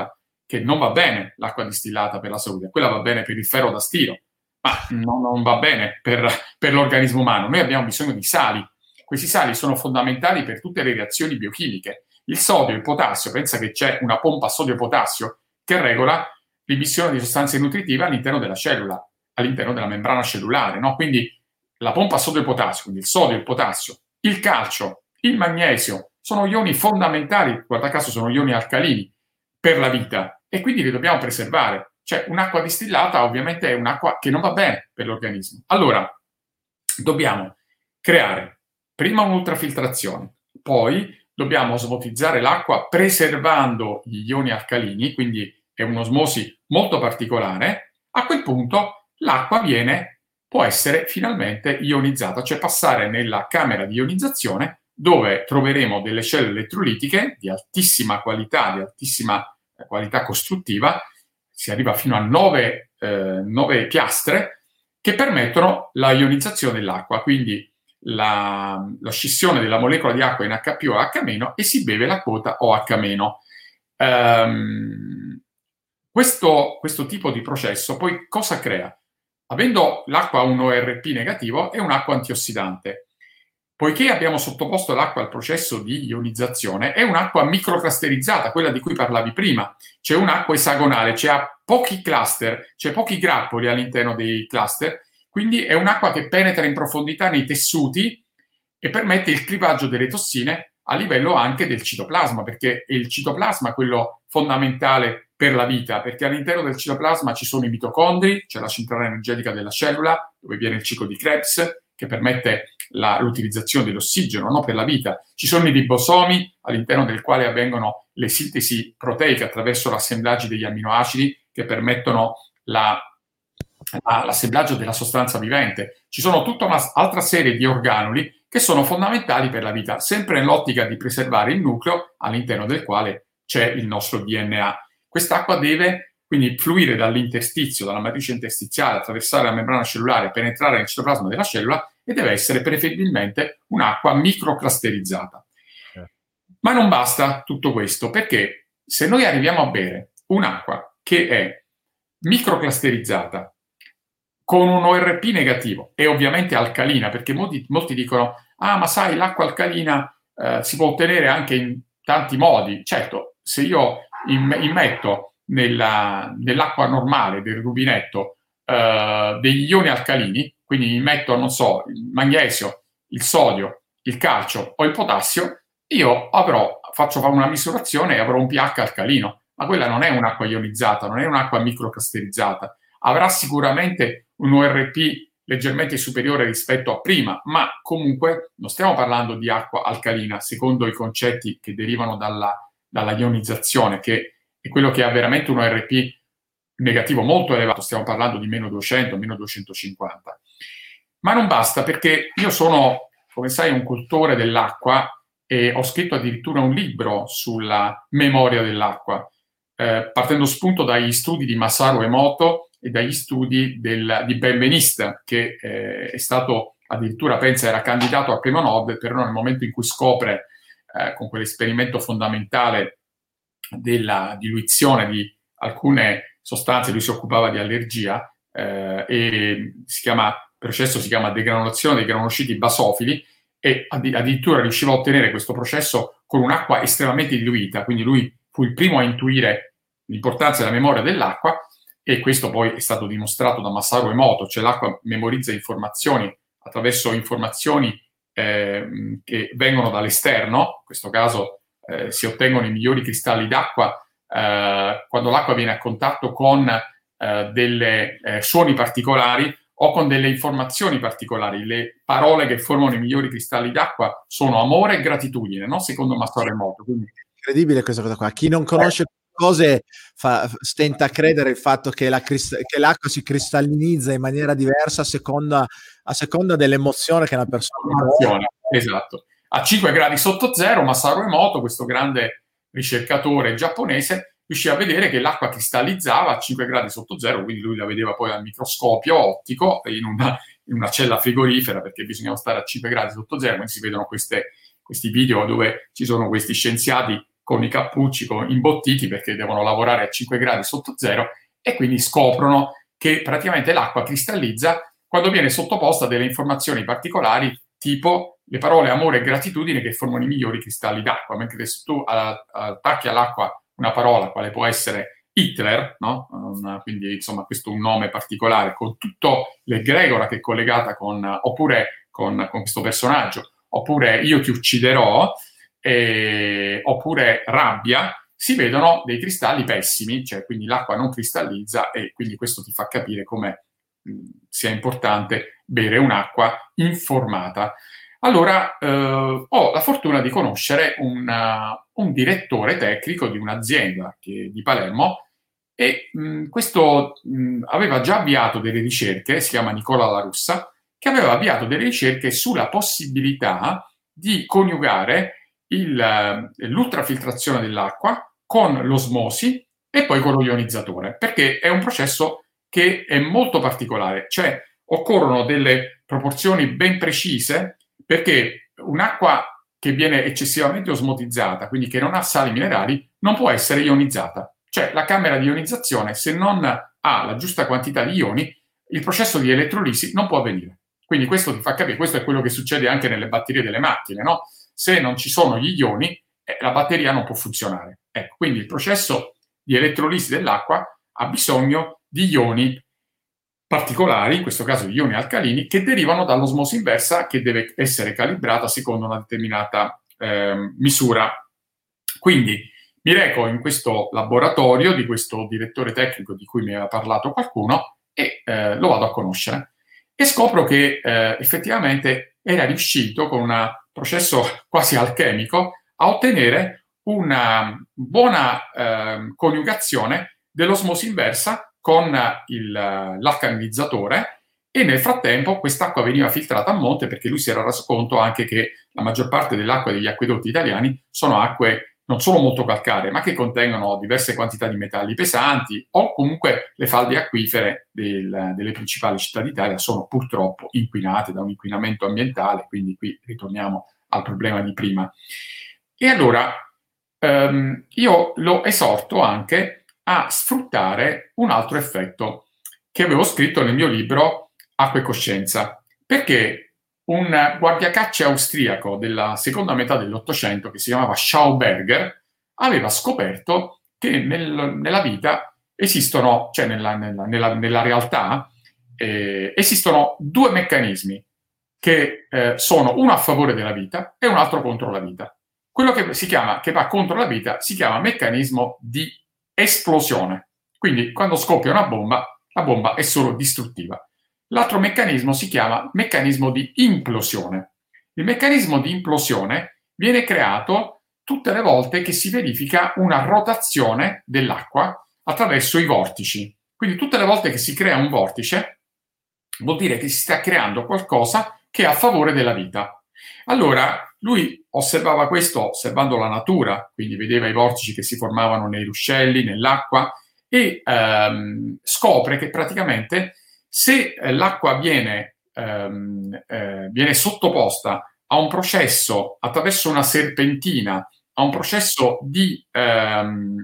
che non va bene l'acqua distillata per la salute, quella va bene per il ferro da stiro, ma non, non va bene per, per l'organismo umano. Noi abbiamo bisogno di sali. Questi sali sono fondamentali per tutte le reazioni biochimiche. Il sodio, il potassio, pensa che c'è una pompa sodio-potassio che regola l'emissione di sostanze nutritive all'interno della cellula, all'interno della membrana cellulare, no? Quindi la pompa sodio-potassio, quindi il sodio, il potassio, il calcio, il magnesio, sono ioni fondamentali, guarda caso sono ioni alcalini, per la vita, e quindi li dobbiamo preservare. Cioè, un'acqua distillata ovviamente è un'acqua che non va bene per l'organismo. Allora, dobbiamo creare prima un'ultrafiltrazione, poi dobbiamo osmotizzare l'acqua preservando gli ioni alcalini, quindi è un'osmosi molto particolare. A quel punto l'acqua viene, può essere finalmente ionizzata, cioè passare nella camera di ionizzazione, dove troveremo delle cellule elettrolitiche di altissima qualità, di altissima qualità costruttiva, si arriva fino a nove, eh, nove piastre, che permettono la ionizzazione dell'acqua, quindi la, la scissione della molecola di acqua in H più o H meno, e si beve la quota O H meno. Um, questo, questo tipo di processo poi cosa crea? Avendo l'acqua un O R P negativo, è un'acqua antiossidante. Poiché abbiamo sottoposto l'acqua al processo di ionizzazione, è un'acqua microclusterizzata, quella di cui parlavi prima. C'è un'acqua esagonale, c'è pochi cluster, c'è pochi grappoli all'interno dei cluster, quindi è un'acqua che penetra in profondità nei tessuti e permette il clivaggio delle tossine a livello anche del citoplasma, perché è il citoplasma quello fondamentale per la vita, perché all'interno del citoplasma ci sono i mitocondri, c'è la centrale energetica della cellula, dove viene il ciclo di Krebs, che permette la, l'utilizzazione dell'ossigeno, no, per la vita. Ci sono i ribosomi, all'interno del quale avvengono le sintesi proteiche attraverso l'assemblaggio degli amminoacidi che permettono la, la, l'assemblaggio della sostanza vivente. Ci sono tutta un'altra serie di organuli che sono fondamentali per la vita, sempre nell'ottica di preservare il nucleo all'interno del quale c'è il nostro D N A. Quest'acqua deve quindi fluire dall'interstizio, dalla matrice interstiziale, attraversare la membrana cellulare, penetrare nel citoplasma della cellula, e deve essere preferibilmente un'acqua microclusterizzata. Ma non basta tutto questo, perché se noi arriviamo a bere un'acqua che è microclusterizzata, con un O R P negativo e ovviamente alcalina, perché molti, molti dicono, ah, ma sai, l'acqua alcalina eh, si può ottenere anche in tanti modi. Certo, se io immetto nella, nell'acqua normale del rubinetto eh, degli ioni alcalini, quindi immetto, non so, il magnesio, il sodio, il calcio o il potassio, io avrò, faccio una misurazione e avrò un pH alcalino, ma quella non è un'acqua ionizzata, non è un'acqua microclusterizzata. Avrà sicuramente un O R P leggermente superiore rispetto a prima, ma comunque non stiamo parlando di acqua alcalina, secondo i concetti che derivano dalla, dalla ionizzazione, che è quello che ha veramente un O R P negativo molto elevato, stiamo parlando di meno duecento, meno duecentocinquanta. Ma non basta, perché io sono, come sai, un cultore dell'acqua e ho scritto addirittura un libro sulla memoria dell'acqua, eh, partendo spunto dagli studi di Masaru Emoto e dagli studi del, di Benveniste, che eh, è stato addirittura, pensa, era candidato al premio Nobel, però nel momento in cui scopre, eh, con quell'esperimento fondamentale della diluizione di alcune sostanze, lui si occupava di allergia, eh, e si chiama, il processo si chiama degranulazione dei granulociti basofili, e addirittura riusciva a ottenere questo processo con un'acqua estremamente diluita, quindi lui fu il primo a intuire l'importanza della memoria dell'acqua, e questo poi è stato dimostrato da Masaru Emoto, cioè l'acqua memorizza informazioni attraverso informazioni eh, che vengono dall'esterno, in questo caso eh, si ottengono i migliori cristalli d'acqua eh, quando l'acqua viene a contatto con eh, delle eh, suoni particolari o con delle informazioni particolari. Le parole che formano i migliori cristalli d'acqua sono amore e gratitudine, no? Secondo Masaru Emoto. Quindi... Incredibile questa cosa qua. Chi non conosce eh. cose fa, stenta a credere il fatto che, la crist- che l'acqua si cristallinizza in maniera diversa a seconda, a seconda dell'emozione che una persona ha. Esatto. A cinque gradi sotto zero, Masaru Emoto, questo grande ricercatore giapponese, riuscì a vedere che l'acqua cristallizzava a cinque gradi sotto zero, quindi lui la vedeva poi al microscopio ottico in una, in una cella frigorifera, perché bisognava stare a cinque gradi sotto zero, quindi si vedono queste, questi video dove ci sono questi scienziati con i cappucci con, imbottiti perché devono lavorare a cinque gradi sotto zero, e quindi scoprono che praticamente l'acqua cristallizza quando viene sottoposta a delle informazioni particolari, tipo le parole amore e gratitudine, che formano i migliori cristalli d'acqua, mentre se tu attacchi all'acqua una parola, quale può essere Hitler, no? Una, quindi insomma questo è un nome particolare, con tutto l'egregora che è collegata con, oppure con, con questo personaggio, oppure io ti ucciderò, eh, oppure rabbia, si vedono dei cristalli pessimi, cioè quindi l'acqua non cristallizza, e quindi questo ti fa capire come mh, sia importante bere un'acqua informata. Allora, eh, ho la fortuna di conoscere una, un direttore tecnico di un'azienda che, di Palermo, e mh, questo mh, aveva già avviato delle ricerche, si chiama Nicola La Russa, che aveva avviato delle ricerche sulla possibilità di coniugare il, l'ultrafiltrazione dell'acqua con l'osmosi e poi con lo ionizzatore, perché è un processo che è molto particolare, cioè occorrono delle proporzioni ben precise, perché un'acqua che viene eccessivamente osmotizzata, quindi che non ha sali minerali, non può essere ionizzata. Cioè la camera di ionizzazione, se non ha la giusta quantità di ioni, il processo di elettrolisi non può avvenire. Quindi questo ti fa capire, questo è quello che succede anche nelle batterie delle macchine, no? Se non ci sono gli ioni, eh, la batteria non può funzionare. Ecco, quindi il processo di elettrolisi dell'acqua ha bisogno di ioni particolari, in questo caso gli ioni alcalini, che derivano dall'osmosi inversa, che deve essere calibrata secondo una determinata eh, misura. Quindi mi reco in questo laboratorio di questo direttore tecnico di cui mi aveva parlato qualcuno, e eh, lo vado a conoscere. E scopro che eh, effettivamente era riuscito, con un processo quasi alchemico, a ottenere una buona eh, coniugazione dell'osmosi inversa con il, l'alcalinizzatore, e nel frattempo quest'acqua veniva filtrata a monte, perché lui si era reso conto anche che la maggior parte dell'acqua degli acquedotti italiani sono acque non solo molto calcaree, ma che contengono diverse quantità di metalli pesanti, o comunque le falde acquifere del, delle principali città d'Italia sono purtroppo inquinate da un inquinamento ambientale, quindi qui ritorniamo al problema di prima. E allora ehm, io lo esorto anche a sfruttare un altro effetto che avevo scritto nel mio libro Acqua e Coscienza, perché un guardiacaccia austriaco della seconda metà dell'Ottocento, che si chiamava Schauberger, aveva scoperto che nel, nella vita esistono, cioè nella, nella, nella, nella realtà, eh, esistono due meccanismi che eh, sono uno a favore della vita e un altro contro la vita. Quello che si chiama, che va contro la vita, si chiama meccanismo di esplosione. Quindi quando scoppia una bomba, la bomba è solo distruttiva. L'altro meccanismo si chiama meccanismo di implosione. Il meccanismo di implosione viene creato tutte le volte che si verifica una rotazione dell'acqua attraverso i vortici. Quindi tutte le volte che si crea un vortice, vuol dire che si sta creando qualcosa che è a favore della vita. Allora, lui osservava questo osservando la natura, quindi vedeva i vortici che si formavano nei ruscelli, nell'acqua, e ehm, scopre che praticamente se eh, l'acqua viene, ehm, eh, viene sottoposta a un processo attraverso una serpentina, a un processo di ehm,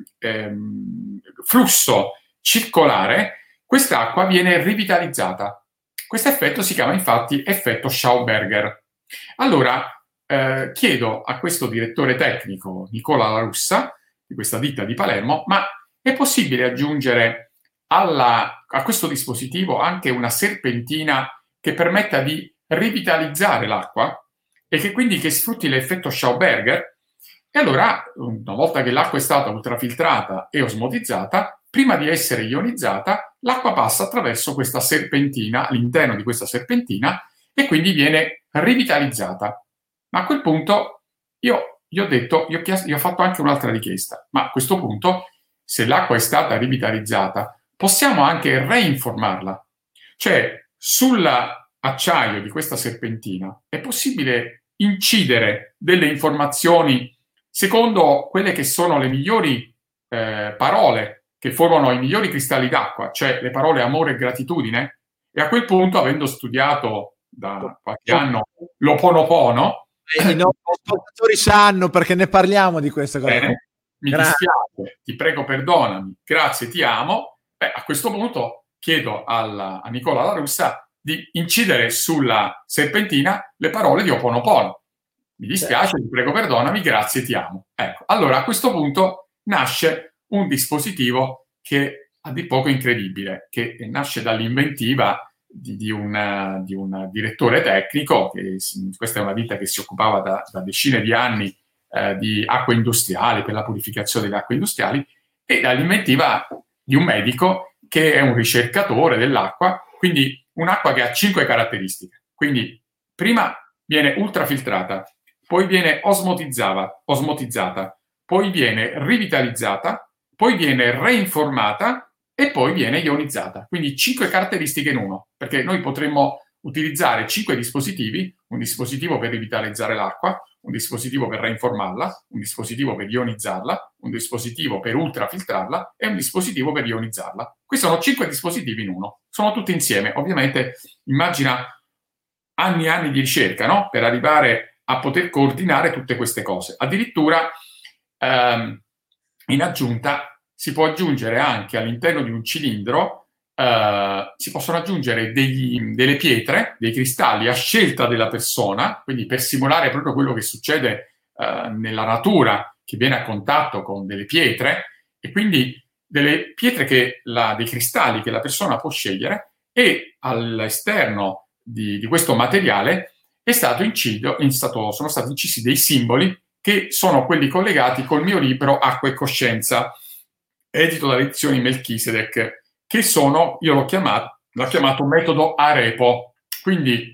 ehm, flusso circolare, quest'acqua viene rivitalizzata. Questo effetto si chiama infatti effetto Schauberger. Allora, eh, chiedo a questo direttore tecnico, Nicola La Russa, di questa ditta di Palermo, ma è possibile aggiungere alla, a questo dispositivo anche una serpentina che permetta di rivitalizzare l'acqua e che quindi che sfrutti l'effetto Schauberger? E allora, una volta che l'acqua è stata ultrafiltrata e osmotizzata, prima di essere ionizzata, l'acqua passa attraverso questa serpentina, all'interno di questa serpentina, e quindi viene rivitalizzata. Ma a quel punto io gli ho detto, gli ho, chiesto, gli ho fatto anche un'altra richiesta, ma a questo punto, se l'acqua è stata rivitalizzata, possiamo anche reinformarla. Cioè, sull'acciaio di questa serpentina è possibile incidere delle informazioni secondo quelle che sono le migliori eh, parole che formano i migliori cristalli d'acqua, cioè le parole amore e gratitudine, e a quel punto, avendo studiato da qualche anno l'Ho'oponopono, i nostri ascoltatori sanno perché ne parliamo di questa cosa. Bene. mi Gra- dispiace, ti prego perdonami, grazie, ti amo, beh, a questo punto chiedo alla, a Nicola La Russa di incidere sulla serpentina le parole di Ho'oponopono. Mi dispiace, ti prego perdonami, grazie, ti amo. Ecco, allora a questo punto nasce un dispositivo che a dir poco incredibile, che nasce dall'inventiva di, di, una, di un direttore tecnico, che questa è una ditta che si occupava da, da decine di anni eh, di acque industriali, per la purificazione delle acque industriali, e dall'inventiva di un medico che è un ricercatore dell'acqua, quindi un'acqua che ha cinque caratteristiche. Quindi prima viene ultrafiltrata, poi viene osmotizzata, osmotizzata, poi viene rivitalizzata, poi viene reinformata e poi viene ionizzata. Quindi cinque caratteristiche in uno, perché noi potremmo utilizzare cinque dispositivi, un dispositivo per rivitalizzare l'acqua, un dispositivo per reinformarla, un dispositivo per ionizzarla, un dispositivo per ultrafiltrarla e un dispositivo per ionizzarla. Questi sono cinque dispositivi in uno, sono tutti insieme. Ovviamente immagina anni e anni di ricerca, no? Per arrivare a poter coordinare tutte queste cose. Addirittura ehm, in aggiunta si può aggiungere anche all'interno di un cilindro, eh, si possono aggiungere degli, delle pietre, dei cristalli a scelta della persona, quindi per simulare proprio quello che succede eh, nella natura, che viene a contatto con delle pietre, e quindi delle pietre che la, dei cristalli che la persona può scegliere, e all'esterno di, di questo materiale è stato inciso, è stato, sono stati incisi dei simboli che sono quelli collegati col mio libro Acqua e Coscienza, edito dalle edizioni Melchisedec, che sono, io l'ho chiamato, l'ho chiamato metodo Arepo. Quindi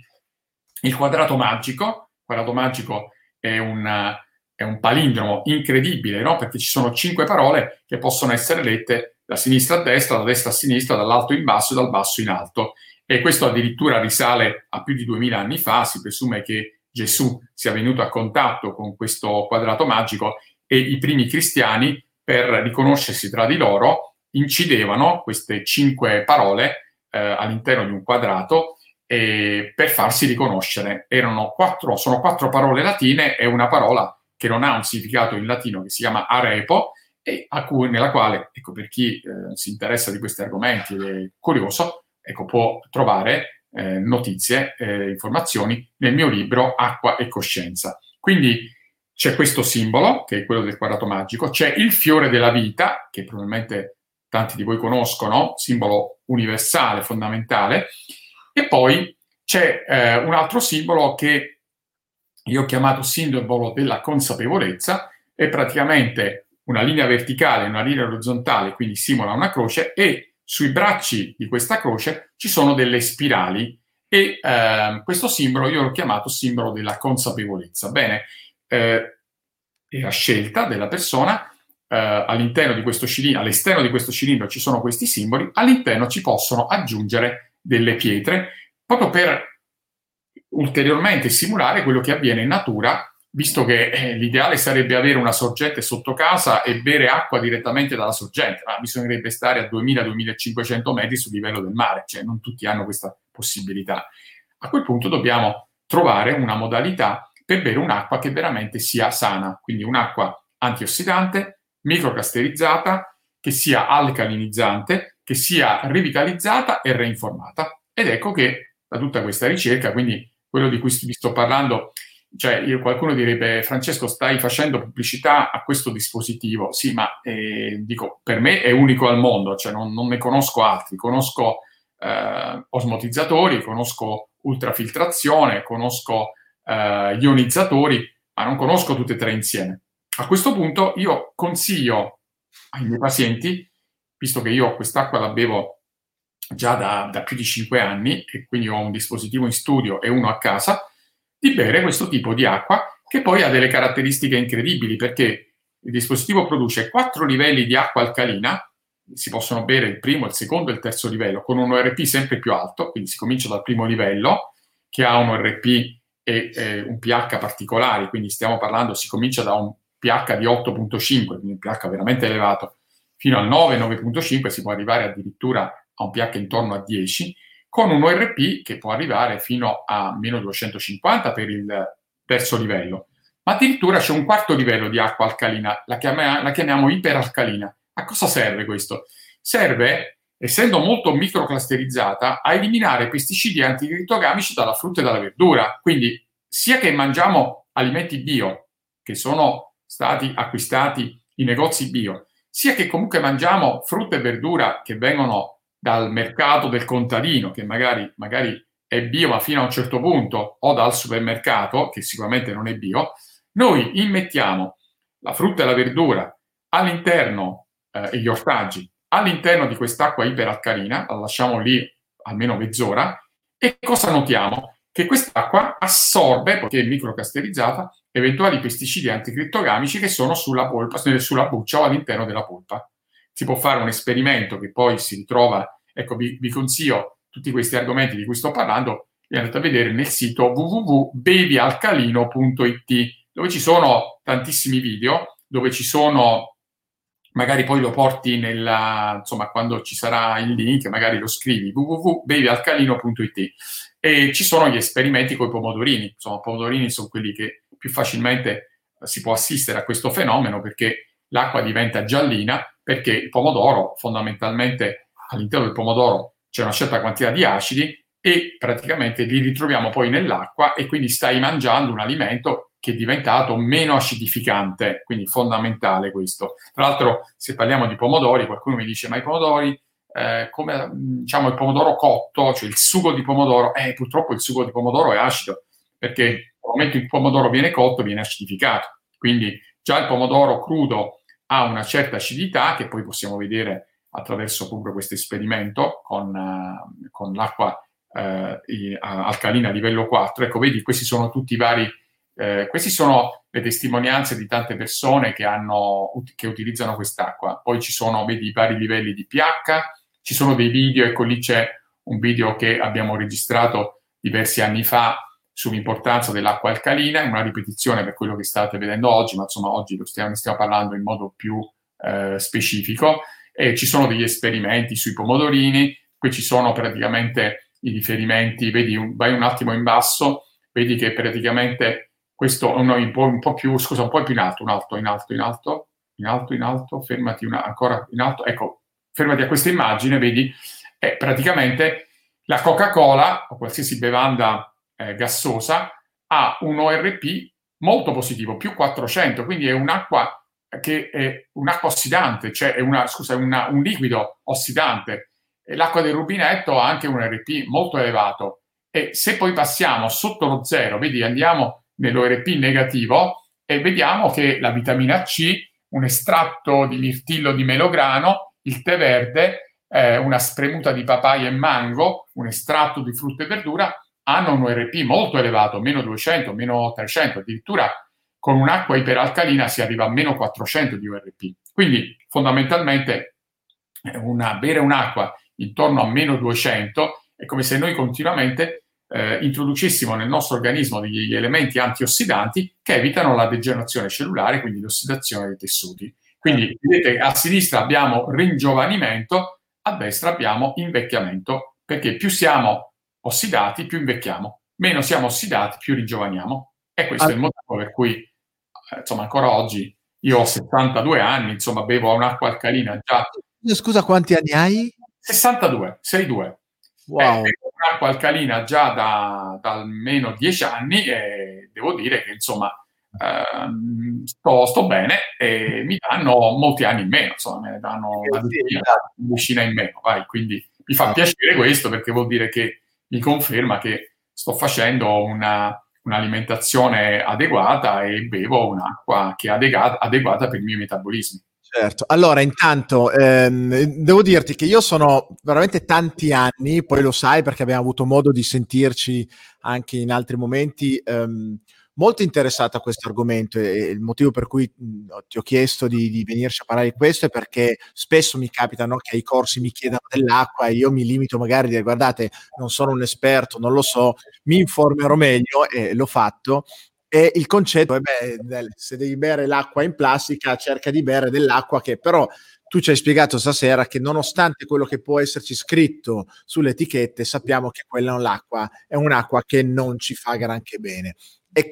il quadrato magico, il quadrato magico è, una, è un palindromo incredibile, no? Perché ci sono cinque parole che possono essere lette da sinistra a destra, da destra a sinistra, dall'alto in basso e dal basso in alto. E questo addirittura risale a più di duemila anni fa. Si presume che Gesù sia venuto a contatto con questo quadrato magico e i primi cristiani, per riconoscersi tra di loro, incidevano queste cinque parole eh, all'interno di un quadrato eh, per farsi riconoscere. Erano quattro, sono quattro parole latine e una parola che non ha un significato in latino, che si chiama arepo, e a cui, nella quale, ecco, per chi eh, si interessa di questi argomenti ed è curioso, ecco, può trovare eh, notizie, eh, informazioni nel mio libro Acqua e Coscienza. Quindi c'è questo simbolo, che è quello del quadrato magico, c'è il fiore della vita, che probabilmente tanti di voi conoscono, simbolo universale, fondamentale, e poi c'è eh, un altro simbolo che io ho chiamato simbolo della consapevolezza, è praticamente una linea verticale e una linea orizzontale, quindi simula una croce, e sui bracci di questa croce ci sono delle spirali, e eh, questo simbolo io l'ho chiamato simbolo della consapevolezza. Bene, eh, è a scelta della persona. Uh, all'interno di questo cilindro, all'esterno di questo cilindro ci sono questi simboli, all'interno ci possono aggiungere delle pietre, proprio per ulteriormente simulare quello che avviene in natura, visto che eh, l'ideale sarebbe avere una sorgente sotto casa e bere acqua direttamente dalla sorgente, ma bisognerebbe stare a duemila duemilacinquecento metri sul livello del mare, cioè non tutti hanno questa possibilità. A quel punto dobbiamo trovare una modalità per bere un'acqua che veramente sia sana, quindi un'acqua antiossidante, microclusterizzata, che sia alcalinizzante, che sia rivitalizzata e reinformata. Ed ecco che da tutta questa ricerca, quindi quello di cui vi sto parlando, cioè io, qualcuno direbbe: Francesco, stai facendo pubblicità a questo dispositivo. Sì, ma eh, dico, per me è unico al mondo, cioè non, non ne conosco altri. Conosco eh, osmotizzatori, conosco ultrafiltrazione, conosco eh, ionizzatori, ma non conosco tutte e tre insieme. A questo punto io consiglio ai miei pazienti, visto che io quest'acqua la bevo già da, da più di cinque anni e quindi ho un dispositivo in studio e uno a casa, di bere questo tipo di acqua, che poi ha delle caratteristiche incredibili, perché il dispositivo produce quattro livelli di acqua alcalina, si possono bere il primo, il secondo e il terzo livello, con un O R P sempre più alto, quindi si comincia dal primo livello, che ha un O R P e eh, un pH particolari, quindi stiamo parlando, si comincia da un pH di otto virgola cinque, quindi un pH veramente elevato, fino al nove, nove virgola cinque, si può arrivare addirittura a un pH intorno a dieci, con un O R P che può arrivare fino a meno duecentocinquanta per il terzo livello. ma addirittura c'è un quarto livello di acqua alcalina, la, chiama, la chiamiamo iperalcalina. A cosa serve questo? Serve, essendo molto microclusterizzata, a eliminare pesticidi e anticrittogamici dalla frutta e dalla verdura. Quindi sia che mangiamo alimenti bio, che sono stati acquistati in negozi bio, sia che comunque mangiamo frutta e verdura che vengono dal mercato del contadino, che magari, magari è bio ma fino a un certo punto, o dal supermercato, che sicuramente non è bio, noi immettiamo la frutta e la verdura all'interno, eh, e gli ortaggi, all'interno di quest'acqua iperalcalina, la lasciamo lì almeno mezz'ora, e cosa notiamo? Che quest'acqua assorbe, perché è microclusterizzata, eventuali pesticidi anticrittogamici che sono sulla polpa, sulla buccia o all'interno della polpa. Si può fare un esperimento che poi si ritrova, ecco, vi, vi consiglio tutti questi argomenti di cui sto parlando, li andate a vedere nel sito w w w punto bevi alcalino punto i t, dove ci sono tantissimi video, dove ci sono, magari poi lo porti nella, insomma, quando ci sarà il link, magari lo scrivi, w w w punto bevi alcalino punto i t, e ci sono gli esperimenti con i pomodorini. Insomma, i pomodorini sono quelli che più facilmente si può assistere a questo fenomeno, perché l'acqua diventa giallina, perché il pomodoro, fondamentalmente all'interno del pomodoro c'è una certa quantità di acidi e praticamente li ritroviamo poi nell'acqua, e quindi stai mangiando un alimento che è diventato meno acidificante, quindi fondamentale questo. Tra l'altro, se parliamo di pomodori, qualcuno mi dice, ma i pomodori, eh, come diciamo il pomodoro cotto, cioè il sugo di pomodoro, eh, purtroppo il sugo di pomodoro è acido, perché nel momento in cui il pomodoro viene cotto viene acidificato, quindi già il pomodoro crudo ha una certa acidità, che poi possiamo vedere attraverso proprio questo esperimento con, uh, con l'acqua uh, i, uh, alcalina livello quattro. Ecco, vedi, questi sono tutti i vari, eh, questi sono le testimonianze di tante persone che, hanno, che utilizzano quest'acqua. Poi ci sono, vedi, i vari livelli di pH, ci sono dei video, ecco lì c'è un video che abbiamo registrato diversi anni fa sull'importanza dell'acqua alcalina, una ripetizione per quello che state vedendo oggi, ma insomma oggi lo stiamo, ne stiamo parlando in modo più eh, specifico. E ci sono degli esperimenti sui pomodorini, qui ci sono praticamente i riferimenti, vedi, un, vai un attimo in basso, vedi che praticamente questo è un po', un po' più, scusa, un po' più in alto, in alto, in alto, in alto, in alto, in alto, fermati una, ancora in alto, ecco, fermati a questa immagine, vedi, è praticamente la Coca-Cola o qualsiasi bevanda eh, gassosa ha un O R P molto positivo, più quattrocento, quindi è un'acqua che è un'acqua ossidante, cioè è una, scusa, una, un liquido ossidante, e l'acqua del rubinetto ha anche un O R P molto elevato, e se poi passiamo sotto lo zero, vedi, andiamo nell'O R P negativo e vediamo che la vitamina C, un estratto di mirtillo di melograno, il tè verde, eh, una spremuta di papaya e mango, un estratto di frutta e verdura, hanno un O R P molto elevato, meno duecento, meno trecento, addirittura con un'acqua iperalcalina si arriva a meno quattrocento di O R P. Quindi fondamentalmente una, bere un'acqua intorno a meno duecento è come se noi continuamente eh, introducessimo nel nostro organismo degli elementi antiossidanti che evitano la degenerazione cellulare, quindi l'ossidazione dei tessuti. Quindi vedete, a sinistra abbiamo ringiovanimento, a destra abbiamo invecchiamento, perché più siamo ossidati, più invecchiamo, meno siamo ossidati, più ringiovaniamo. E questo è il motivo per cui insomma ancora oggi io ho settantadue anni, insomma bevo un'acqua alcalina già. Scusa, quanti anni hai? sessantadue, sesantadue. Wow. Eh, bevo un'acqua alcalina già da, da almeno dieci anni e devo dire che insomma eh, sto, sto bene, e mi danno molti anni in meno, insomma me ne danno una decina, una decina in meno, vai. Quindi mi fa piacere questo, perché vuol dire che mi conferma che sto facendo una un'alimentazione adeguata e bevo un'acqua che è adeguata, adeguata per i miei metabolismi. Certo. Allora, intanto ehm, devo dirti che io sono veramente tanti anni, poi lo sai perché abbiamo avuto modo di sentirci anche in altri momenti, ehm, molto interessato a questo argomento, e il motivo per cui mh, ti ho chiesto di, di venirci a parlare di questo è perché spesso mi capita, no, che ai corsi mi chiedano dell'acqua e io mi limito magari a dire guardate, non sono un esperto, non lo so, mi informerò meglio, e l'ho fatto. E il concetto è, beh, se devi bere l'acqua in plastica, cerca di bere dell'acqua che però tu ci hai spiegato stasera che nonostante quello che può esserci scritto sulle etichette, sappiamo che quella è l'acqua, è un'acqua che non ci fa granché bene e che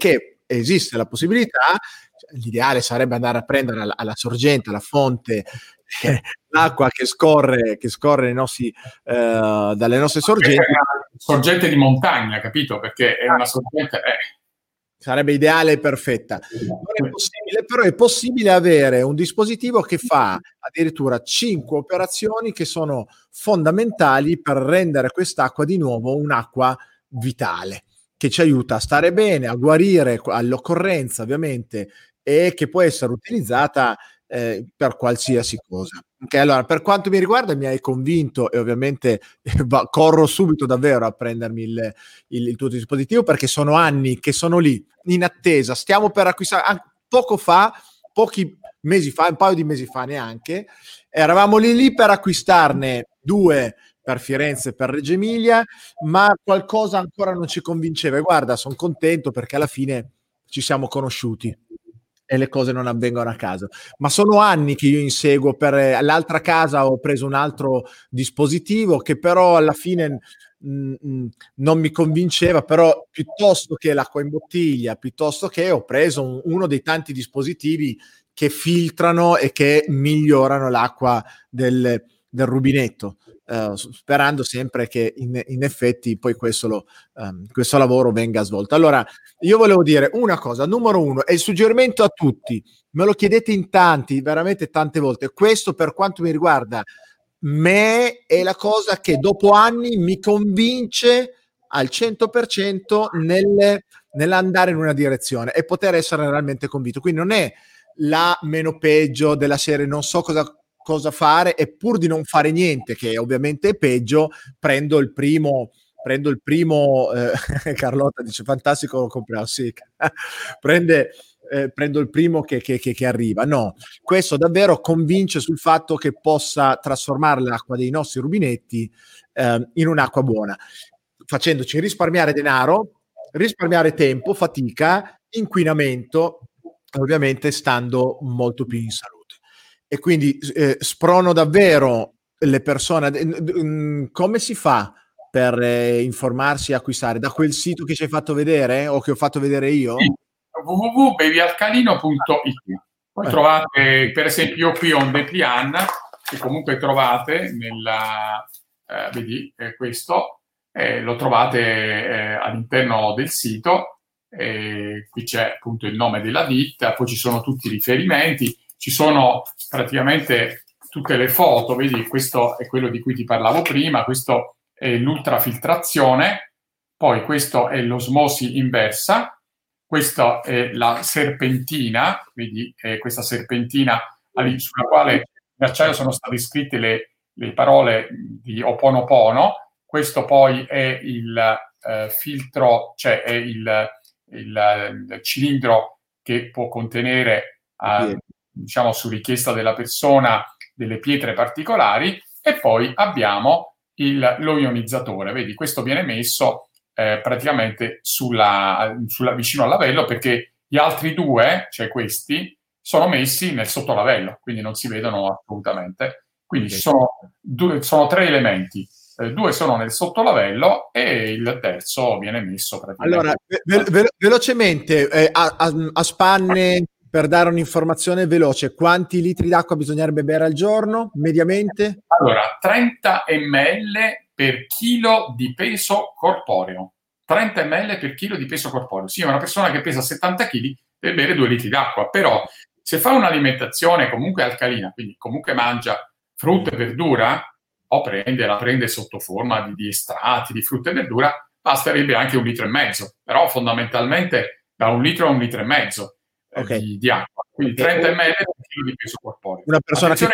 esiste la possibilità, l'ideale sarebbe andare a prendere alla, alla sorgente, alla fonte, eh, l'acqua che scorre, che scorre nei nostri, eh, dalle nostre sorgenti. È una sorgente di montagna, capito? Perché è una sorgente... Eh. Sarebbe ideale e perfetta. Non è possibile, però è possibile avere un dispositivo che fa addirittura cinque operazioni che sono fondamentali per rendere quest'acqua di nuovo un'acqua vitale, che ci aiuta a stare bene, a guarire all'occorrenza, ovviamente, e che può essere utilizzata eh, per qualsiasi cosa. Okay, allora, per quanto mi riguarda, mi hai convinto e ovviamente va, corro subito davvero a prendermi il, il, il tuo dispositivo, perché sono anni che sono lì in attesa. Stiamo per acquistare, poco fa, pochi mesi fa, un paio di mesi fa neanche, eravamo lì lì per acquistarne due per Firenze e per Reggio Emilia, ma qualcosa ancora non ci convinceva. E guarda, sono contento perché alla fine ci siamo conosciuti e le cose non avvengono a caso. Ma sono anni che io inseguo. Per l'altra casa ho preso un altro dispositivo che però alla fine mh, mh, non mi convinceva, però piuttosto che l'acqua in bottiglia, piuttosto che ho preso un, uno dei tanti dispositivi che filtrano e che migliorano l'acqua del, del rubinetto. Uh, sperando sempre che in, in effetti poi questo, lo, um, questo lavoro venga svolto. Allora, io volevo dire una cosa, numero uno, è il suggerimento a tutti, me lo chiedete in tanti, veramente tante volte, questo per quanto mi riguarda me è la cosa che dopo anni mi convince al cento per cento nel, nell'andare in una direzione e poter essere realmente convinto. Quindi non è la meno peggio della serie, non so cosa cosa fare, e pur di non fare niente, che ovviamente è peggio, prendo il primo prendo il primo eh, Carlotta dice fantastico, lo compriamo, sì. Prende, eh, prendo il primo che, che, che, che arriva. No, questo davvero convince sul fatto che possa trasformare l'acqua dei nostri rubinetti eh, in un'acqua buona, facendoci risparmiare denaro, risparmiare tempo, fatica, inquinamento, ovviamente stando molto più in salute. E quindi eh, sprono davvero le persone. Come si fa per eh, informarsi e acquistare? Da quel sito che ci hai fatto vedere o che ho fatto vedere io? Sì, w w w punto bevi alcalino punto i t. Poi eh. trovate, per esempio, io qui ho un Deplian che comunque trovate nella, eh, vedi, eh, questo, eh, lo trovate eh, all'interno del sito. Eh, qui c'è appunto il nome della ditta, poi ci sono tutti i riferimenti. Ci sono praticamente tutte le foto, vedi, questo è quello di cui ti parlavo prima, questo è l'ultrafiltrazione, poi questo è l'osmosi inversa, questa è la serpentina, vedi, è questa serpentina sulla quale in acciaio sono state scritte le, le parole di Ho'oponopono, questo poi è il eh, filtro, cioè è il, il, il cilindro che può contenere eh, diciamo su richiesta della persona delle pietre particolari, e poi abbiamo il, lo ionizzatore. Vedi, questo viene messo eh, praticamente sulla, sulla, vicino al lavello, perché gli altri due, cioè questi, sono messi nel sottolavello, quindi non si vedono assolutamente. Quindi ci sono, due, sono tre elementi. Eh, due sono nel sottolavello e il terzo viene messo praticamente. Allora, ve- ve- velocemente, eh, a, a, a spanne, per dare un'informazione veloce, quanti litri d'acqua bisognerebbe bere al giorno, mediamente? Allora, trenta millilitri per chilo di peso corporeo. trenta millilitri per chilo di peso corporeo. Sì, una persona che pesa settanta chili deve bere due litri d'acqua, però se fa un'alimentazione comunque alcalina, quindi comunque mangia frutta e verdura, o prende, la prende sotto forma di, di estratti di frutta e verdura, basterebbe anche un litro e mezzo, però fondamentalmente da un litro a un litro e mezzo. Okay. Di, di acqua, quindi trenta millilitri per chilo di peso corporeo. Una persona che, che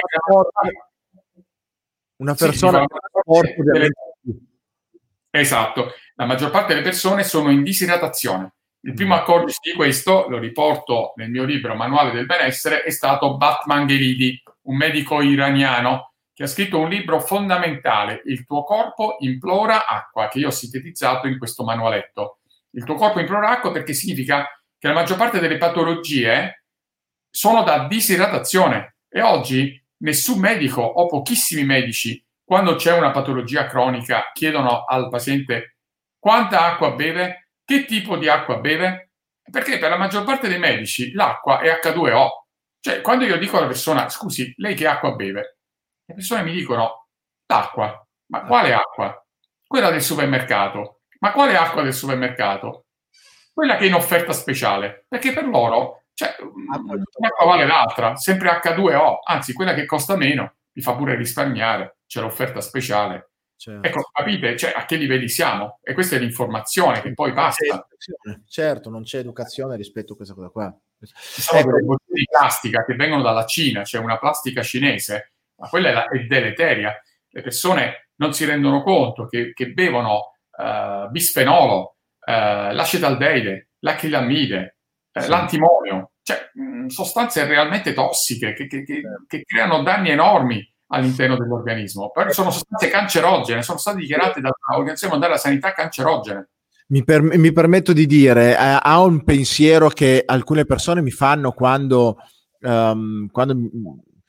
una persona sì, che sport, delle... esatto, la maggior parte delle persone sono in disidratazione. Il primo accordice di questo, lo riporto nel mio libro Manuale del benessere, è stato Batman Ghelidi, un medico iraniano che ha scritto un libro fondamentale, Il tuo corpo implora acqua, che io ho sintetizzato in questo manualetto. Il tuo corpo implora acqua perché significa che la maggior parte delle patologie sono da disidratazione, e oggi nessun medico o pochissimi medici, quando c'è una patologia cronica, chiedono al paziente quanta acqua beve, che tipo di acqua beve, Perché per la maggior parte dei medici l'acqua è acca due o. Cioè, quando io dico alla persona, scusi, lei che acqua beve? Le persone mi dicono, l'acqua. Ma quale acqua? Quella del supermercato. Ma quale acqua del supermercato? Quella che è in offerta speciale. Perché per loro, cioè, un'acqua vale l'altra, sempre acca due o, anzi, quella che costa meno, mi fa pure risparmiare, c'è l'offerta speciale. Certo. Ecco, capite? Cioè, a che livelli siamo? E questa è l'informazione che poi passa. Certo, non c'è educazione rispetto a questa cosa qua. Ci sono ecco. delle bottiglie di plastica che vengono dalla Cina, c'è cioè una plastica cinese, ma quella è, la, è deleteria. Le persone non si rendono conto che, che bevono uh, bisfenolo, uh, l'acetaldeide, l'acrilamide, uh, sì. l'antimonio, cioè mh, sostanze realmente tossiche che, che, che, che creano danni enormi all'interno dell'organismo. Però sono sostanze cancerogene, sono state dichiarate dall'Organizzazione Mondiale della Sanità cancerogene. Mi, per, mi permetto di dire, eh, ha un pensiero che alcune persone mi fanno quando, um, quando mi,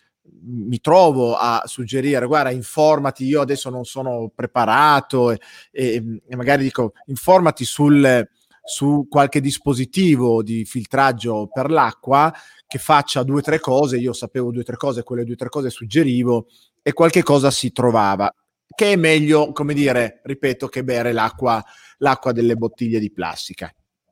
mi trovo a suggerire, guarda, informati, io adesso non sono preparato e, e, e magari dico, informati sul, su qualche dispositivo di filtraggio per l'acqua che faccia due o tre cose, io sapevo due o tre cose, quelle due o tre cose suggerivo e qualche cosa si trovava, che è meglio, come dire, ripeto, che bere l'acqua, l'acqua delle bottiglie di plastica.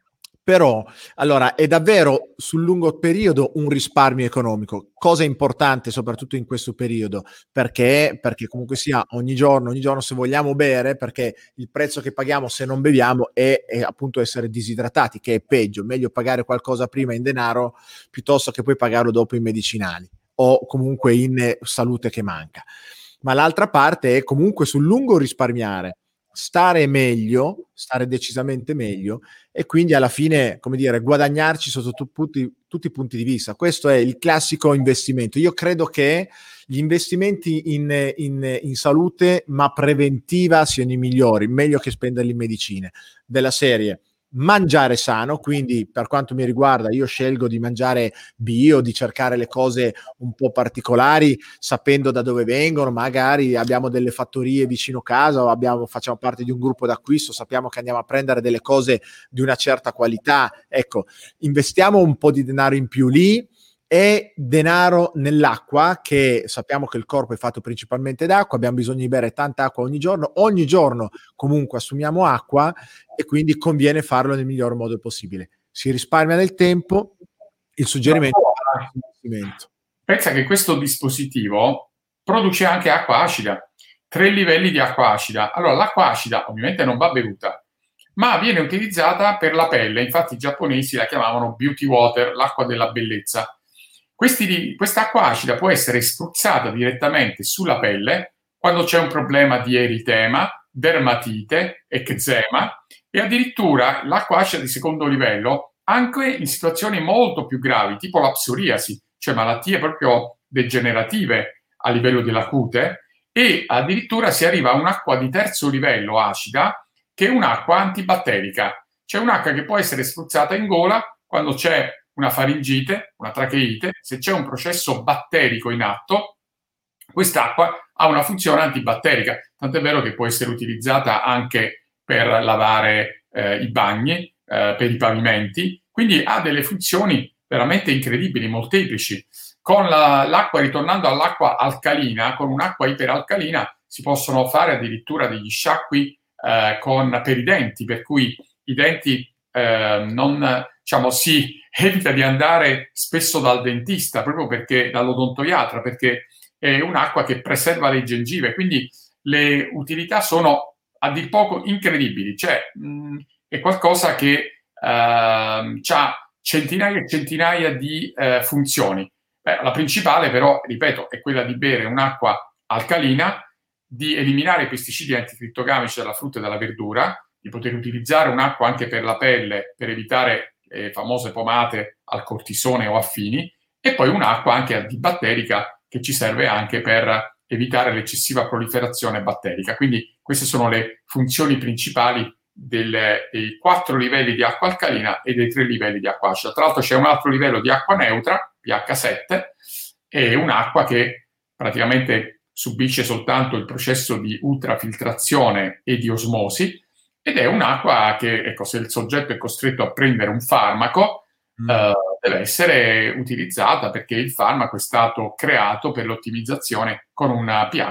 Però, allora, è davvero sul lungo periodo un risparmio economico, cosa importante soprattutto in questo periodo, perché, perché comunque sia ogni giorno, ogni giorno se vogliamo bere, perché il prezzo che paghiamo se non beviamo è, è appunto essere disidratati, che è peggio, meglio pagare qualcosa prima in denaro piuttosto che poi pagarlo dopo in medicinali o comunque in salute che manca. Ma l'altra parte è comunque sul lungo risparmiare, stare meglio, stare decisamente meglio e quindi alla fine, come dire, guadagnarci sotto tu, tutti, tutti i punti di vista. Questo è il classico investimento. Io credo che gli investimenti in, in, in salute, ma preventiva, siano i migliori, meglio che spenderli in medicine, della serie. Mangiare sano, quindi per quanto mi riguarda io scelgo di mangiare bio, di cercare le cose un po' particolari sapendo da dove vengono, magari abbiamo delle fattorie vicino casa o abbiamo, facciamo parte di un gruppo d'acquisto, sappiamo che andiamo a prendere delle cose di una certa qualità, ecco, investiamo un po' di denaro in più lì e denaro nell'acqua, che sappiamo che il corpo è fatto principalmente d'acqua, abbiamo bisogno di bere tanta acqua ogni giorno, ogni giorno comunque assumiamo acqua e quindi conviene farlo nel miglior modo possibile. Si risparmia nel tempo, il suggerimento è un investimento. Pensa che questo dispositivo produce anche acqua acida, tre livelli di acqua acida. Allora l'acqua acida ovviamente non va bevuta, ma viene utilizzata per la pelle, infatti i giapponesi la chiamavano beauty water, l'acqua della bellezza. Questi, quest'acqua acida può essere spruzzata direttamente sulla pelle quando c'è un problema di eritema, dermatite, eczema e addirittura l'acqua acida di secondo livello anche in situazioni molto più gravi, tipo la psoriasi, cioè malattie proprio degenerative a livello della cute, e addirittura si arriva a un'acqua di terzo livello acida che è un'acqua antibatterica, cioè un'acqua che può essere spruzzata in gola quando c'è una faringite, una tracheite, se c'è un processo batterico in atto, quest'acqua ha una funzione antibatterica, tant'è vero che può essere utilizzata anche per lavare eh, i bagni, eh, per i pavimenti, quindi ha delle funzioni veramente incredibili, molteplici. Con la, l'acqua, ritornando all'acqua alcalina, con un'acqua iperalcalina si possono fare addirittura degli sciacqui eh, con, per i denti, per cui i denti eh, non, diciamo, si evita di andare spesso dal dentista, proprio perché dall'odontoiatra, perché è un'acqua che preserva le gengive, quindi le utilità sono a dir poco incredibili, cioè mh, è qualcosa che uh, ha centinaia e centinaia di uh, funzioni. Beh, la principale però, ripeto, è quella di bere un'acqua alcalina, di eliminare i pesticidi anticrittogamici dalla frutta e dalla verdura, di poter utilizzare un'acqua anche per la pelle per evitare le famose pomate al cortisone o affini, e poi un'acqua anche antibatterica che ci serve anche per evitare l'eccessiva proliferazione batterica. Quindi queste sono le funzioni principali delle, dei quattro livelli di acqua alcalina e dei tre livelli di acqua acida. Tra l'altro c'è un altro livello di acqua neutra, pH sette, e un'acqua che praticamente subisce soltanto il processo di ultrafiltrazione e di osmosi, ed è un'acqua che, ecco, se il soggetto è costretto a prendere un farmaco, mm. eh, deve essere utilizzata, perché il farmaco è stato creato per l'ottimizzazione con un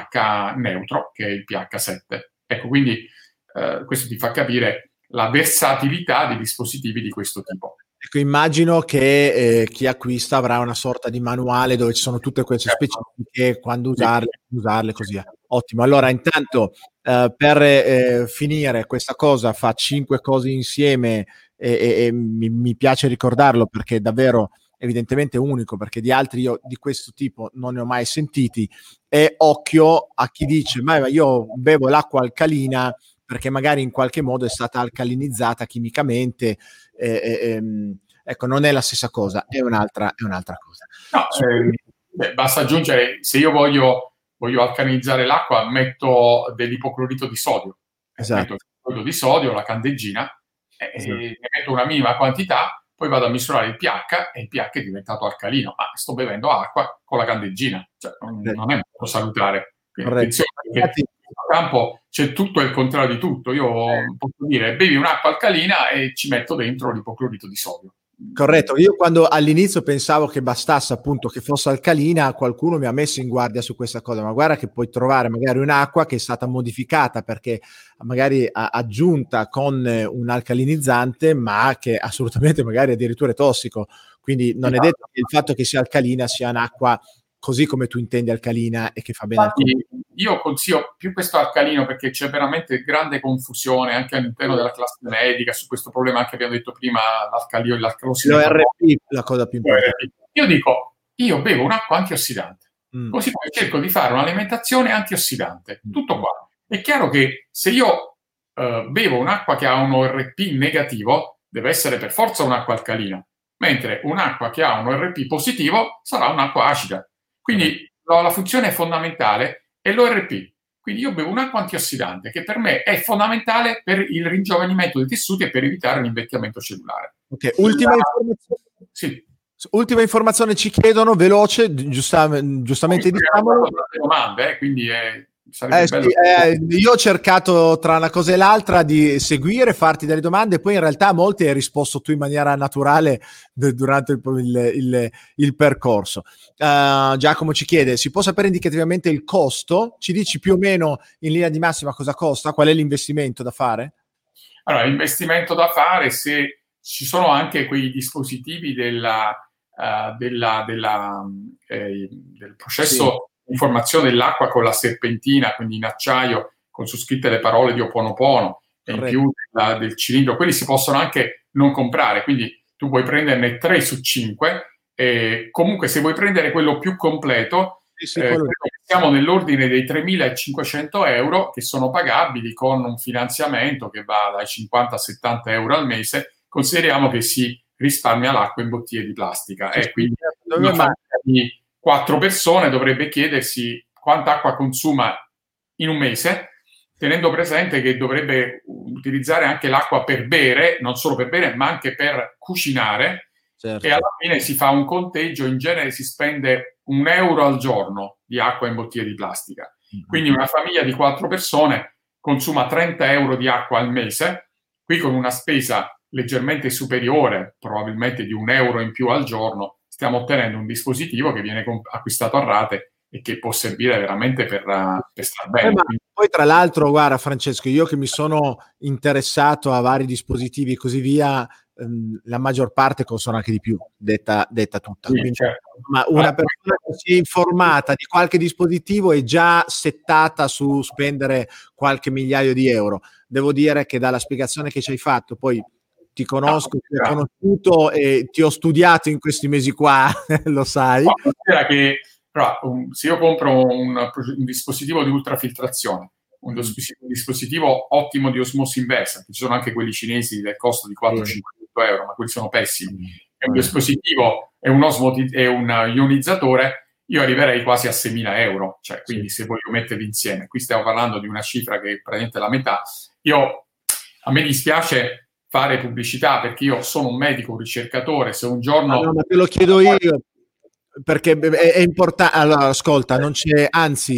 pH neutro, che è il pH sette. Ecco, quindi eh, questo ti fa capire la versatilità dei dispositivi di questo tipo. Ecco, immagino che eh, chi acquista avrà una sorta di manuale dove ci sono tutte queste specifiche, quando usarle, usarle così via. Ottimo. Allora, intanto eh, per eh, finire questa cosa, fa cinque cose insieme e, e, e mi, mi piace ricordarlo perché è davvero evidentemente unico, perché di altri io di questo tipo non ne ho mai sentiti. E occhio a chi dice ma io bevo l'acqua alcalina perché magari in qualche modo è stata alcalinizzata chimicamente. Eh, eh, ecco, non è la stessa cosa, è un'altra, è un'altra cosa. No, eh, beh, basta aggiungere, se io voglio, voglio alcalinizzare l'acqua, metto dell'ipoclorito di sodio. Esatto. Metto l'ipoclorito di sodio, la candeggina, e, esatto. e ne metto una minima quantità, poi vado a misurare il pH e il pH è diventato alcalino, ma sto bevendo acqua con la candeggina, cioè non, non è molto salutare. Attenzione, perché in questo campo c'è tutto e il contrario di tutto. Io posso dire, bevi un'acqua alcalina e ci metto dentro l'ipoclorito di sodio. Corretto, io quando all'inizio pensavo che bastasse appunto che fosse alcalina, qualcuno mi ha messo in guardia su questa cosa, ma guarda che puoi trovare magari un'acqua che è stata modificata perché magari aggiunta con un alcalinizzante, ma che assolutamente magari addirittura è tossico, quindi non esatto. È detto che il fatto che sia alcalina sia un'acqua così come tu intendi alcalina e che fa bene al corpo. Io consiglio più questo alcalino perché c'è veramente grande confusione anche all'interno della classe medica su questo problema, anche abbiamo detto prima, l'alcalio e l'alcalosine. L'O R P la cosa più importante. Io dico, io bevo un'acqua antiossidante, mm. così poi cerco di fare un'alimentazione antiossidante, mm. tutto qua. È chiaro che se io uh, bevo un'acqua che ha un O R P negativo, deve essere per forza un'acqua alcalina, mentre un'acqua che ha un O R P positivo sarà un'acqua acida. Quindi la, la funzione fondamentale è l'O R P. Quindi io bevo un'acqua antiossidante che per me è fondamentale per il ringiovanimento dei tessuti e per evitare l'invecchiamento cellulare. Ok, ultima la... informazione. Sì. Ultima informazione ci chiedono, veloce, giusta, giustamente diciamo. Domande, eh, quindi è... Eh, sì, eh, io ho cercato tra una cosa e l'altra di seguire, farti delle domande, poi in realtà a molte hai risposto tu in maniera naturale d- durante il, il, il, il percorso. Uh, Giacomo ci chiede, si può sapere indicativamente il costo? Ci dici più o meno in linea di massima cosa costa? Qual è l'investimento da fare? Allora, l'investimento da fare, se ci sono anche quei dispositivi della, uh, della, della, eh, del processo... Sì. Informazione dell'acqua con la serpentina, quindi in acciaio, con su scritte le parole di Oponopono e in più la, del cilindro, quelli si possono anche non comprare, quindi tu puoi prenderne tre su cinque e comunque se vuoi prendere quello più completo sì, sì, eh, siamo nell'ordine dei tremilacinquecento euro che sono pagabili con un finanziamento che va dai cinquanta a settanta euro al mese. Consideriamo che si risparmia l'acqua in bottiglie di plastica e eh, quindi una famiglia di quattro persone dovrebbe chiedersi quanta acqua consuma in un mese, tenendo presente che dovrebbe utilizzare anche l'acqua per bere, non solo per bere, ma anche per cucinare. Certo. E alla fine si fa un conteggio, in genere si spende un euro al giorno di acqua in bottiglie di plastica. Mm-hmm. Quindi una famiglia di quattro persone consuma trenta euro di acqua al mese, qui con una spesa leggermente superiore, probabilmente di un euro in più al giorno, stiamo ottenendo un dispositivo che viene comp- acquistato a rate e che può servire veramente per, uh, per star bene. Eh, ma poi tra l'altro, guarda Francesco, io che mi sono interessato a vari dispositivi e così via, ehm, la maggior parte costano anche di più, detta, detta tutta. Sì, Quindi, certo. Ma una ah, persona che si è informata di qualche dispositivo è già settata su spendere qualche migliaio di euro. Devo dire che dalla spiegazione che ci hai fatto, poi ti conosco, ti ho conosciuto e ti ho studiato in questi mesi qua, lo sai. No, che, però, um, se io compro un, un dispositivo di ultrafiltrazione, un, dis- un dispositivo ottimo di osmosi inversa, ci sono anche quelli cinesi del costo di quattro cinquecento euro, ma quelli sono pessimi, è un dispositivo, è un, osmoti- è un ionizzatore, io arriverei quasi a seimila euro, cioè quindi sì. Se voglio metterli insieme, qui stiamo parlando di una cifra che è praticamente la metà. Io, a me dispiace fare pubblicità perché io sono un medico, un ricercatore, se un giorno... No, ma te lo chiedo io, perché è, è importante. Allora, ascolta, non c'è, anzi,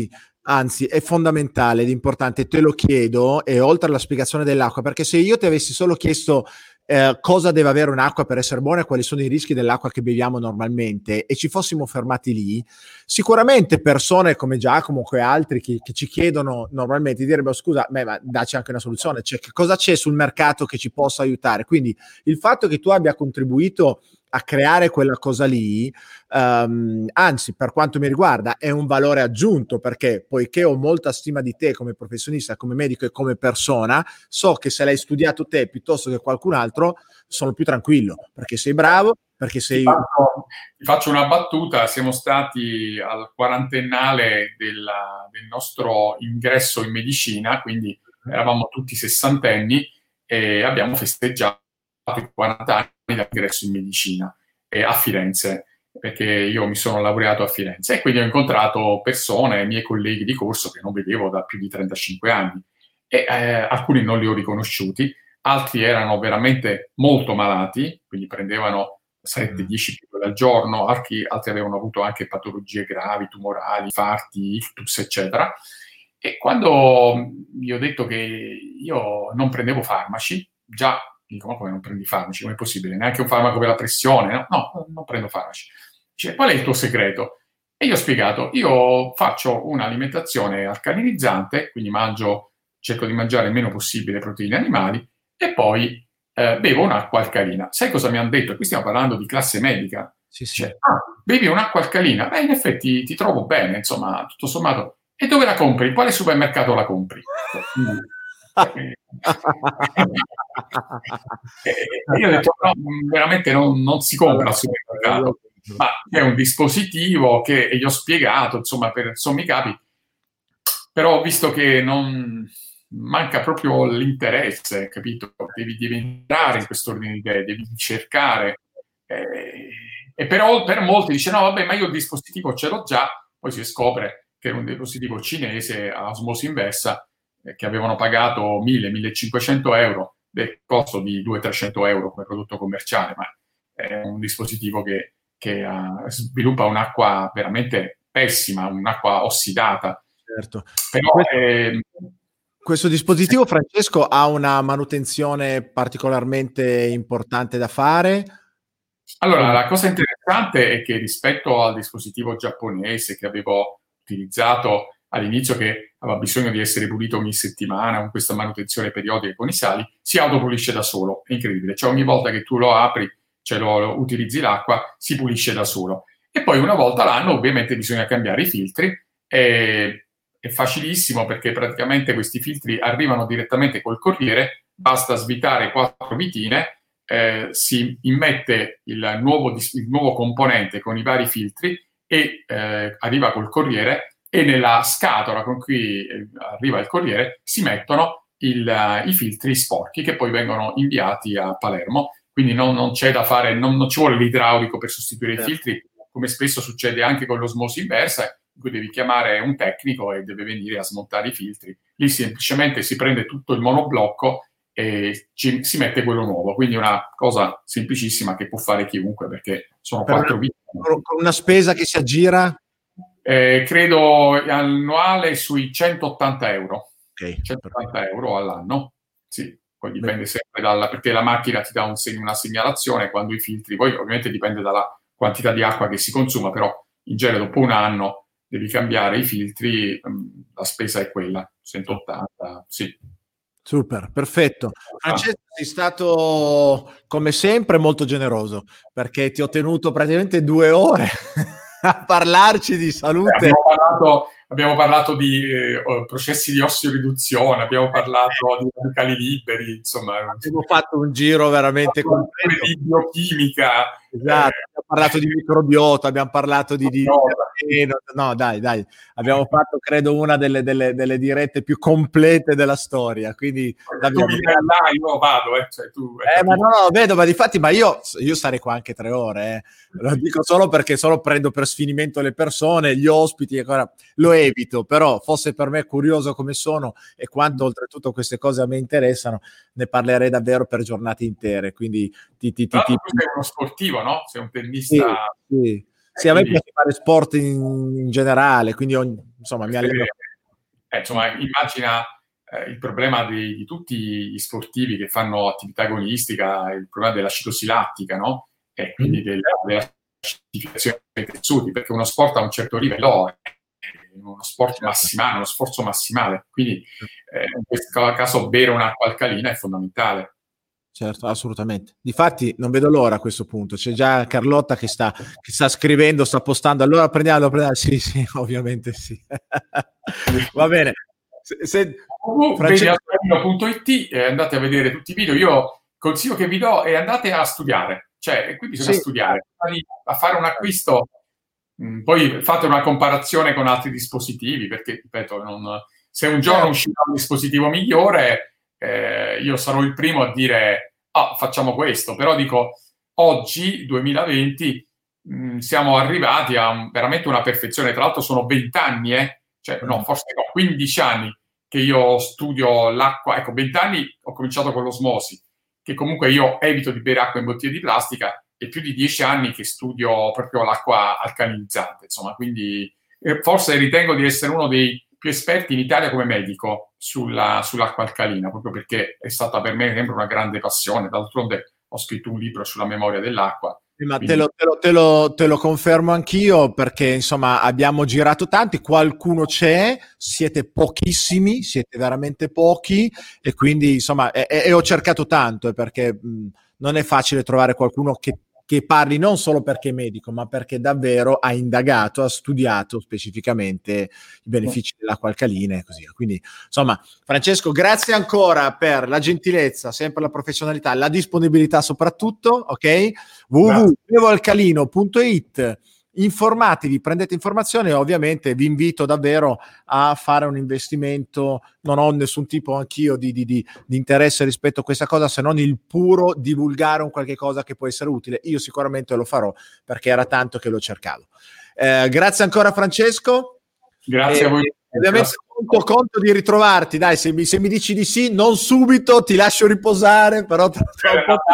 Anzi, è fondamentale ed importante, te lo chiedo, e oltre alla spiegazione dell'acqua, perché se io ti avessi solo chiesto eh, cosa deve avere un'acqua per essere buona e quali sono i rischi dell'acqua che beviamo normalmente, e ci fossimo fermati lì, sicuramente persone come Giacomo e altri che, che ci chiedono normalmente direbbero scusa, beh, ma dacci anche una soluzione, cioè che cosa c'è sul mercato che ci possa aiutare? Quindi il fatto che tu abbia contribuito a creare quella cosa lì, um, anzi, per quanto mi riguarda è un valore aggiunto, perché poiché ho molta stima di te come professionista, come medico e come persona, so che se l'hai studiato te piuttosto che qualcun altro sono più tranquillo, perché sei bravo, perché sei... Ti faccio, ti faccio una battuta, siamo stati al quarantennale della, del nostro ingresso in medicina, quindi eravamo tutti sessantenni e abbiamo festeggiato i quaranta anni dall'ingresso in medicina eh, a Firenze, perché io mi sono laureato a Firenze e quindi ho incontrato persone, miei colleghi di corso che non vedevo da più di trentacinque anni e eh, alcuni non li ho riconosciuti, altri erano veramente molto malati, quindi prendevano sette dieci pillole al giorno, altri, altri avevano avuto anche patologie gravi, tumorali, infarti, ictus, eccetera. E quando gli ho detto che io non prendevo farmaci, già dico, ma come non prendi farmaci? Come è possibile? Neanche un farmaco per la pressione? No, no, non prendo farmaci. Dice, qual è il tuo segreto? E io ho spiegato, io faccio un'alimentazione alcalinizzante, quindi mangio, cerco di mangiare il meno possibile proteine animali, e poi eh, bevo un'acqua alcalina. Sai cosa mi hanno detto? E qui stiamo parlando di classe medica. Sì, sì. Cioè, ah, bevi un'acqua alcalina? Beh, in effetti ti trovo bene, insomma, tutto sommato. E dove la compri? In quale supermercato la compri? E io ho detto, no, veramente non, non si compra al supermercato, ma è un dispositivo che e gli ho spiegato, insomma, per sommi capi, però ho visto che non... manca proprio l'interesse, capito? Devi, devi entrare in quest'ordine di idee, devi cercare. Eh, e però per molti dice, no, vabbè, ma io il dispositivo ce l'ho già, poi si scopre che era un dispositivo cinese a osmosi inversa, eh, che avevano pagato mille millecinquecento euro del costo di duecento trecento euro come prodotto commerciale, ma è un dispositivo che, che uh, sviluppa un'acqua veramente pessima, un'acqua ossidata. Certo. Però... Eh, Questo dispositivo, Francesco, ha una manutenzione particolarmente importante da fare? Allora, la cosa interessante è che rispetto al dispositivo giapponese che avevo utilizzato all'inizio, che aveva bisogno di essere pulito ogni settimana con questa manutenzione periodica con i sali, si autopulisce da solo. È incredibile. Cioè ogni volta che tu lo apri, cioè lo, lo utilizzi l'acqua, si pulisce da solo. E poi una volta l'anno ovviamente bisogna cambiare i filtri e... È facilissimo perché praticamente questi filtri arrivano direttamente col corriere, basta svitare quattro vitine, eh, si immette il nuovo, il nuovo componente con i vari filtri e eh, arriva col corriere e nella scatola con cui eh, arriva il corriere si mettono il, uh, i filtri sporchi che poi vengono inviati a Palermo, quindi non, non c'è da fare, non, non ci vuole l'idraulico per sostituire i filtri, come spesso succede anche con l'osmosi inversa, in cui devi chiamare un tecnico e deve venire a smontare i filtri. Lì semplicemente si prende tutto il monoblocco e ci, si mette quello nuovo. Quindi è una cosa semplicissima che può fare chiunque, perché sono per quattro vitine. Con una spesa che si aggira? Eh, credo annuale sui centottanta euro. Okay. centottanta euro all'anno. Sì, poi dipende Beh. sempre dalla... perché la macchina ti dà un segno, una segnalazione quando i filtri... Poi ovviamente dipende dalla quantità di acqua che si consuma, però in genere dopo un anno devi cambiare i filtri, la spesa è quella, centottanta, sì. Super, perfetto. Francesco, sei stato come sempre molto generoso, perché ti ho tenuto praticamente due ore a parlarci di salute. Eh, abbiamo parlato, abbiamo parlato di eh, processi di ossoriduzione, abbiamo parlato di radicali liberi, insomma. Abbiamo fatto un giro veramente completo. Di biochimica. Esatto, eh. abbiamo parlato di microbiota, abbiamo parlato di... di... No, dai, dai, abbiamo fatto, credo, una delle, delle, delle dirette più complete della storia, quindi... Tu vieni là, io vado, eh. Cioè, tu, eh, ma no, no, vedo, ma difatti, ma io, io sarei qua anche tre ore, eh. Lo dico solo perché solo prendo per sfinimento le persone, gli ospiti, ancora lo evito, però fosse per me curioso come sono e quando oltretutto queste cose a me interessano, ne parlerei davvero per giornate intere, quindi ti, ti, ti, ti... tu sei uno sportivo, no? Sei un tennista... Sì, sì. Sì, a me piace fare sport in, in generale, quindi ogni, insomma mi alleno, Eh, insomma, immagina eh, il problema di, di tutti gli sportivi che fanno attività agonistica, il problema dell'acidosilattica, no? E quindi della, della acidificazione dei tessuti, perché uno sport a un certo livello è uno sport massimale, uno sforzo massimale. Quindi eh, in questo caso bere un'acqua alcalina è fondamentale. Certo, assolutamente. Difatti non vedo l'ora a questo punto. C'è già Carlotta che sta, che sta scrivendo, sta postando. Allora prendiamo, prendiamo. Sì, sì, ovviamente sì. Va bene. Se, se... Francesco... Vedi punto it, eh, andate a vedere tutti i video. Io consiglio che vi do e andate a studiare. Cioè, qui bisogna sì. studiare. A fare un acquisto, mh, poi fate una comparazione con altri dispositivi, perché, ripeto, non... se un giorno uscirà un dispositivo migliore... Eh, io sarò il primo a dire ah, facciamo questo, però dico oggi, duemilaventi, mh, siamo arrivati a un, veramente una perfezione. Tra l'altro sono vent'anni, eh? cioè no, forse no, quindici anni che io studio l'acqua, ecco, vent'anni ho cominciato con l'osmosi, che comunque io evito di bere acqua in bottiglie di plastica, e più di dieci anni che studio proprio l'acqua alcalinizzante, insomma, quindi eh, forse ritengo di essere uno dei più esperti in Italia come medico sulla, sull'acqua alcalina, proprio perché è stata per me sempre una grande passione. D'altronde ho scritto un libro sulla memoria dell'acqua. Sì, ma quindi... te, lo, te, lo, te, lo, te lo confermo anch'io, perché insomma abbiamo girato tanti, qualcuno c'è, siete pochissimi, siete veramente pochi, e quindi insomma e, e ho cercato tanto, eh, perché mh, non è facile trovare qualcuno che che parli non solo perché è medico, ma perché davvero ha indagato, ha studiato specificamente i benefici dell'acqua alcalina e così via. Quindi, insomma, Francesco, grazie ancora per la gentilezza, sempre la professionalità, la disponibilità soprattutto, ok? w w w punto bevo alcalino punto it. Informatevi, prendete informazioni, e ovviamente vi invito davvero a fare un investimento. Non ho nessun tipo anch'io di, di, di, di interesse rispetto a questa cosa, se non il puro divulgare un qualche cosa che può essere utile. Io sicuramente lo farò, perché era tanto che lo cercavo. Eh, grazie ancora Francesco. Grazie e, a voi. Ovviamente conto, conto di ritrovarti, dai, se mi, se mi dici di sì, non subito, ti lascio riposare, però tra, tra un po'...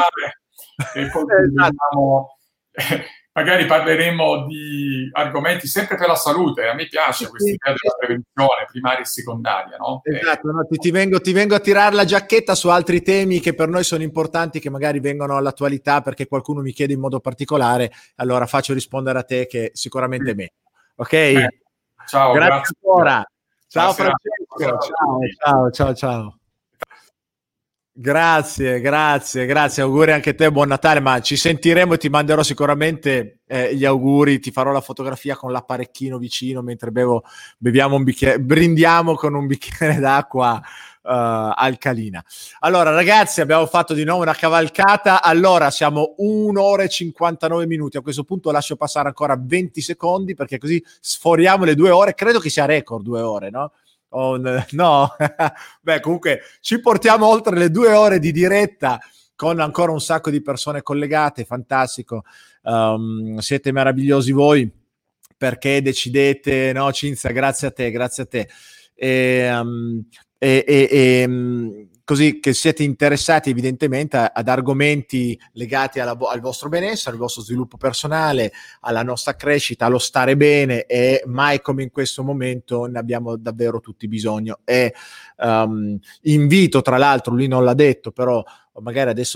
e continuiamo... Magari parleremo di argomenti sempre per la salute. A me piace sì, questa sì, idea della prevenzione primaria e secondaria, no? Esatto, eh. no, ti, ti, vengo, ti vengo a tirare la giacchetta su altri temi che per noi sono importanti, che magari vengono all'attualità perché qualcuno mi chiede in modo particolare, allora faccio rispondere a te, che sicuramente è meglio. Ok? Eh, ciao, grazie, grazie ancora. Ciao Buonasera. Francesco, ciao, ciao, ciao, ciao. Grazie, grazie, grazie, auguri anche a te, buon Natale, ma ci sentiremo e ti manderò sicuramente eh, gli auguri, ti farò la fotografia con l'apparecchino vicino mentre bevo, beviamo un bicchiere, brindiamo con un bicchiere d'acqua uh, alcalina. Allora ragazzi, abbiamo fatto di nuovo una cavalcata, allora siamo un'ora e cinquantanove minuti, a questo punto lascio passare ancora venti secondi perché così sforiamo le due ore, credo che sia record due ore, no? Oh, no, beh comunque ci portiamo oltre le due ore di diretta con ancora un sacco di persone collegate, fantastico, um, siete meravigliosi voi perché decidete, no Cinzia, grazie a te, grazie a te, e, um, e, e, e um, così che siete interessati evidentemente a, ad argomenti legati alla, al vostro benessere, al vostro sviluppo personale, alla nostra crescita, allo stare bene, e mai come in questo momento ne abbiamo davvero tutti bisogno. E um, invito, tra l'altro, lui non l'ha detto, però magari adesso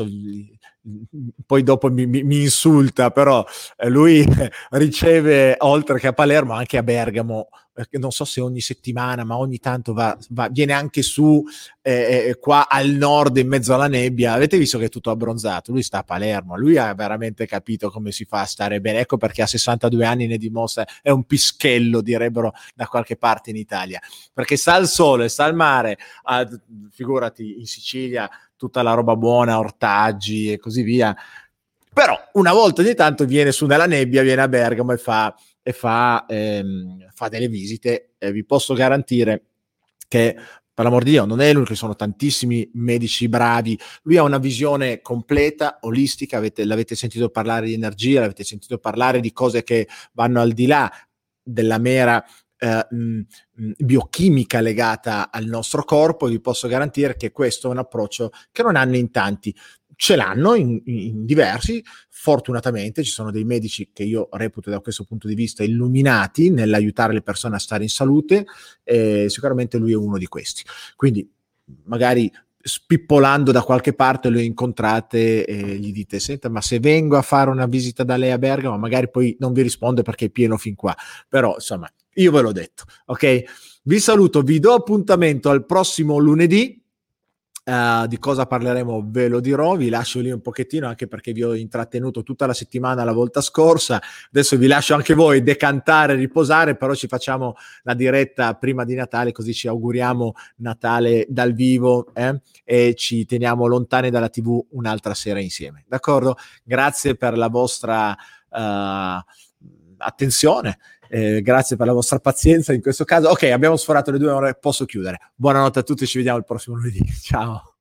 poi dopo mi, mi, mi insulta, però eh, lui riceve oltre che a Palermo anche a Bergamo, perché non so se ogni settimana, ma ogni tanto va, va viene anche su eh, eh, qua al nord in mezzo alla nebbia. Avete visto che è tutto abbronzato? Lui sta a Palermo, lui ha veramente capito come si fa a stare bene, ecco perché a sessantadue anni ne dimostra, è un pischello direbbero da qualche parte in Italia, perché sta al sole, sta al mare, ah, figurati in Sicilia tutta la roba buona, ortaggi e così via, però una volta ogni tanto viene su nella nebbia, viene a Bergamo e fa e fa, ehm, fa delle visite, e vi posso garantire che, per l'amor di Dio, non è lui, che sono tantissimi medici bravi, lui ha una visione completa, olistica, avete, l'avete sentito parlare di energia, l'avete sentito parlare di cose che vanno al di là della mera eh, mh, biochimica legata al nostro corpo, e vi posso garantire che questo è un approccio che non hanno in tanti. ce l'hanno in, in diversi. Fortunatamente ci sono dei medici che io reputo da questo punto di vista illuminati nell'aiutare le persone a stare in salute, e sicuramente lui è uno di questi. Quindi magari spippolando da qualche parte lo incontrate e gli dite: senta, ma se vengo a fare una visita da lei a Bergamo, magari poi non vi risponde perché è pieno fin qua, però insomma io ve l'ho detto, ok? Vi saluto, vi do appuntamento al prossimo lunedì. Uh, di cosa parleremo ve lo dirò, vi lascio lì un pochettino anche perché vi ho intrattenuto tutta la settimana la volta scorsa, adesso vi lascio anche voi decantare, riposare, però ci facciamo la diretta prima di Natale, così ci auguriamo Natale dal vivo, eh? E ci teniamo lontani dalla tivù un'altra sera insieme, d'accordo? Grazie per la vostra uh, attenzione. Eh, grazie per la vostra pazienza in questo caso. Ok, abbiamo sforato le due ore, posso chiudere. Buonanotte a tutti, ci vediamo il prossimo lunedì. Ciao.